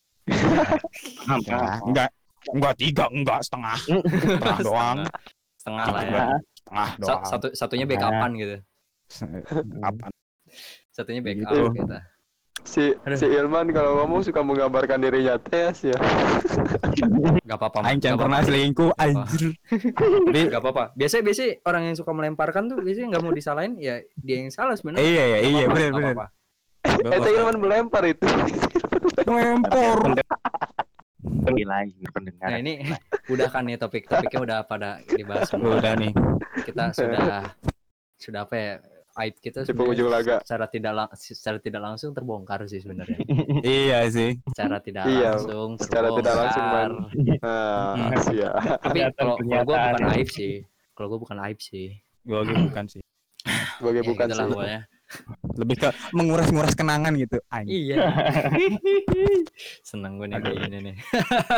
Speaker 4: Paham,
Speaker 2: Ya,
Speaker 4: paham.
Speaker 2: enggak, enggak tiga, enggak setengah, setengah doang,
Speaker 1: Setengah lah ya.
Speaker 4: Nah,
Speaker 2: setengah
Speaker 1: Sa-
Speaker 2: doang.
Speaker 1: satu satunya backupan gitu.
Speaker 2: Kapan?
Speaker 1: Satunya
Speaker 2: Gitu.
Speaker 1: backup gitu.
Speaker 3: Si
Speaker 1: Aduh.
Speaker 3: si Ilman kalau ngomong suka menggambarkan dirinya tes ya.
Speaker 1: Gak apa-apa.
Speaker 2: Aing
Speaker 1: Mat.
Speaker 2: jangan
Speaker 1: Gak
Speaker 2: pernah
Speaker 1: apa-apa.
Speaker 2: selingkuh, anjir. Tapi
Speaker 1: Gak apa-apa. Biasanya biasanya orang yang suka melemparkan tuh biasanya nggak mau disalahin ya dia yang salah sebenarnya.
Speaker 2: iya ya,
Speaker 1: Nggak
Speaker 2: iya
Speaker 1: apa-apa,
Speaker 2: benar
Speaker 1: nggak
Speaker 2: benar.
Speaker 1: apa-apa.
Speaker 3: Eh, Ilman melempar itu.
Speaker 2: Lempor.
Speaker 4: Lebih lagi pendengar.
Speaker 1: Nah ini udah kan nih topik topiknya udah pada dibahas semua.
Speaker 2: Udah nih.
Speaker 1: Kita sudah sudah apa ya? Aib kita
Speaker 3: Di penghujung
Speaker 1: sebenarnya
Speaker 3: laga.
Speaker 1: secara tidak lang- secara tidak langsung terbongkar sih sebenarnya.
Speaker 2: Iya sih.
Speaker 1: Secara tidak
Speaker 3: Iya,
Speaker 1: langsung
Speaker 3: secara tidak langsung,
Speaker 1: terbongkar.
Speaker 3: Ah, siap.
Speaker 1: Tapi
Speaker 4: Kelihatan
Speaker 1: kalau kalau gue
Speaker 4: pernyataan
Speaker 1: bukan
Speaker 4: ya.
Speaker 1: aib sih. Kalau gue bukan aib sih.
Speaker 2: Gue bukan sih.
Speaker 3: Sebagai
Speaker 1: Ya
Speaker 3: bukan
Speaker 1: gitulah
Speaker 3: sih.
Speaker 1: pokoknya.
Speaker 2: Lebih ke menguras-nguras kenangan gitu. Anjing.
Speaker 1: Iya. Seneng gue nih kayak gini nih.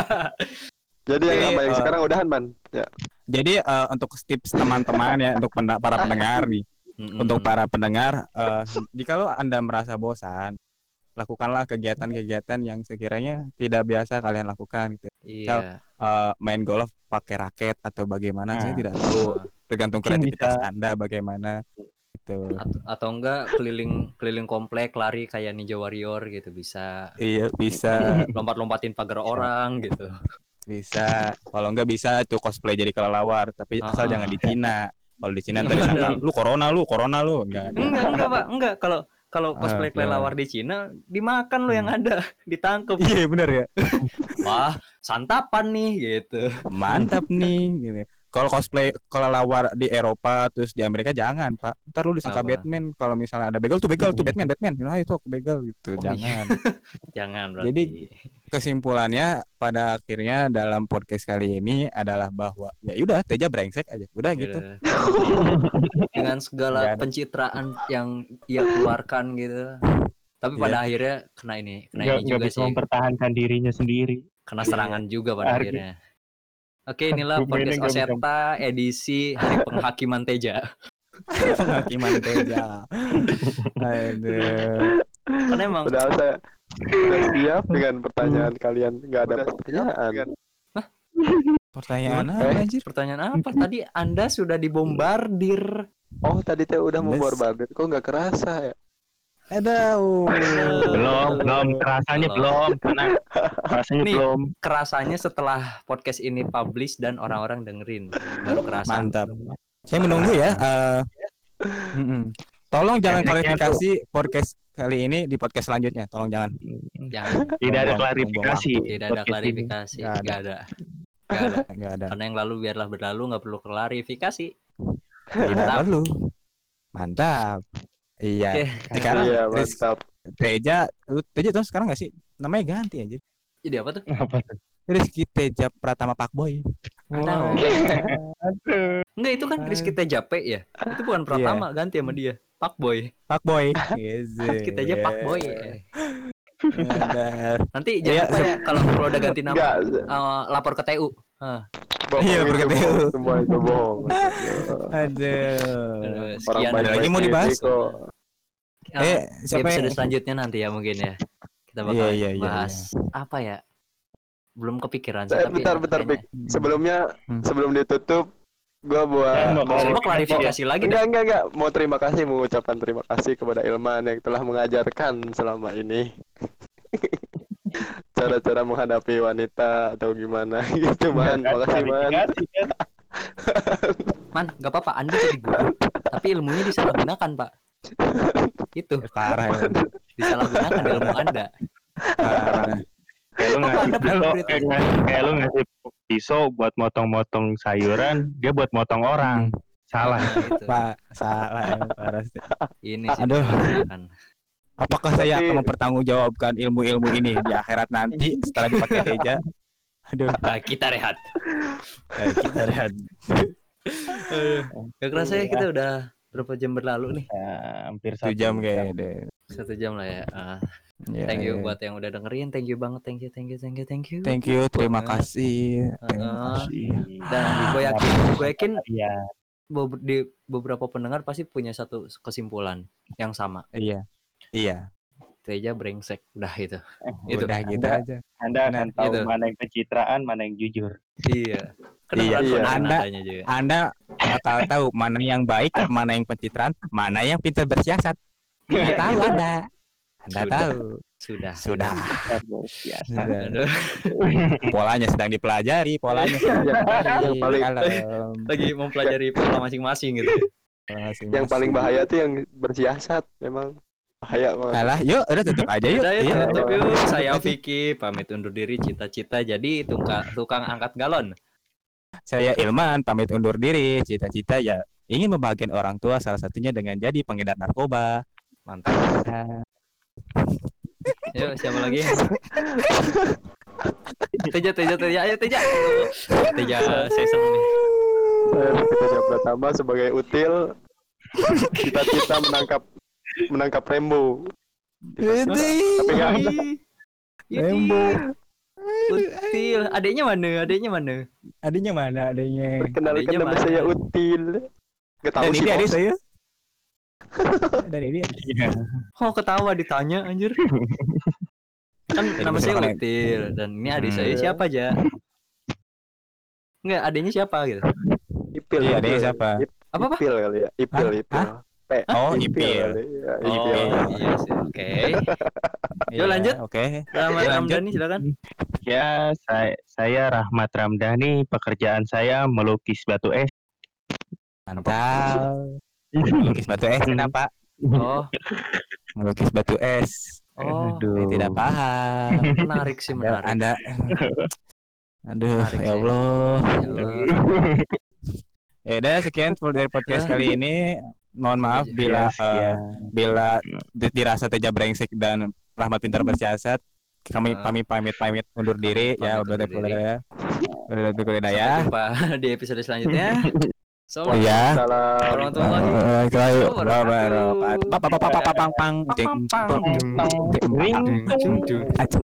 Speaker 3: Jadi yang
Speaker 2: Oke,
Speaker 3: sama yang
Speaker 2: eh,
Speaker 3: sekarang udahan, Ban. Ya.
Speaker 2: Jadi eh, untuk tips teman-teman ya, untuk penda- para pendengar nih,
Speaker 1: Mm-mm.
Speaker 2: untuk para pendengar, eh, jika lo Anda merasa bosan, lakukanlah kegiatan-kegiatan yang sekiranya tidak biasa kalian lakukan gitu. Misal
Speaker 1: Iya.
Speaker 2: eh, main golf pakai raket atau bagaimana, saya
Speaker 4: Nah.
Speaker 2: tidak tahu.
Speaker 1: Oh.
Speaker 2: Tergantung
Speaker 4: Mungkin
Speaker 2: kreativitas
Speaker 4: bisa-
Speaker 2: Anda bagaimana gitu.
Speaker 1: Atau, atau enggak keliling keliling komplek lari kayak Ninja Warrior gitu bisa.
Speaker 2: Iya bisa,
Speaker 1: Lompat-lompatin pagar orang gitu.
Speaker 2: bisa. Kalau enggak bisa tuh cosplay jadi kelelawar, tapi asal
Speaker 1: Ah.
Speaker 2: jangan di Cina. Kalau di Cina
Speaker 1: Iya,
Speaker 2: ntar disangka
Speaker 1: bener.
Speaker 2: lu corona lu, corona lu. Enggak.
Speaker 1: Enggak, enggak, Pak. Enggak. Kalau kalau cosplay
Speaker 2: Ah,
Speaker 1: kelelawar di Cina dimakan lo yang
Speaker 2: Hmm.
Speaker 1: ada, ditangkep.
Speaker 2: Iya benar ya.
Speaker 1: Wah, santapan nih gitu.
Speaker 2: Mantap nih gitu. Kalau cosplay kelelawar di Eropa terus di Amerika jangan, Pak. Ntar lu disangka
Speaker 1: Kenapa?
Speaker 2: Batman kalau misalnya ada begal tuh begal tuh Batman Batman. Nah itu aku begal gitu.
Speaker 1: Oh,
Speaker 2: Jangan.
Speaker 1: Jangan berarti.
Speaker 2: Jadi kesimpulannya pada akhirnya dalam podcast kali ini adalah bahwa ya udah Teja brengsek aja. Udah gitu.
Speaker 1: Gitu. Dengan segala
Speaker 2: Nggak ada.
Speaker 1: pencitraan yang ia keluarkan gitu. Tapi pada
Speaker 2: Iya.
Speaker 1: akhirnya kena ini, kena
Speaker 4: nggak
Speaker 1: ini
Speaker 4: nggak
Speaker 1: juga
Speaker 4: bisa
Speaker 1: sih.
Speaker 4: mempertahankan dirinya sendiri.
Speaker 1: Kena
Speaker 2: Iya.
Speaker 1: serangan juga pada
Speaker 4: Argi.
Speaker 1: akhirnya. Oke, inilah
Speaker 4: Argumennya
Speaker 1: podcast
Speaker 4: nggak bisa-
Speaker 1: Oseta edisi Hari Penghakiman Teja.
Speaker 2: Penghakiman Teja. Aduh.
Speaker 1: Karena emang
Speaker 3: Padahal saya sudah siap dengan pertanyaan kalian. Nggak ada pertanyaan.
Speaker 2: Pertanyaan
Speaker 3: Eh.
Speaker 2: apa anjir?
Speaker 1: pertanyaan apa? Tadi Anda sudah dibombardir.
Speaker 3: Oh, tadi teh udah mau
Speaker 2: Nes.
Speaker 3: borbardir. Kok nggak kerasa ya?
Speaker 2: Aduh.
Speaker 4: Belum, belum rasanya
Speaker 1: Belum.
Speaker 4: belum karena rasanya
Speaker 1: Nih.
Speaker 4: belum.
Speaker 1: Kerasanya setelah podcast ini publish dan orang-orang dengerin baru kerasa.
Speaker 2: Mantap. Saya menunggu ya. eh, mm-mm. Tolong jangan
Speaker 4: Efeknya
Speaker 2: klarifikasi podcast kali ini di podcast selanjutnya. Tolong jangan.
Speaker 1: Jangan,
Speaker 4: Tidak ada
Speaker 2: Buang-buang-
Speaker 4: klarifikasi.
Speaker 2: buang-buang
Speaker 1: tidak ada
Speaker 4: podcast ini.
Speaker 1: klarifikasi,
Speaker 2: Nggak ada.
Speaker 1: nggak ada. Nggak ada.
Speaker 2: Enggak ada.
Speaker 1: Karena yang lalu biarlah berlalu, nggak perlu klarifikasi.
Speaker 2: Tidak
Speaker 1: Mantap.
Speaker 2: perlu. Mantap. Iya.
Speaker 1: Oke.
Speaker 2: Sekarang
Speaker 3: Iya,
Speaker 2: Riz-
Speaker 3: mantap.
Speaker 2: Teja, lu Teja tuh sekarang nggak sih? Namanya ganti aja.
Speaker 1: Jadi apa tuh?
Speaker 4: Apa tuh?
Speaker 2: Rizky Teja Pratama Pakboy.
Speaker 1: Ada.
Speaker 4: Aduh.
Speaker 1: Enggak, itu kan Rizky Tejape ya. Itu bukan Pratama, ganti sama dia. Pak Boy.
Speaker 2: Pakboy.
Speaker 1: Rizky Teja Pak Boy.
Speaker 2: Benar.
Speaker 1: Nanti
Speaker 2: Iya,
Speaker 1: jangan lupa ya kalau kalau udah ganti nama
Speaker 3: Enggak.
Speaker 1: eh, lapor ke T U. Hah.
Speaker 3: Bohong,
Speaker 2: Iya,
Speaker 3: itu
Speaker 2: berkata
Speaker 3: bohong.
Speaker 2: itu.
Speaker 3: Semua itu bohong.
Speaker 2: Aduh.
Speaker 1: Aduh,
Speaker 3: Orang
Speaker 1: Sekian
Speaker 2: Ada lagi
Speaker 3: baik-baik
Speaker 2: mau dibahas?
Speaker 3: ini kok.
Speaker 1: Eh,
Speaker 2: Eh,
Speaker 1: di
Speaker 2: siapa
Speaker 1: episode
Speaker 2: yang-
Speaker 1: selanjutnya nanti ya mungkin ya. Kita bakal
Speaker 2: Iya, iya, iya,
Speaker 1: bahas apa ya? Belum kepikiran sih
Speaker 3: Eh,
Speaker 1: tapi
Speaker 3: bentar, bentar, Pik.
Speaker 1: kayaknya-
Speaker 3: Sebelumnya,
Speaker 2: Hmm.
Speaker 3: sebelum ditutup, gua
Speaker 4: Eh,
Speaker 3: buat
Speaker 4: mau-
Speaker 3: mau
Speaker 1: Coba klarifikasi lagi deh.
Speaker 3: enggak, enggak, enggak. Mau terima kasih, mengucapkan terima kasih kepada Ilman yang telah mengajarkan selama ini cara-cara menghadapi wanita atau gimana gitu, Man. Makasih, Man.
Speaker 4: Klarifikasi, kan?
Speaker 1: Man, gak apa-apa, Anda jadi guru, tapi ilmunya disalahgunakan, Pak. Itu,
Speaker 2: Parah ya.
Speaker 1: disalahgunakan ilmu Anda.
Speaker 2: Parah.
Speaker 4: Kayak lu
Speaker 1: Apa
Speaker 4: ngasih
Speaker 1: Anda
Speaker 4: pisau,
Speaker 1: murid?
Speaker 4: kayak, ngasih- kayak lu ngasih pisau buat motong-motong sayuran, dia buat motong orang. Salah.
Speaker 1: Nah, itu.
Speaker 2: Pak, salah ya, parah sih.
Speaker 1: Ini sih
Speaker 2: Aduh.
Speaker 1: disalahgunakan.
Speaker 2: Apakah saya
Speaker 3: Tapi-
Speaker 2: akan mempertanggungjawabkan ilmu-ilmu ini di akhirat nanti setelah dipakai Teja? Aduh,
Speaker 1: Nah, kita rehat.
Speaker 2: eh, kita lihat.
Speaker 1: Gak kerasa ya kita udah berapa jam berlalu nih?
Speaker 4: Ya, hampir
Speaker 2: Satu
Speaker 4: satu
Speaker 2: jam kayak deh.
Speaker 1: Satu jam lah ya. Ah,
Speaker 2: Ya,
Speaker 1: thank you
Speaker 2: ya.
Speaker 1: buat yang udah dengerin. Thank you banget. Thank you, thank you, thank you, thank you.
Speaker 2: Thank you, terima
Speaker 1: Banget.
Speaker 2: kasih. Terima
Speaker 1: Heeh.
Speaker 2: kasih.
Speaker 1: Dan gue yakin, gue yakin
Speaker 4: Iya.
Speaker 1: be- di beberapa pendengar pasti punya satu kesimpulan yang sama.
Speaker 2: Iya. Iya.
Speaker 1: Teja brengsek, udah itu. Itu.
Speaker 2: Udah gitu
Speaker 4: Anda-
Speaker 2: aja.
Speaker 4: Anda akan
Speaker 2: Nah,
Speaker 4: tahu
Speaker 1: gitu.
Speaker 4: mana yang pencitraan, mana yang jujur.
Speaker 1: Iya. Kedengeran
Speaker 3: Iya.
Speaker 1: kok dengan
Speaker 2: Anda-
Speaker 1: nadanya juga.
Speaker 2: Anda bakal tahu mana yang baik, mana yang pencitraan, mana yang pintar bersiasat. Anda tahu Anda. Anda
Speaker 1: Sudah.
Speaker 2: tahu.
Speaker 1: Sudah.
Speaker 2: Sudah.
Speaker 4: Biasa.
Speaker 2: Sudah.
Speaker 1: Aduh.
Speaker 2: Polanya sedang dipelajari, polanya sedang
Speaker 3: Yang-
Speaker 2: dipelajari.
Speaker 3: yang paling-
Speaker 2: Kalem.
Speaker 1: Lagi mempelajari pola masing-masing gitu.
Speaker 2: Masing-masing.
Speaker 3: Yang paling bahaya tuh yang bersiasat, memang bahaya banget.
Speaker 2: Alah, yuk, udah tutup aja yuk.
Speaker 1: Udah ya,
Speaker 2: Iya.
Speaker 1: tutup yuk. Saya Vicky pamit undur diri, cita-cita jadi tukang tukang angkat galon.
Speaker 2: Saya Ilman pamit undur diri. Cita-cita ya ingin membahagiakan orang tua, salah satunya dengan jadi pengedar narkoba.
Speaker 1: Mantap. Yuk, siapa lagi? Teja, Teja, Teja, ayo Teja. Teja, saya seneng nih.
Speaker 3: Saya kita pertama sebagai util, cita-cita menangkap menangkap Rembo.
Speaker 2: Itu.
Speaker 3: Tapi nggak ada.
Speaker 2: Rembo.
Speaker 1: Util, adiknya mana? Adiknya mana?
Speaker 2: Adanya mana adanya?
Speaker 3: Perkenalkan
Speaker 1: Adiknya
Speaker 3: nama
Speaker 1: mana?
Speaker 3: saya Util. Gak tahu
Speaker 2: Dan
Speaker 3: sih
Speaker 2: ini adik
Speaker 3: bos.
Speaker 2: saya. Dan ini.
Speaker 4: Iya.
Speaker 1: Oh, ketawa ditanya anjir. Kan
Speaker 2: Jadi
Speaker 1: nama saya
Speaker 2: misalkan-
Speaker 1: Util dan ini adik
Speaker 2: Hmm.
Speaker 1: saya siapa aja? Enggak, adiknya siapa gitu?
Speaker 3: Ipil.
Speaker 2: Iya,
Speaker 3: Ipil.
Speaker 2: adanya siapa?
Speaker 3: Ip-
Speaker 1: Apa, apa?
Speaker 3: Ipil kali ya. Ipil,
Speaker 2: Hah?
Speaker 3: Ipil.
Speaker 2: Hah?
Speaker 3: P.
Speaker 2: Oh, Ipil.
Speaker 3: kali ya.
Speaker 1: Oh,
Speaker 3: Ipil.
Speaker 1: iya sih. Oke.
Speaker 2: Iya,
Speaker 1: lanjut.
Speaker 2: Oke.
Speaker 1: Rahmat
Speaker 2: Ya, lanjut.
Speaker 1: Ramdhani silakan.
Speaker 4: Ya, saya, saya Rahmat Ramdhani. Pekerjaan saya melukis batu es.
Speaker 2: Mantap. Melukis batu es kenapa?
Speaker 1: Oh,
Speaker 2: Melukis batu es.
Speaker 1: oh.
Speaker 4: Aduh.
Speaker 2: Saya tidak paham.
Speaker 1: Menarik sih,
Speaker 2: Anda,
Speaker 1: menarik.
Speaker 2: anda aduh
Speaker 1: Menarik
Speaker 2: ya
Speaker 1: sih.
Speaker 2: Allah.
Speaker 1: Ya Allah.
Speaker 2: Ya udah sekian dari podcast kali ini. Mohon maaf
Speaker 1: Iya,
Speaker 2: bila
Speaker 4: Ya,
Speaker 2: eh,
Speaker 4: sekian.
Speaker 2: bila di- dirasa teja brengsek dan Rahmat pintar bersiasat. Kami
Speaker 1: Ah.
Speaker 2: pamit pamit pamit undur diri ya.
Speaker 1: Pamit
Speaker 2: Udah
Speaker 1: undur
Speaker 2: udah
Speaker 1: diri.
Speaker 2: ya. Udah udah udah ya.
Speaker 1: Sampai jumpa di episode selanjutnya. Assalamualaikum
Speaker 2: Iya.
Speaker 3: Salam.
Speaker 1: warahmatullahi
Speaker 2: Wabarakatuh.
Speaker 1: wabarakatuh.
Speaker 2: Pang pang pang pang pang pang.
Speaker 1: Pang, pang, pang.
Speaker 2: Acung.